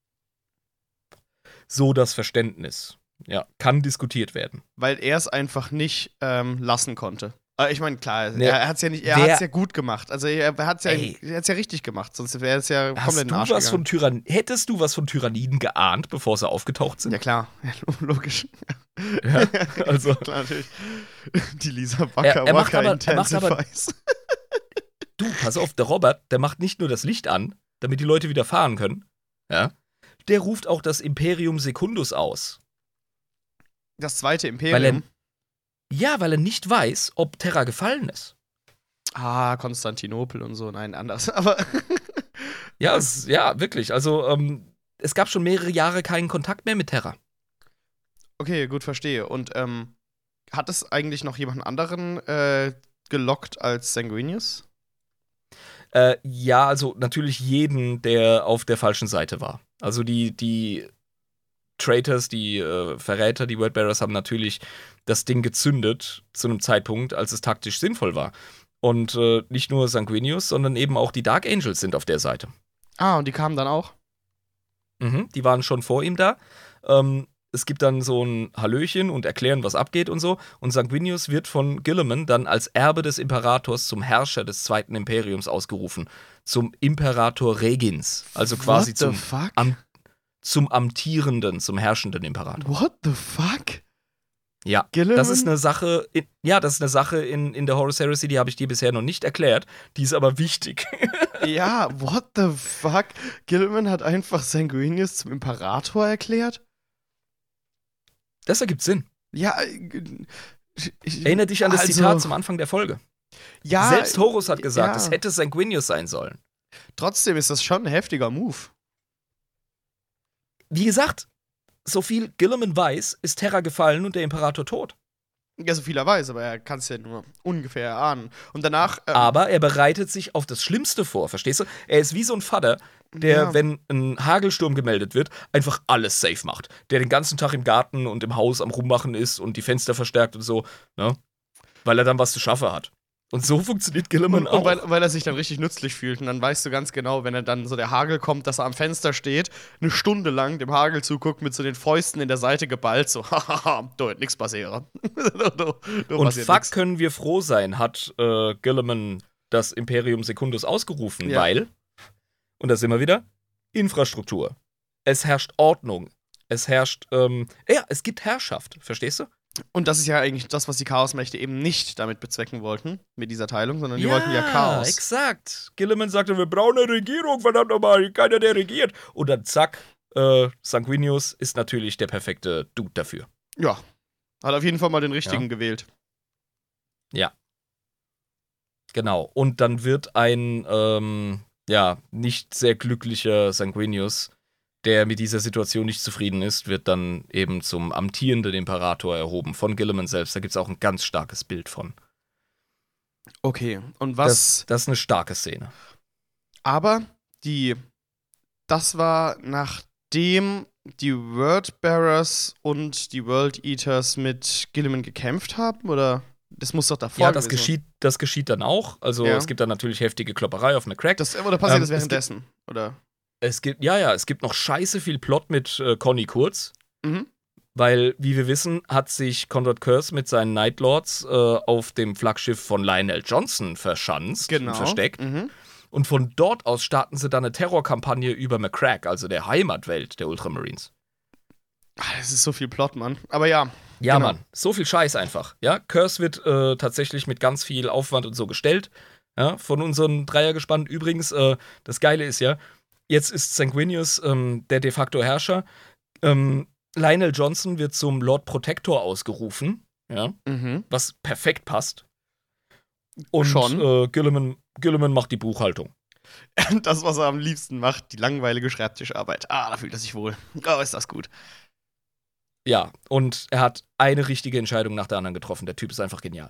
So das Verständnis. Ja, kann diskutiert werden. Weil er es einfach nicht ähm, lassen konnte. Äh, ich meine, klar, Ne, er hat es ja nicht, er wer- hat's ja gut gemacht. Also er hat es ja, Ey. er hat's ja richtig gemacht, sonst wäre es ja Hast komplett in du den Arsch was gegangen. von Tyrann Hättest du was von Tyranniden geahnt, bevor sie aufgetaucht sind? Ja klar, ja, logisch. Ja, also, Klar, natürlich. Die Lisa Er- Wacker er macht Wacker aber- er macht aber- Intensifies. du, pass auf, der Robert, der macht nicht nur das Licht an, damit die Leute wieder fahren können. Ja. Der ruft auch das Imperium Secundus aus. Das zweite Weil Imperium. Ja, weil er nicht weiß, ob Terra gefallen ist. Ah, Konstantinopel und so, nein, anders. Aber Ja, es, ja, wirklich. Also, ähm, es gab schon mehrere Jahre keinen Kontakt mehr mit Terra. okay, gut, verstehe. Und ähm, hat es eigentlich noch jemanden anderen äh, gelockt als Sanguinius? Äh, ja, also natürlich jeden, der auf der falschen Seite war. Also die, die Traitors, die äh, Verräter, die Wordbearers haben natürlich das Ding gezündet zu einem Zeitpunkt, als es taktisch sinnvoll war. Und äh, nicht nur Sanguinius, sondern eben auch die Dark Angels sind auf der Seite. Ah, und die kamen dann auch? Mhm, die waren schon vor ihm da. Ähm, es gibt dann so ein Hallöchen und erklären, was abgeht und so. Und Sanguinius wird von Guilliman dann als Erbe des Imperators zum Herrscher des Zweiten Imperiums ausgerufen. Zum Imperator Regins. Also quasi What the zum, fuck? am, zum amtierenden, zum herrschenden Imperator. What the fuck? Ja, Guilliman? das ist eine Sache, in, ja, das ist eine Sache in, in der Horus Heresy, die habe ich dir bisher noch nicht erklärt. Die ist aber wichtig. Ja, what the fuck? Guilliman hat einfach Sanguinius zum Imperator erklärt? Das ergibt Sinn. Ja, äh, ich, Erinnere dich an das also, Zitat zum Anfang der Folge. Ja, Selbst Horus hat gesagt, ja. es hätte Sanguinius sein sollen. Trotzdem ist das schon ein heftiger Move. Wie gesagt, so viel Guilliman weiß, ist Terra gefallen und der Imperator tot. Ja, so viel er weiß, aber er kann es ja nur ungefähr erahnen. Und danach. Ähm, Aber er bereitet sich auf das Schlimmste vor, verstehst du? Er ist wie so ein Vater, der, Ja. wenn ein Hagelsturm gemeldet wird, einfach alles safe macht. Der den ganzen Tag im Garten und im Haus am Rummachen ist und die Fenster verstärkt und so, ne? Weil er dann was zu schaffen hat. Und so funktioniert Guilliman Und, auch. und weil, weil er sich dann richtig nützlich fühlt. Und dann weißt du ganz genau, wenn er dann so der Hagel kommt, dass er am Fenster steht, eine Stunde lang dem Hagel zuguckt, mit so den Fäusten in der Seite geballt, so, hahaha, da wird nichts passieren. Da- da- da Und passiert fuck, nix. können wir froh sein, hat äh, Guilliman das Imperium Secundus ausgerufen, Ja. weil, und da sind wir wieder, Infrastruktur. Es herrscht Ordnung. Es herrscht, ähm, ja, es gibt Herrschaft, verstehst du? Und das ist ja eigentlich das, was die Chaosmächte eben nicht damit bezwecken wollten, mit dieser Teilung, sondern die wollten ja Chaos. Exakt. Guilliman sagte, wir brauchen eine Regierung, verdammt nochmal, keiner, der regiert. Und dann zack, äh, Sanguinius ist natürlich der perfekte Dude dafür. Ja. Hat auf jeden Fall mal den richtigen Ja. gewählt. Ja. Genau. Und dann wird ein, ähm, ja, nicht sehr glücklicher Sanguinius, der mit dieser Situation nicht zufrieden ist, wird dann eben zum amtierenden Imperator erhoben von Guilliman selbst. Da gibt es auch ein ganz starkes Bild von. Okay. Und was. Das, das ist eine starke Szene. Aber die. Das war nachdem die Wordbearers und die World Eaters mit Guilliman gekämpft haben? Oder? Das muss doch davor Ja, das gewesen geschieht, das geschieht dann auch. Also Ja. es gibt dann natürlich heftige Klopperei auf McCrack. Das, oder passiert Ähm, das es währenddessen? Oder? Es gibt, ja, ja, es gibt noch scheiße viel Plot mit äh, Conny Kurz. Mhm. Weil, wie wir wissen, hat sich Conrad Curse mit seinen Night Lords äh, auf dem Flaggschiff von Lionel Johnson verschanzt Genau. und versteckt. Mhm. Und von dort aus starten sie dann eine Terrorkampagne über McCrack, also der Heimatwelt der Ultramarines. Ah, das ist so viel Plot, Mann. Aber ja. Ja, Genau. Mann, so viel Scheiß einfach. Ja, Curse wird äh, tatsächlich mit ganz viel Aufwand und so gestellt. Ja, von unseren Dreiergespann. Übrigens, äh, das Geile ist ja, jetzt ist Sanguinius ähm, der de facto Herrscher. Ähm, Lionel Johnson wird zum Lord Protector ausgerufen, ja, Mhm. was perfekt passt. Und Schon. Äh, Guilliman, Guilliman macht die Buchhaltung. Das, was er am liebsten macht, die langweilige Schreibtischarbeit. Ah, da fühlt er sich wohl. Oh, ist das gut. Ja, und er hat eine richtige Entscheidung nach der anderen getroffen. Der Typ ist einfach genial.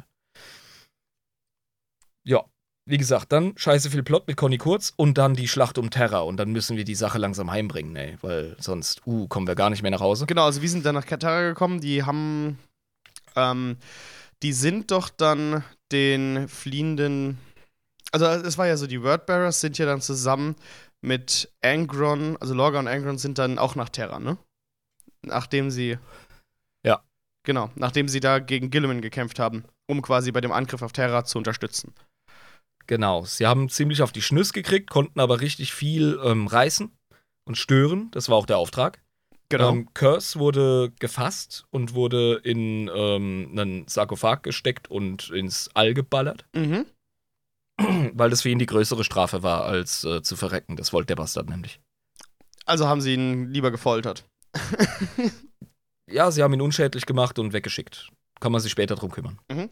Ja, wie gesagt, dann scheiße viel Plot mit Conny Kurz und dann die Schlacht um Terra. Und dann müssen wir die Sache langsam heimbringen, ey, weil sonst, uh, kommen wir gar nicht mehr nach Hause. Genau, also wir sind dann nach Katara gekommen. Die haben. Ähm, die sind doch dann den fliehenden. Also, es war ja so, die Wordbearers sind ja dann zusammen mit Angron, also Lorga und Angron sind dann auch nach Terra, ne? Nachdem sie. Ja. Genau, nachdem sie da gegen Guilliman gekämpft haben, um quasi bei dem Angriff auf Terra zu unterstützen. Genau, sie haben ziemlich auf die Schnüss gekriegt, konnten aber richtig viel ähm, reißen und stören. Das war auch der Auftrag. Genau. Ähm, Curse wurde gefasst und wurde in ähm, einen Sarkophag gesteckt und ins All geballert, Mhm. weil das für ihn die größere Strafe war, als äh, zu verrecken. Das wollte der Bastard nämlich. Also haben sie ihn lieber gefoltert. Ja, sie haben ihn unschädlich gemacht und weggeschickt. kann man sich später drum kümmern. Mhm.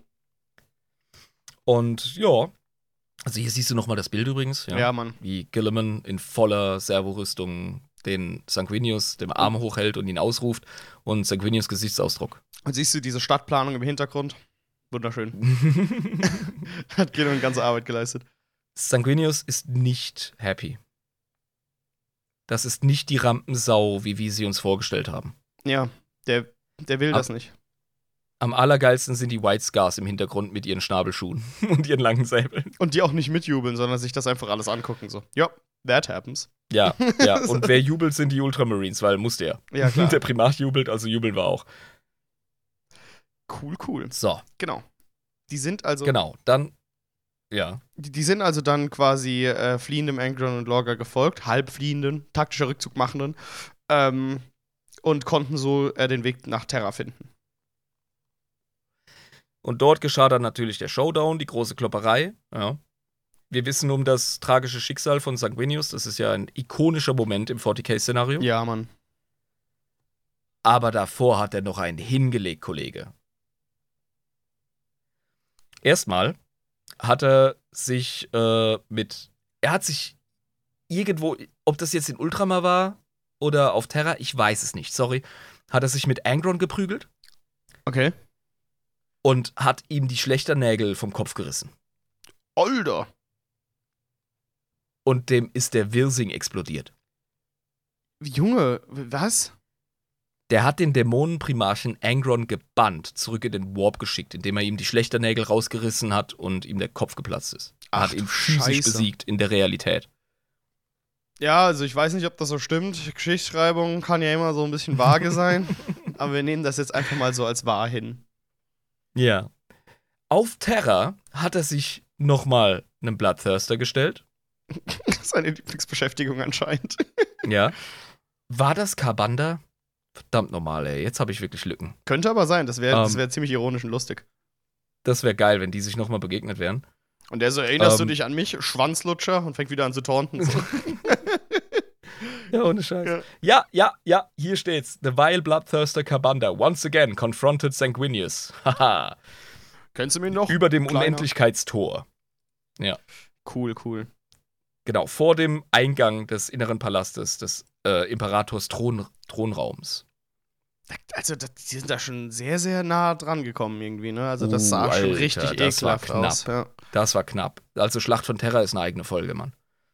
Und ja, also hier siehst du nochmal das Bild übrigens. Ja, Ja, Mann. Wie Guilliman in voller Servorüstung den Sanguinius dem Arm hochhält und ihn ausruft und Sanguinius Gesichtsausdruck. Und siehst du diese Stadtplanung im Hintergrund? Wunderschön. Hat Gilliman ganze Arbeit geleistet. Sanguinius ist nicht happy. Das ist nicht die Rampensau, wie wir sie uns vorgestellt haben. Ja, der, der will Ab- das nicht. Am allergeilsten sind die White Scars im Hintergrund mit ihren Schnabelschuhen und ihren langen Säbeln. Und die auch nicht mitjubeln, sondern sich das einfach alles angucken. So, ja, that happens. Ja, ja. Und wer jubelt, sind die Ultramarines, weil muss der. Ja, klar. Der Primarch jubelt, also jubeln wir auch. Cool, cool. So, Genau. Die sind also, genau. Dann, ja. die, die sind also dann quasi äh, fliehendem Angron und Lorga gefolgt, halb fliehenden, taktischer Rückzug machenden, ähm, und konnten so äh, den Weg nach Terra finden. Und dort geschah dann natürlich der Showdown, die große Klopperei. Ja. Wir wissen um das tragische Schicksal von Sanguinius. Das ist ja ein ikonischer Moment im forty K-Szenario. Ja, Mann. Aber davor hat er noch einen hingelegt, Kollege. Erstmal hat er sich äh, mit. Er hat sich irgendwo, ob das jetzt in Ultramar war oder auf Terra, ich weiß es nicht, sorry. Hat er sich mit Angron geprügelt Okay. und hat ihm die Schlechternägel vom Kopf gerissen. Alter. Und dem ist der Wirsing explodiert. Junge, was? Der hat den Dämonenprimarchen Angron gebannt, zurück in den Warp geschickt, indem er ihm die Schlechternägel rausgerissen hat und ihm der Kopf geplatzt ist. Er Ach, hat ihn du physisch Scheiße. besiegt in der Realität. Ja, also ich weiß nicht, ob das so stimmt. Geschichtsschreibung kann ja immer so ein bisschen vage sein. Aber wir nehmen das jetzt einfach mal so als wahr hin. Ja. Auf Terra hat er sich nochmal einen Bloodthirster gestellt. Seine Lieblingsbeschäftigung anscheinend. Ja. War das Karbanda? Verdammt normal, ey. Jetzt habe ich wirklich Lücken. Könnte aber sein, das wäre das Ähm. wär ziemlich ironisch und lustig. Das wäre geil, wenn die sich nochmal begegnet wären. Und der so, erinnerst ähm. du dich an mich, Schwanzlutscher? Und fängt wieder an zu taunten. So. Ja, ohne Scheiß. Ja. Ja, ja, ja, hier steht's. The vile bloodthirster Karbanda once again confronted Sanguinius. Haha. Kennst du mich noch? Über dem Kleiner. Unendlichkeitstor. Cool, cool. Genau, vor dem Eingang des inneren Palastes des äh, Imperators Thron Thronraums. Also, das, die sind da schon sehr, sehr nah dran gekommen irgendwie, ne? Also, das Uh, sah schon Alter, richtig das war ekelhaft aus. Ja. Das war knapp. Also Schlacht von Terra ist eine eigene Folge, Mann.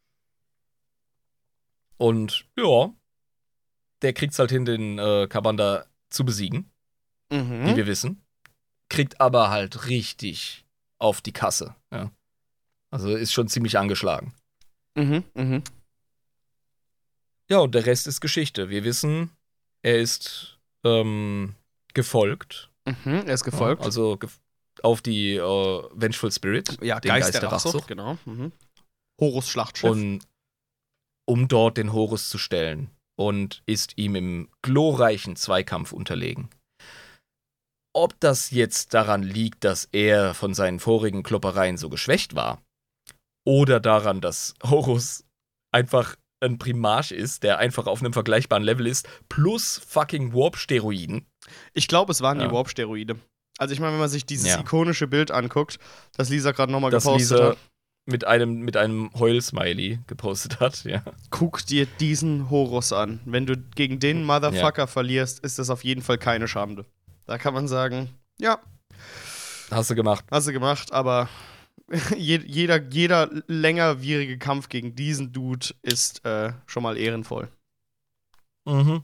Und ja, der kriegt's halt hin, den äh, Karbanda zu besiegen, wie Mhm. wir wissen. Kriegt aber halt richtig auf die Kasse. Ja. Also ist schon ziemlich angeschlagen. Mhm. Mhm. Ja, und der Rest ist Geschichte. Wir wissen, er ist ähm, gefolgt. Mhm. Er ist gefolgt. Ja, also gef auf die äh, Vengeful Spirit. Ja, den Geist, Geist der der Rachsucht, Rachsucht. genau. Mhm. Horus Schlachtschiff. Und um dort den Horus zu stellen und ist ihm im glorreichen Zweikampf unterlegen. Ob das jetzt daran liegt, dass er von seinen vorigen Kloppereien so geschwächt war, oder daran, dass Horus einfach ein Primarch ist, der einfach auf einem vergleichbaren Level ist, plus fucking Warp-Steroiden. Ich glaube, es waren Ja. die Warp-Steroide. Also ich meine, wenn man sich dieses Ja. ikonische Bild anguckt, das Lisa gerade nochmal Das gepostet Lisa hat, mit einem, mit einem Heul-Smiley gepostet hat, ja. guck dir diesen Horus an. Wenn du gegen den Motherfucker verlierst, ist das auf jeden Fall keine Schande. Da kann man sagen, ja, Hast du gemacht. hast du gemacht, aber je- jeder, jeder längerwierige Kampf gegen diesen Dude ist äh, schon mal ehrenvoll. Mhm.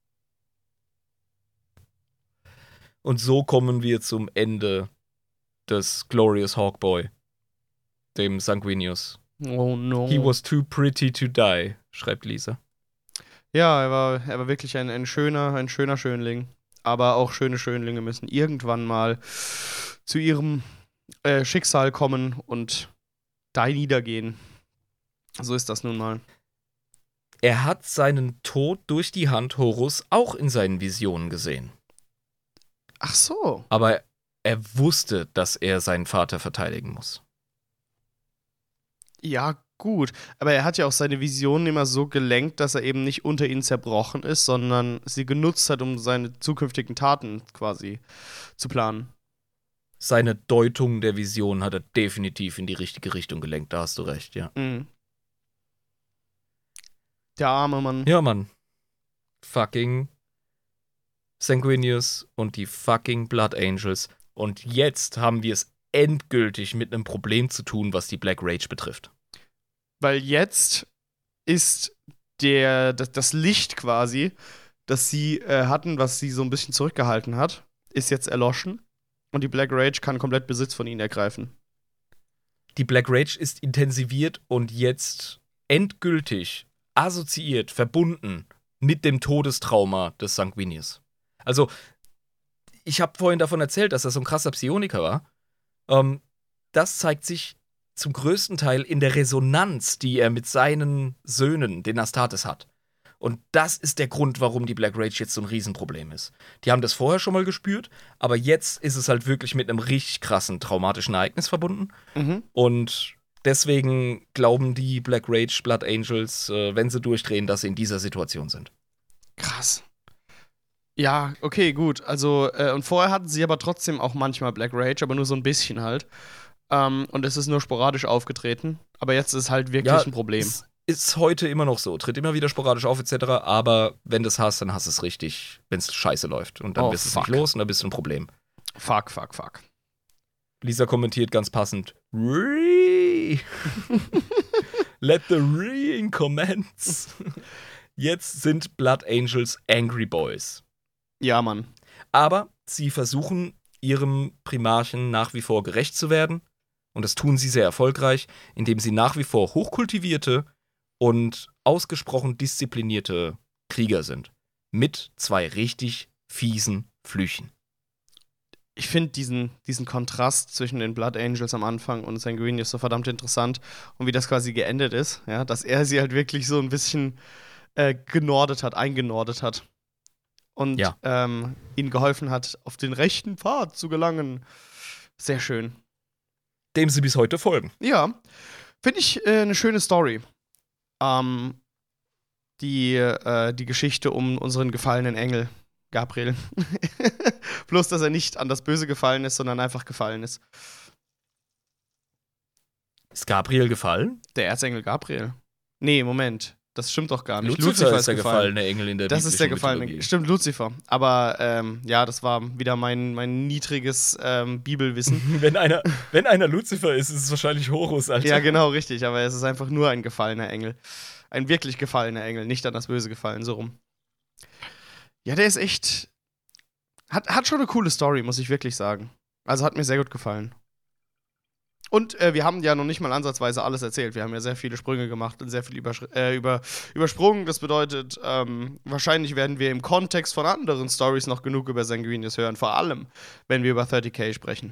Und so kommen wir zum Ende des Glorious Hawkboy, dem Sanguinius. Oh no. He was too pretty to die, schreibt Lisa. Ja, er war, er war wirklich ein, ein schöner, ein schöner Schönling. Aber auch schöne Schönlinge müssen irgendwann mal zu ihrem äh, Schicksal kommen und da niedergehen. So ist das nun mal. Er hat seinen Tod durch die Hand Horus auch in seinen Visionen gesehen. Ach so. Aber er wusste, dass er seinen Vater verteidigen muss. Ja, gut. Aber er hat ja auch seine Visionen immer so gelenkt, dass er eben nicht unter ihnen zerbrochen ist, sondern sie genutzt hat, um seine zukünftigen Taten quasi zu planen. seine Deutung der Vision hat er definitiv in die richtige Richtung gelenkt, da hast du recht, ja. Mhm. Der arme Mann. Ja, Mann. Fucking Sanguinius und die fucking Blood Angels. Und jetzt haben wir es endgültig mit einem Problem zu tun, was die Black Rage betrifft. Weil jetzt ist der, das, das Licht quasi, das sie äh, hatten, was sie so ein bisschen zurückgehalten hat, ist jetzt erloschen. Und die Black Rage kann komplett Besitz von ihnen ergreifen. Die Black Rage ist intensiviert und jetzt endgültig assoziiert, verbunden mit dem Todestrauma des Sanguinius. Also, ich habe vorhin davon erzählt, dass er so ein krasser Psioniker war. Ähm, das zeigt sich zum größten Teil in der Resonanz, die er mit seinen Söhnen, den Astartes, hat. Und das ist der Grund, warum die Black Rage jetzt so ein Riesenproblem ist. Die haben das vorher schon mal gespürt, aber jetzt ist es halt wirklich mit einem richtig krassen traumatischen Ereignis verbunden. Mhm. Und deswegen glauben die Black Rage Blood Angels, äh, wenn sie durchdrehen, dass sie in dieser Situation sind. Krass. Ja, okay, gut. Also, äh, und vorher hatten sie aber trotzdem auch manchmal Black Rage, aber nur so ein bisschen halt. Ähm, und es ist nur sporadisch aufgetreten. Aber jetzt ist halt wirklich Ja, ein Problem. Ist, ist heute immer noch so. Tritt immer wieder sporadisch auf, et cetera. Aber wenn du es hast, dann hast du es richtig, wenn es scheiße läuft. Und dann Oh, bist du es fuck. nicht los und dann bist du ein Problem. Fuck, fuck, fuck. Lisa kommentiert ganz passend: Re. Let the reeing commence. Jetzt sind Blood Angels Angry Boys. Ja, Mann. Aber sie versuchen, ihrem Primarchen nach wie vor gerecht zu werden. Und das tun sie sehr erfolgreich, indem sie nach wie vor hochkultivierte und ausgesprochen disziplinierte Krieger sind. Mit zwei richtig fiesen Flüchen. Ich finde diesen, diesen Kontrast zwischen den Blood Angels am Anfang und Sanguinius so verdammt interessant. Und wie das quasi geendet ist. Ja, dass er sie halt wirklich so ein bisschen äh, genordet hat, eingenordet hat. Und Ja. ähm, ihnen geholfen hat, auf den rechten Pfad zu gelangen. Sehr schön. Dem sie bis heute folgen. Ja, finde ich äh, eine schöne Story. Ähm, die, äh, die Geschichte um unseren gefallenen Engel, Gabriel. Bloß, dass er nicht an das Böse gefallen ist, sondern einfach gefallen ist. Ist Gabriel gefallen? Der Erzengel Gabriel. Nee, Moment. Das stimmt doch gar nicht. Lucifer, ist der gefallene Engel in der Das ist der biblischen gefallene. Mythologie. Stimmt, Lucifer. Aber ähm, ja, das war wieder mein, mein niedriges ähm, Bibelwissen. Wenn einer, wenn einer Lucifer ist, ist es wahrscheinlich Horus, Alter. Ja, genau, richtig. Aber es ist einfach nur ein gefallener Engel. Ein wirklich gefallener Engel, nicht an das Böse gefallen, so rum. Ja, der ist echt. Hat, hat schon eine coole Story, muss ich wirklich sagen. Also hat mir sehr gut gefallen. Und äh, wir haben ja noch nicht mal ansatzweise alles erzählt. Wir haben ja sehr viele Sprünge gemacht und sehr viel übersch- äh, über, übersprungen. Das bedeutet, ähm, wahrscheinlich werden wir im Kontext von anderen Stories noch genug über Sanguinius hören. Vor allem, wenn wir über dreißig K sprechen.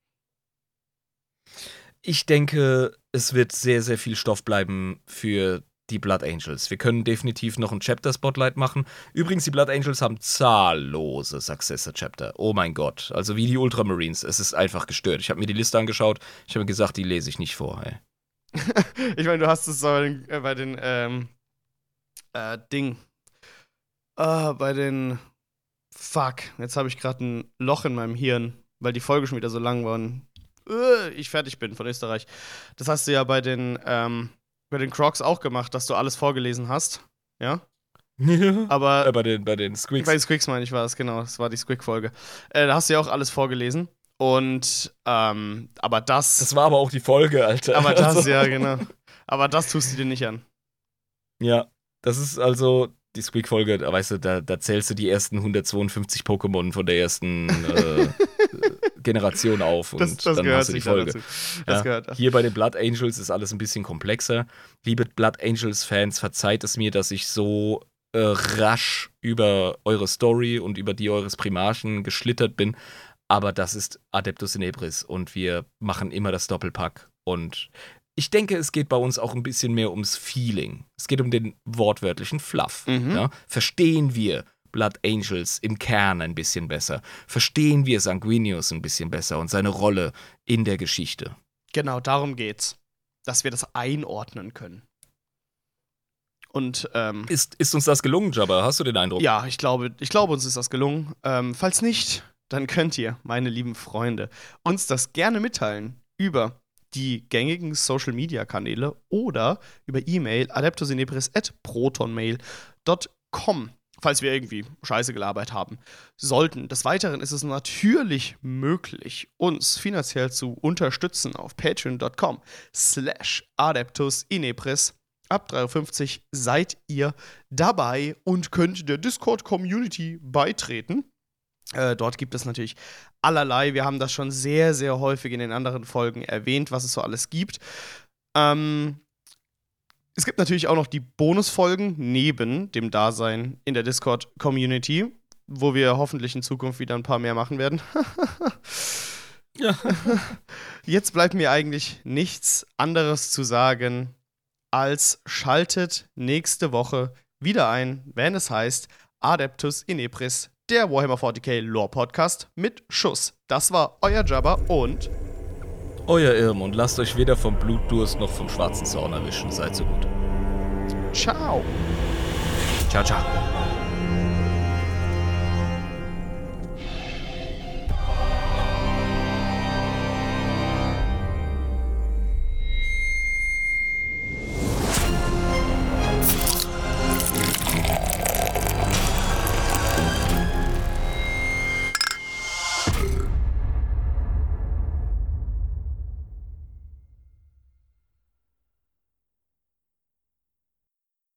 Ich denke, es wird sehr, sehr viel Stoff bleiben für die Blood Angels. Wir können definitiv noch ein Chapter-Spotlight machen. Übrigens, die Blood Angels haben zahllose Successor-Chapter. Oh mein Gott. Also wie die Ultramarines. Es ist einfach gestört. Ich habe mir die Liste angeschaut. Ich habe mir gesagt, die lese ich nicht vor. Ey. Ich meine, du hast es bei den, äh, bei den ähm, äh, Ding. Ah, bei den. Fuck. Jetzt habe ich gerade ein Loch in meinem Hirn, weil die Folge schon wieder so lang war und äh, ich fertig bin von Österreich. Das hast du ja bei den, ähm, bei den Crocs auch gemacht, dass du alles vorgelesen hast. Ja? Aber äh, bei den, bei den Squigs. bei den Squigs meine ich war es, genau. Das war die Squig-Folge. Äh, da hast du ja auch alles vorgelesen. Und, ähm, aber das. Das war aber auch die Folge, Alter. aber das, Also- ja, genau. Aber das tust du dir nicht an. Ja, das ist also die Squeak-Folge, da weißt du, da, da zählst du die ersten hundertzweiundfünfzig Pokémon von der ersten äh, Generation auf und Das, das dann gehört hast du die sich da Folge. dazu. Das Ja, gehört. hier bei den Blood Angels ist alles ein bisschen komplexer. Liebe Blood Angels-Fans, verzeiht es mir, dass ich so äh, rasch über eure Story und über die eures Primarchen geschlittert bin, aber das ist Adeptus Inebris und wir machen immer das Doppelpack und ich denke, es geht bei uns auch ein bisschen mehr ums Feeling. Es geht um den wortwörtlichen Fluff. Mhm. Ja? Verstehen wir Blood Angels im Kern ein bisschen besser? Verstehen wir Sanguinius ein bisschen besser und seine Rolle in der Geschichte? Genau, darum geht's. Dass wir das einordnen können. Und, ähm, Ist, ist uns das gelungen, Jabba? Hast du den Eindruck? ja, ich glaube, ich glaube, uns ist das gelungen. Ähm, falls nicht, dann könnt ihr, meine lieben Freunde, uns das gerne mitteilen über die gängigen Social-Media-Kanäle oder über E-Mail adeptusinepris at protonmail punkt com, falls wir irgendwie Scheiße gelabert haben sollten. Des Weiteren ist es natürlich möglich, uns finanziell zu unterstützen auf patreon punkt com slash adeptusinepris. Ab drei Euro fünfzig seid ihr dabei und könnt der Discord-Community beitreten. Äh, dort gibt es natürlich allerlei. Wir haben das schon sehr, sehr häufig in den anderen Folgen erwähnt, was es so alles gibt. Ähm, es gibt natürlich auch noch die Bonusfolgen neben dem Dasein in der Discord-Community, wo wir hoffentlich in Zukunft wieder ein paar mehr machen werden. Ja. Jetzt bleibt mir eigentlich nichts anderes zu sagen, als schaltet nächste Woche wieder ein, wenn es heißt Adeptus Inepris, der Warhammer vierzig K Lore Podcast mit Schuss. Das war euer Jabba und Euer Irm und lasst euch weder vom Blutdurst noch vom schwarzen Zorn erwischen. Seid so gut. ciao. Ciao, ciao.